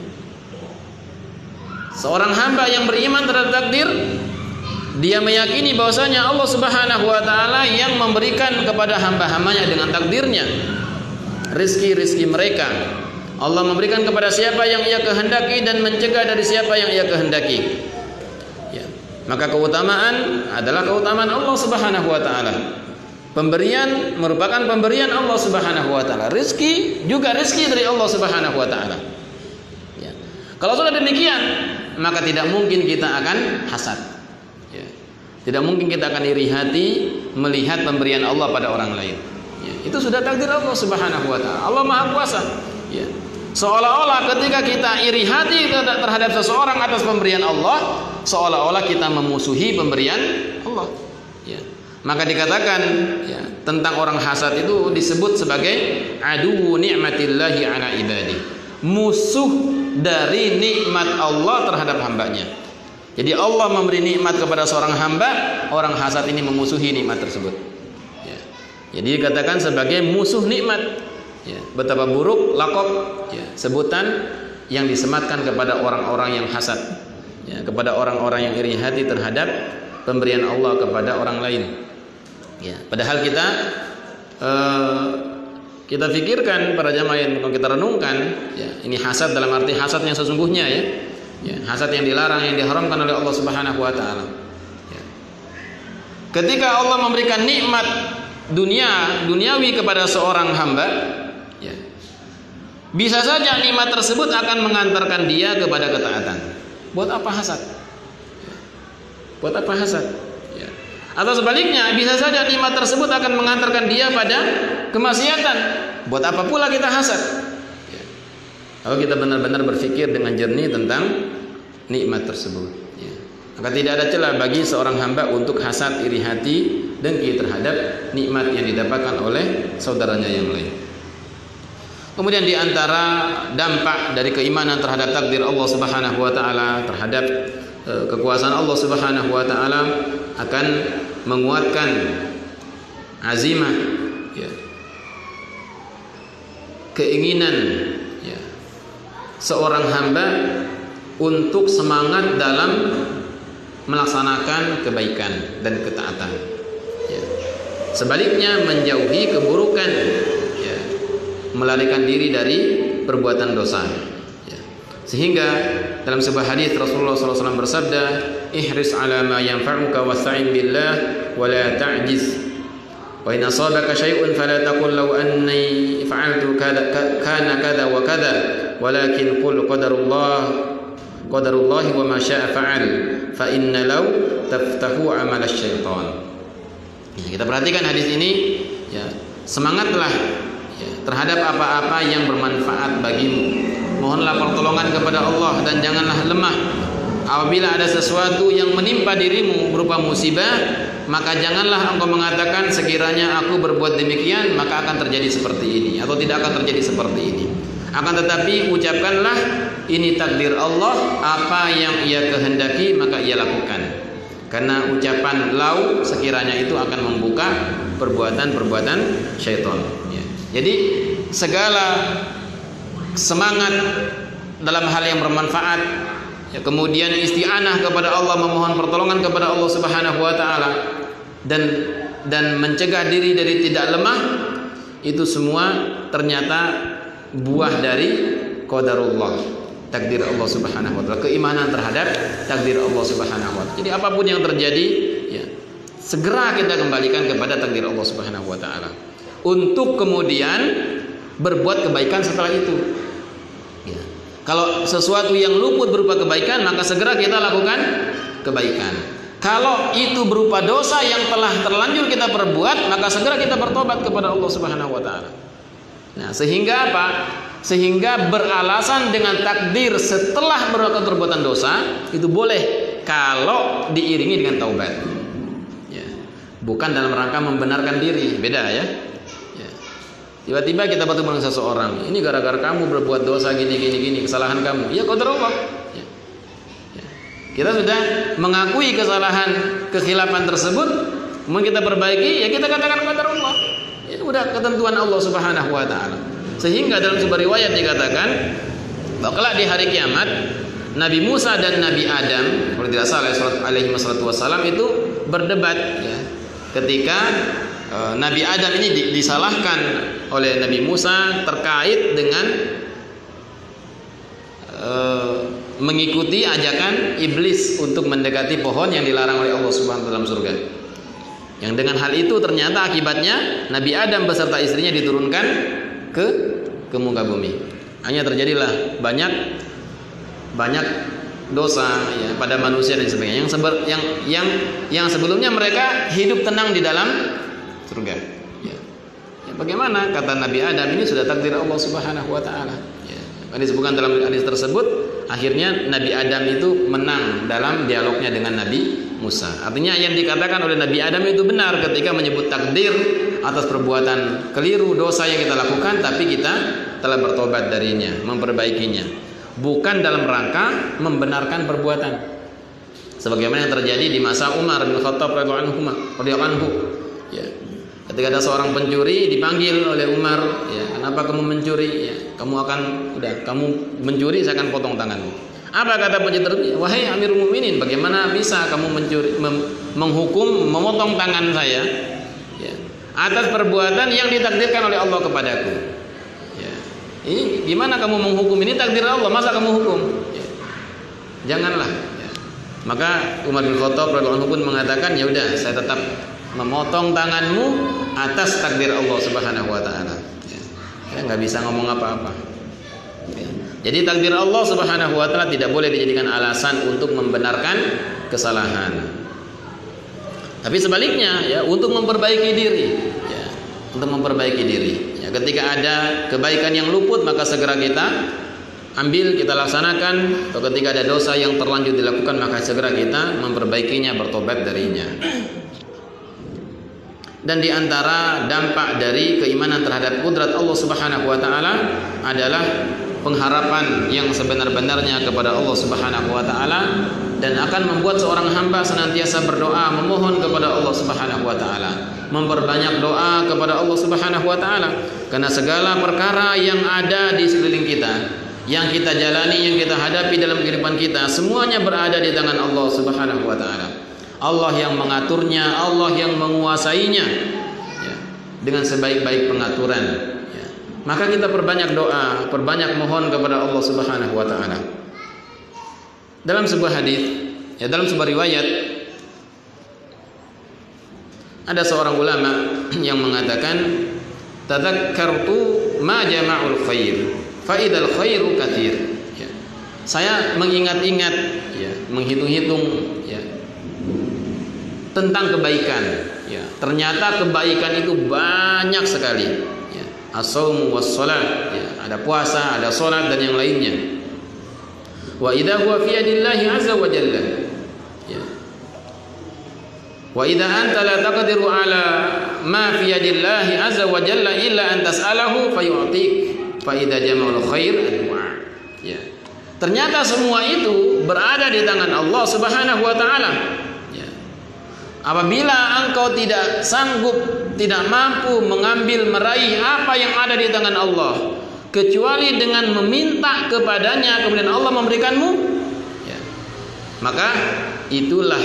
Seorang hamba yang beriman terhadap takdir, dia meyakini bahwasanya Allah Subhanahu wa taala yang memberikan kepada hamba-hambanya dengan takdirnya rezeki-rezeki mereka. Allah memberikan kepada siapa yang ia kehendaki dan mencegah dari siapa yang ia kehendaki. Ya. Maka keutamaan adalah keutamaan Allah Subhanahu wa taala. Pemberian merupakan pemberian Allah Subhanahu wa taala. Rezeki juga rezeki dari Allah Subhanahu wa taala. Ya. Kalau sudah demikian, maka tidak mungkin kita akan hasad. Ya. Tidak mungkin kita akan iri hati melihat pemberian Allah pada orang lain. Ya. Itu sudah takdir Allah Subhanahu wa taala. Allah Maha Kuasa. Ya. Seolah-olah ketika kita iri hati terhadap seseorang atas pemberian Allah, seolah-olah kita memusuhi pemberian Allah. Ya. Maka dikatakan ya, tentang orang hasad itu disebut sebagai adu ni'matillahi ala ibadi, musuh dari nikmat Allah terhadap hambanya. Jadi Allah memberi nikmat kepada seorang hamba, orang hasad ini memusuhi nikmat tersebut. Ya. Jadi dikatakan sebagai musuh nikmat. Ya, betapa buruk lakop ya, sebutan yang disematkan kepada orang-orang yang hasad, ya, kepada orang-orang yang iri hati terhadap pemberian Allah kepada orang lain. Ya, padahal kita uh, kita pikirkan para jamaah yang kita renungkan, ya, ini hasad dalam arti hasad yang sesungguhnya, ya, ya, hasad yang dilarang, yang diharamkan oleh Allah Subhanahu Wa Taala. Ya. Ketika Allah memberikan nikmat dunia duniawi kepada seorang hamba, bisa saja nikmat tersebut akan mengantarkan dia kepada ketaatan. Buat apa hasad? Buat apa hasad? Ya. Atau sebaliknya, bisa saja nikmat tersebut akan mengantarkan dia pada kemaksiatan. Buat apa pula kita hasad? Ya. Kalau kita benar-benar berpikir dengan jernih tentang nikmat tersebut, ya. Maka tidak ada celah bagi seorang hamba untuk hasad, iri hati, dengki terhadap nikmat yang didapatkan oleh saudaranya yang lain. Kemudian di antara dampak dari keimanan terhadap takdir Allah Subhanahu wa taala, terhadap e, kekuasaan Allah Subhanahu wa taala, akan menguatkan azimah, ya, keinginan, ya, seorang hamba untuk semangat dalam melaksanakan kebaikan dan ketaatan. Ya. Sebaliknya menjauhi keburukan, melarikan diri dari perbuatan dosa. Ya. Sehingga dalam sebuah hadis Rasulullah shallallahu alaihi wasallam bersabda, ihris ala ma yanfa'uka wasta'in billah wa la ta'jiz wa in asabaka syai'un fala taqul law anni fa'altu kada kana kada wa kada walakin qul qadarullah qadarullah wa ma syaa fa'al fa inna law taftahu amal asy-syaitan. Ya, kita perhatikan hadis ini, ya, semangatlah terhadap apa-apa yang bermanfaat bagimu. Mohonlah pertolongan kepada Allah dan janganlah lemah. Apabila ada sesuatu yang menimpa dirimu berupa musibah, maka janganlah engkau mengatakan sekiranya aku berbuat demikian maka akan terjadi seperti ini atau tidak akan terjadi seperti ini. Akan tetapi ucapkanlah ini takdir Allah, apa yang ia kehendaki maka ia lakukan. Karena ucapan lau sekiranya itu akan membuka perbuatan-perbuatan syaitan. Jadi segala semangat dalam hal yang bermanfaat, ya, kemudian isti'anah kepada Allah, memohon pertolongan kepada Allah Subhanahu wa taala, dan dan mencegah diri dari tidak lemah, itu semua ternyata buah dari qadarullah, takdir Allah Subhanahu wa taala, keimanan terhadap takdir Allah Subhanahu wa taala. Jadi apapun yang terjadi, ya, segera kita kembalikan kepada takdir Allah Subhanahu wa taala, untuk kemudian berbuat kebaikan setelah itu. Ya. Kalau sesuatu yang luput berupa kebaikan, maka segera kita lakukan kebaikan. Kalau itu berupa dosa yang telah terlanjur kita perbuat, maka segera kita bertobat kepada Allah Subhanahu wa taala. Nah, sehingga apa? sehingga beralasan dengan takdir setelah melakukan perbuatan dosa itu boleh kalau diiringi dengan taubat. Ya. Bukan dalam rangka membenarkan diri, beda ya. Ya. Tiba-tiba kita bertemu dengan seseorang, ini gara-gara kamu berbuat dosa gini gini gini, kesalahan kamu. Ya qadar Allah. Ya. Ya. Kita sudah mengakui kesalahan kekhilafan tersebut, mau kita perbaiki, ya kita katakan qadar Allah. Itu udah ketentuan Allah Subhanahu wa taala. Sehingga dalam sebuah riwayat dikatakan bahwa kelak di hari kiamat Nabi Musa dan Nabi Adam, kalau tidak salah alaihi wassalam itu berdebat ya. Ketika e, Nabi Adam ini disalahkan oleh Nabi Musa terkait dengan e, mengikuti ajakan iblis untuk mendekati pohon yang dilarang oleh Allah Subhanahu wa taala dalam surga. Yang dengan hal itu ternyata akibatnya Nabi Adam beserta istrinya diturunkan ke ke muka bumi. Hanya terjadilah banyak banyak dosa ya pada manusia dan sebagainya. Yang seber, yang yang yang sebelumnya mereka hidup tenang di dalam surga. Ya. Ya, bagaimana kata Nabi Adam ini sudah takdir Allah Subhanahu wa taala. Ya. Disebutkan dalam hadis tersebut, akhirnya Nabi Adam itu menang dalam dialognya dengan Nabi Musa. Artinya yang dikatakan oleh Nabi Adam itu benar ketika menyebut takdir atas perbuatan keliru dosa yang kita lakukan, tapi kita telah bertobat darinya, memperbaikinya, bukan dalam rangka membenarkan perbuatan. Sebagaimana yang terjadi di masa Umar bin Khattab radhiyallahu anhu. Ya. Ketika ada seorang pencuri dipanggil oleh Umar, ya, kenapa kamu mencuri? Ya, kamu akan udah kamu mencuri, saya akan potong tanganmu. Apa kata pencuri? Wahai Amirul Mukminin, bagaimana bisa kamu mencuri, mem, menghukum, memotong tangan saya ya, atas perbuatan yang ditakdirkan oleh Allah kepadaku? Ya. Ini gimana kamu menghukum? Ini takdir Allah, masa kamu hukum? Ya. Janganlah. Ya. Maka Umar bin Khattab radhiyallahu anhu pun mengatakan, ya udah, saya tetap memotong tanganmu atas takdir Allah Subhanahu wa taala. Ya. Kita nggak bisa ngomong apa-apa. Ya. Jadi takdir Allah Subhanahu wa taala tidak boleh dijadikan alasan untuk membenarkan kesalahan. Tapi sebaliknya ya, untuk memperbaiki diri, ya, untuk memperbaiki diri. Ya, ketika ada kebaikan yang luput maka segera kita ambil, kita laksanakan. Atau ketika ada dosa yang terlanjur dilakukan maka segera kita memperbaikinya, bertobat darinya. Dan di antara dampak dari keimanan terhadap kudrat Allah Subhanahu wa taala adalah pengharapan yang sebenar-benarnya kepada Allah Subhanahu wa taala, dan akan membuat seorang hamba senantiasa berdoa memohon kepada Allah Subhanahu wa taala, memperbanyak doa kepada Allah Subhanahu wa taala, karena segala perkara yang ada di sekeliling kita, yang kita jalani, yang kita hadapi dalam kehidupan kita, semuanya berada di tangan Allah Subhanahu wa taala. Allah yang mengaturnya, Allah yang menguasainya ya, dengan sebaik-baik pengaturan ya. Maka kita perbanyak doa, perbanyak mohon kepada Allah Subhanahu wa taala. Dalam sebuah hadis, ya, dalam sebuah riwayat, ada seorang ulama yang mengatakan, tadzakkartu ma jama'ul khair fa idzal khairu katsir. Ya. Saya mengingat-ingat ya, menghitung-hitung ya, tentang kebaikan ya. Ternyata kebaikan itu banyak sekali ya. As-shaum was-shalat ya. Ada puasa, ada salat dan yang lainnya. Wa idza huwa fi yadillahi azza wa jalla ya. Wa idza anta la taqdiru ala ma fi yadillahi azza wa jalla illa an tas'alahu fayu'tik fa idza jama'ul khair ad-du'a ya. Ternyata semua itu berada di tangan Allah Subhanahu wa taala. Apabila engkau tidak sanggup, tidak mampu mengambil, meraih apa yang ada di tangan Allah, kecuali dengan meminta kepadanya, kemudian Allah memberikanmu ya, maka itulah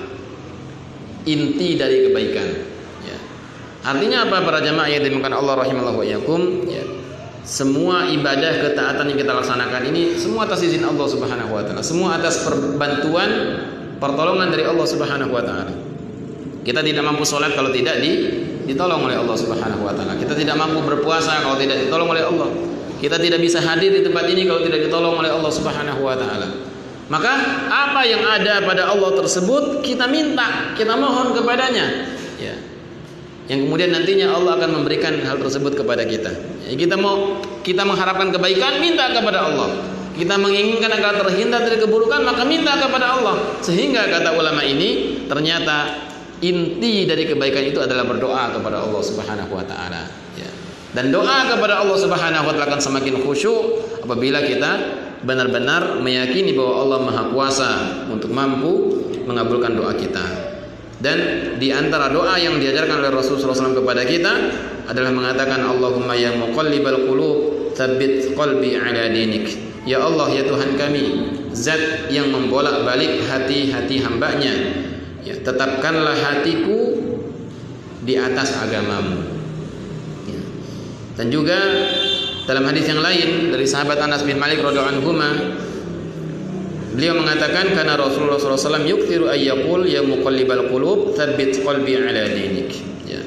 inti dari kebaikan ya. Artinya apa para jamaah yang dimuliakan Allah rahimallahu wa iyyakum ya, semua ibadah ketaatan yang kita laksanakan ini semua atas izin Allah Subhanahu wa taala, semua atas perbantuan, pertolongan dari Allah Subhanahu wa taala. Kita tidak mampu sholat kalau tidak di, ditolong oleh Allah Subhanahu wa taala. Kita tidak mampu berpuasa kalau tidak ditolong oleh Allah. Kita tidak bisa hadir di tempat ini kalau tidak ditolong oleh Allah Subhanahu wa taala. Maka apa yang ada pada Allah tersebut kita minta, kita mohon kepadanya. Ya. yang kemudian nantinya Allah akan memberikan hal tersebut kepada kita. Ya, kita mau kita mengharapkan kebaikan, minta kepada Allah. Kita menginginkan agar terhindar dari keburukan, maka minta kepada Allah. Sehingga kata ulama ini, ternyata inti dari kebaikan itu adalah berdoa kepada Allah Subhanahu wa taala, ya. Dan doa kepada Allah Subhanahu wa taala akan semakin khusyuk apabila kita benar-benar meyakini bahwa Allah Maha Kuasa untuk mampu mengabulkan doa kita. Dan di antara doa yang diajarkan oleh Rasulullah shallallahu alaihi wasallam kepada kita adalah mengatakan, Allahumma ya muqallibal qulub tsabbit qalbi ala dinik. Ya Allah, ya Tuhan kami, zat yang membolak-balik hati-hati hambanya, ya, tetapkanlah hatiku di atas agamamu. Ya. Dan juga dalam hadis yang lain dari sahabat Anas bin Malik radhiyallahu anhu, beliau mengatakan, karena Rasulullah shallallahu alaihi wasallam yukthiru ayyaqul ya muqallibal qulub tsabbit qalbi ala dinik. Ya.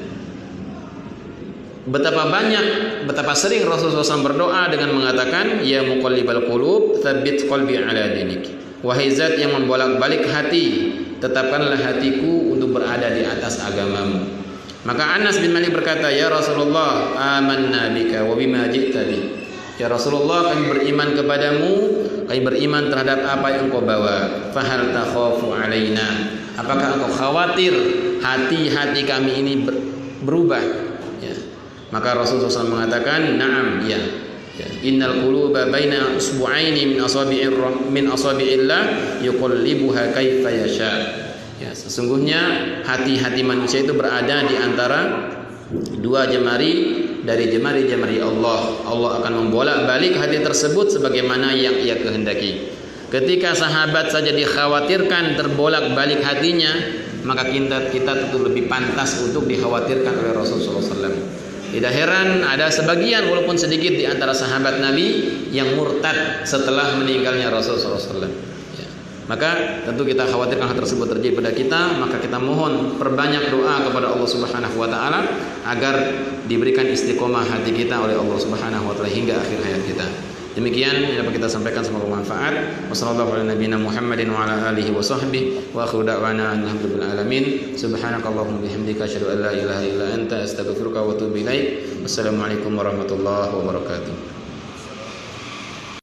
Betapa banyak, betapa sering Rasulullah shallallahu alaihi wasallam berdoa dengan mengatakan, ya muqallibal qulub tsabbit qalbi ala dinik. Wahai zat yang membolak-balik hati, tetapkanlah hatiku untuk berada di atas agamamu. Maka Anas bin Malik berkata, ya Rasulullah, amanna bika wa bima ji'ta bi. Ya Rasulullah, kami beriman kepadamu, kami beriman terhadap apa yang engkau bawa. Fahal takhafu alaina. Apakah engkau khawatir hati-hati kami ini ber, berubah? Ya. Maka Rasulullah shallallahu alaihi wasallam mengatakan, na'am, ya. Ya. Innal quluba baina usbu'aini min asabi'ir min asabi'illah yuqallibuha kaifa yasha. Ya, sesungguhnya hati-hati manusia itu berada di antara dua jemari dari jemari-jemari Allah. Allah akan membolak-balik hati tersebut sebagaimana yang ia kehendaki. Ketika sahabat saja dikhawatirkan terbolak-balik hatinya, maka kita kita tentu lebih pantas untuk dikhawatirkan oleh Rasulullah shallallahu alaihi wasallam. Tidak heran ada sebagian walaupun sedikit di antara sahabat Nabi yang murtad setelah meninggalnya Rasulullah shallallahu alaihi wasallam. Ya. Maka tentu kita khawatirkan hal tersebut terjadi pada kita, maka kita mohon perbanyak doa kepada Allah Subhanahu wa taala agar diberikan istiqomah hati kita oleh Allah Subhanahu wa taala hingga akhir hayat kita. Demikian yang dapat kita sampaikan, semoga bermanfaat. Wassallallahu ala nabiyina Muhammadin wa ala alihi wa sahbihi wa akhiru da'wana alhamdulillahi alamin. Subhanakallahumma bihamdika asyhadu an la ilaha illa anta astaghfiruka wa atubu ilaik. Wassalamualaikum warahmatullahi wabarakatuh.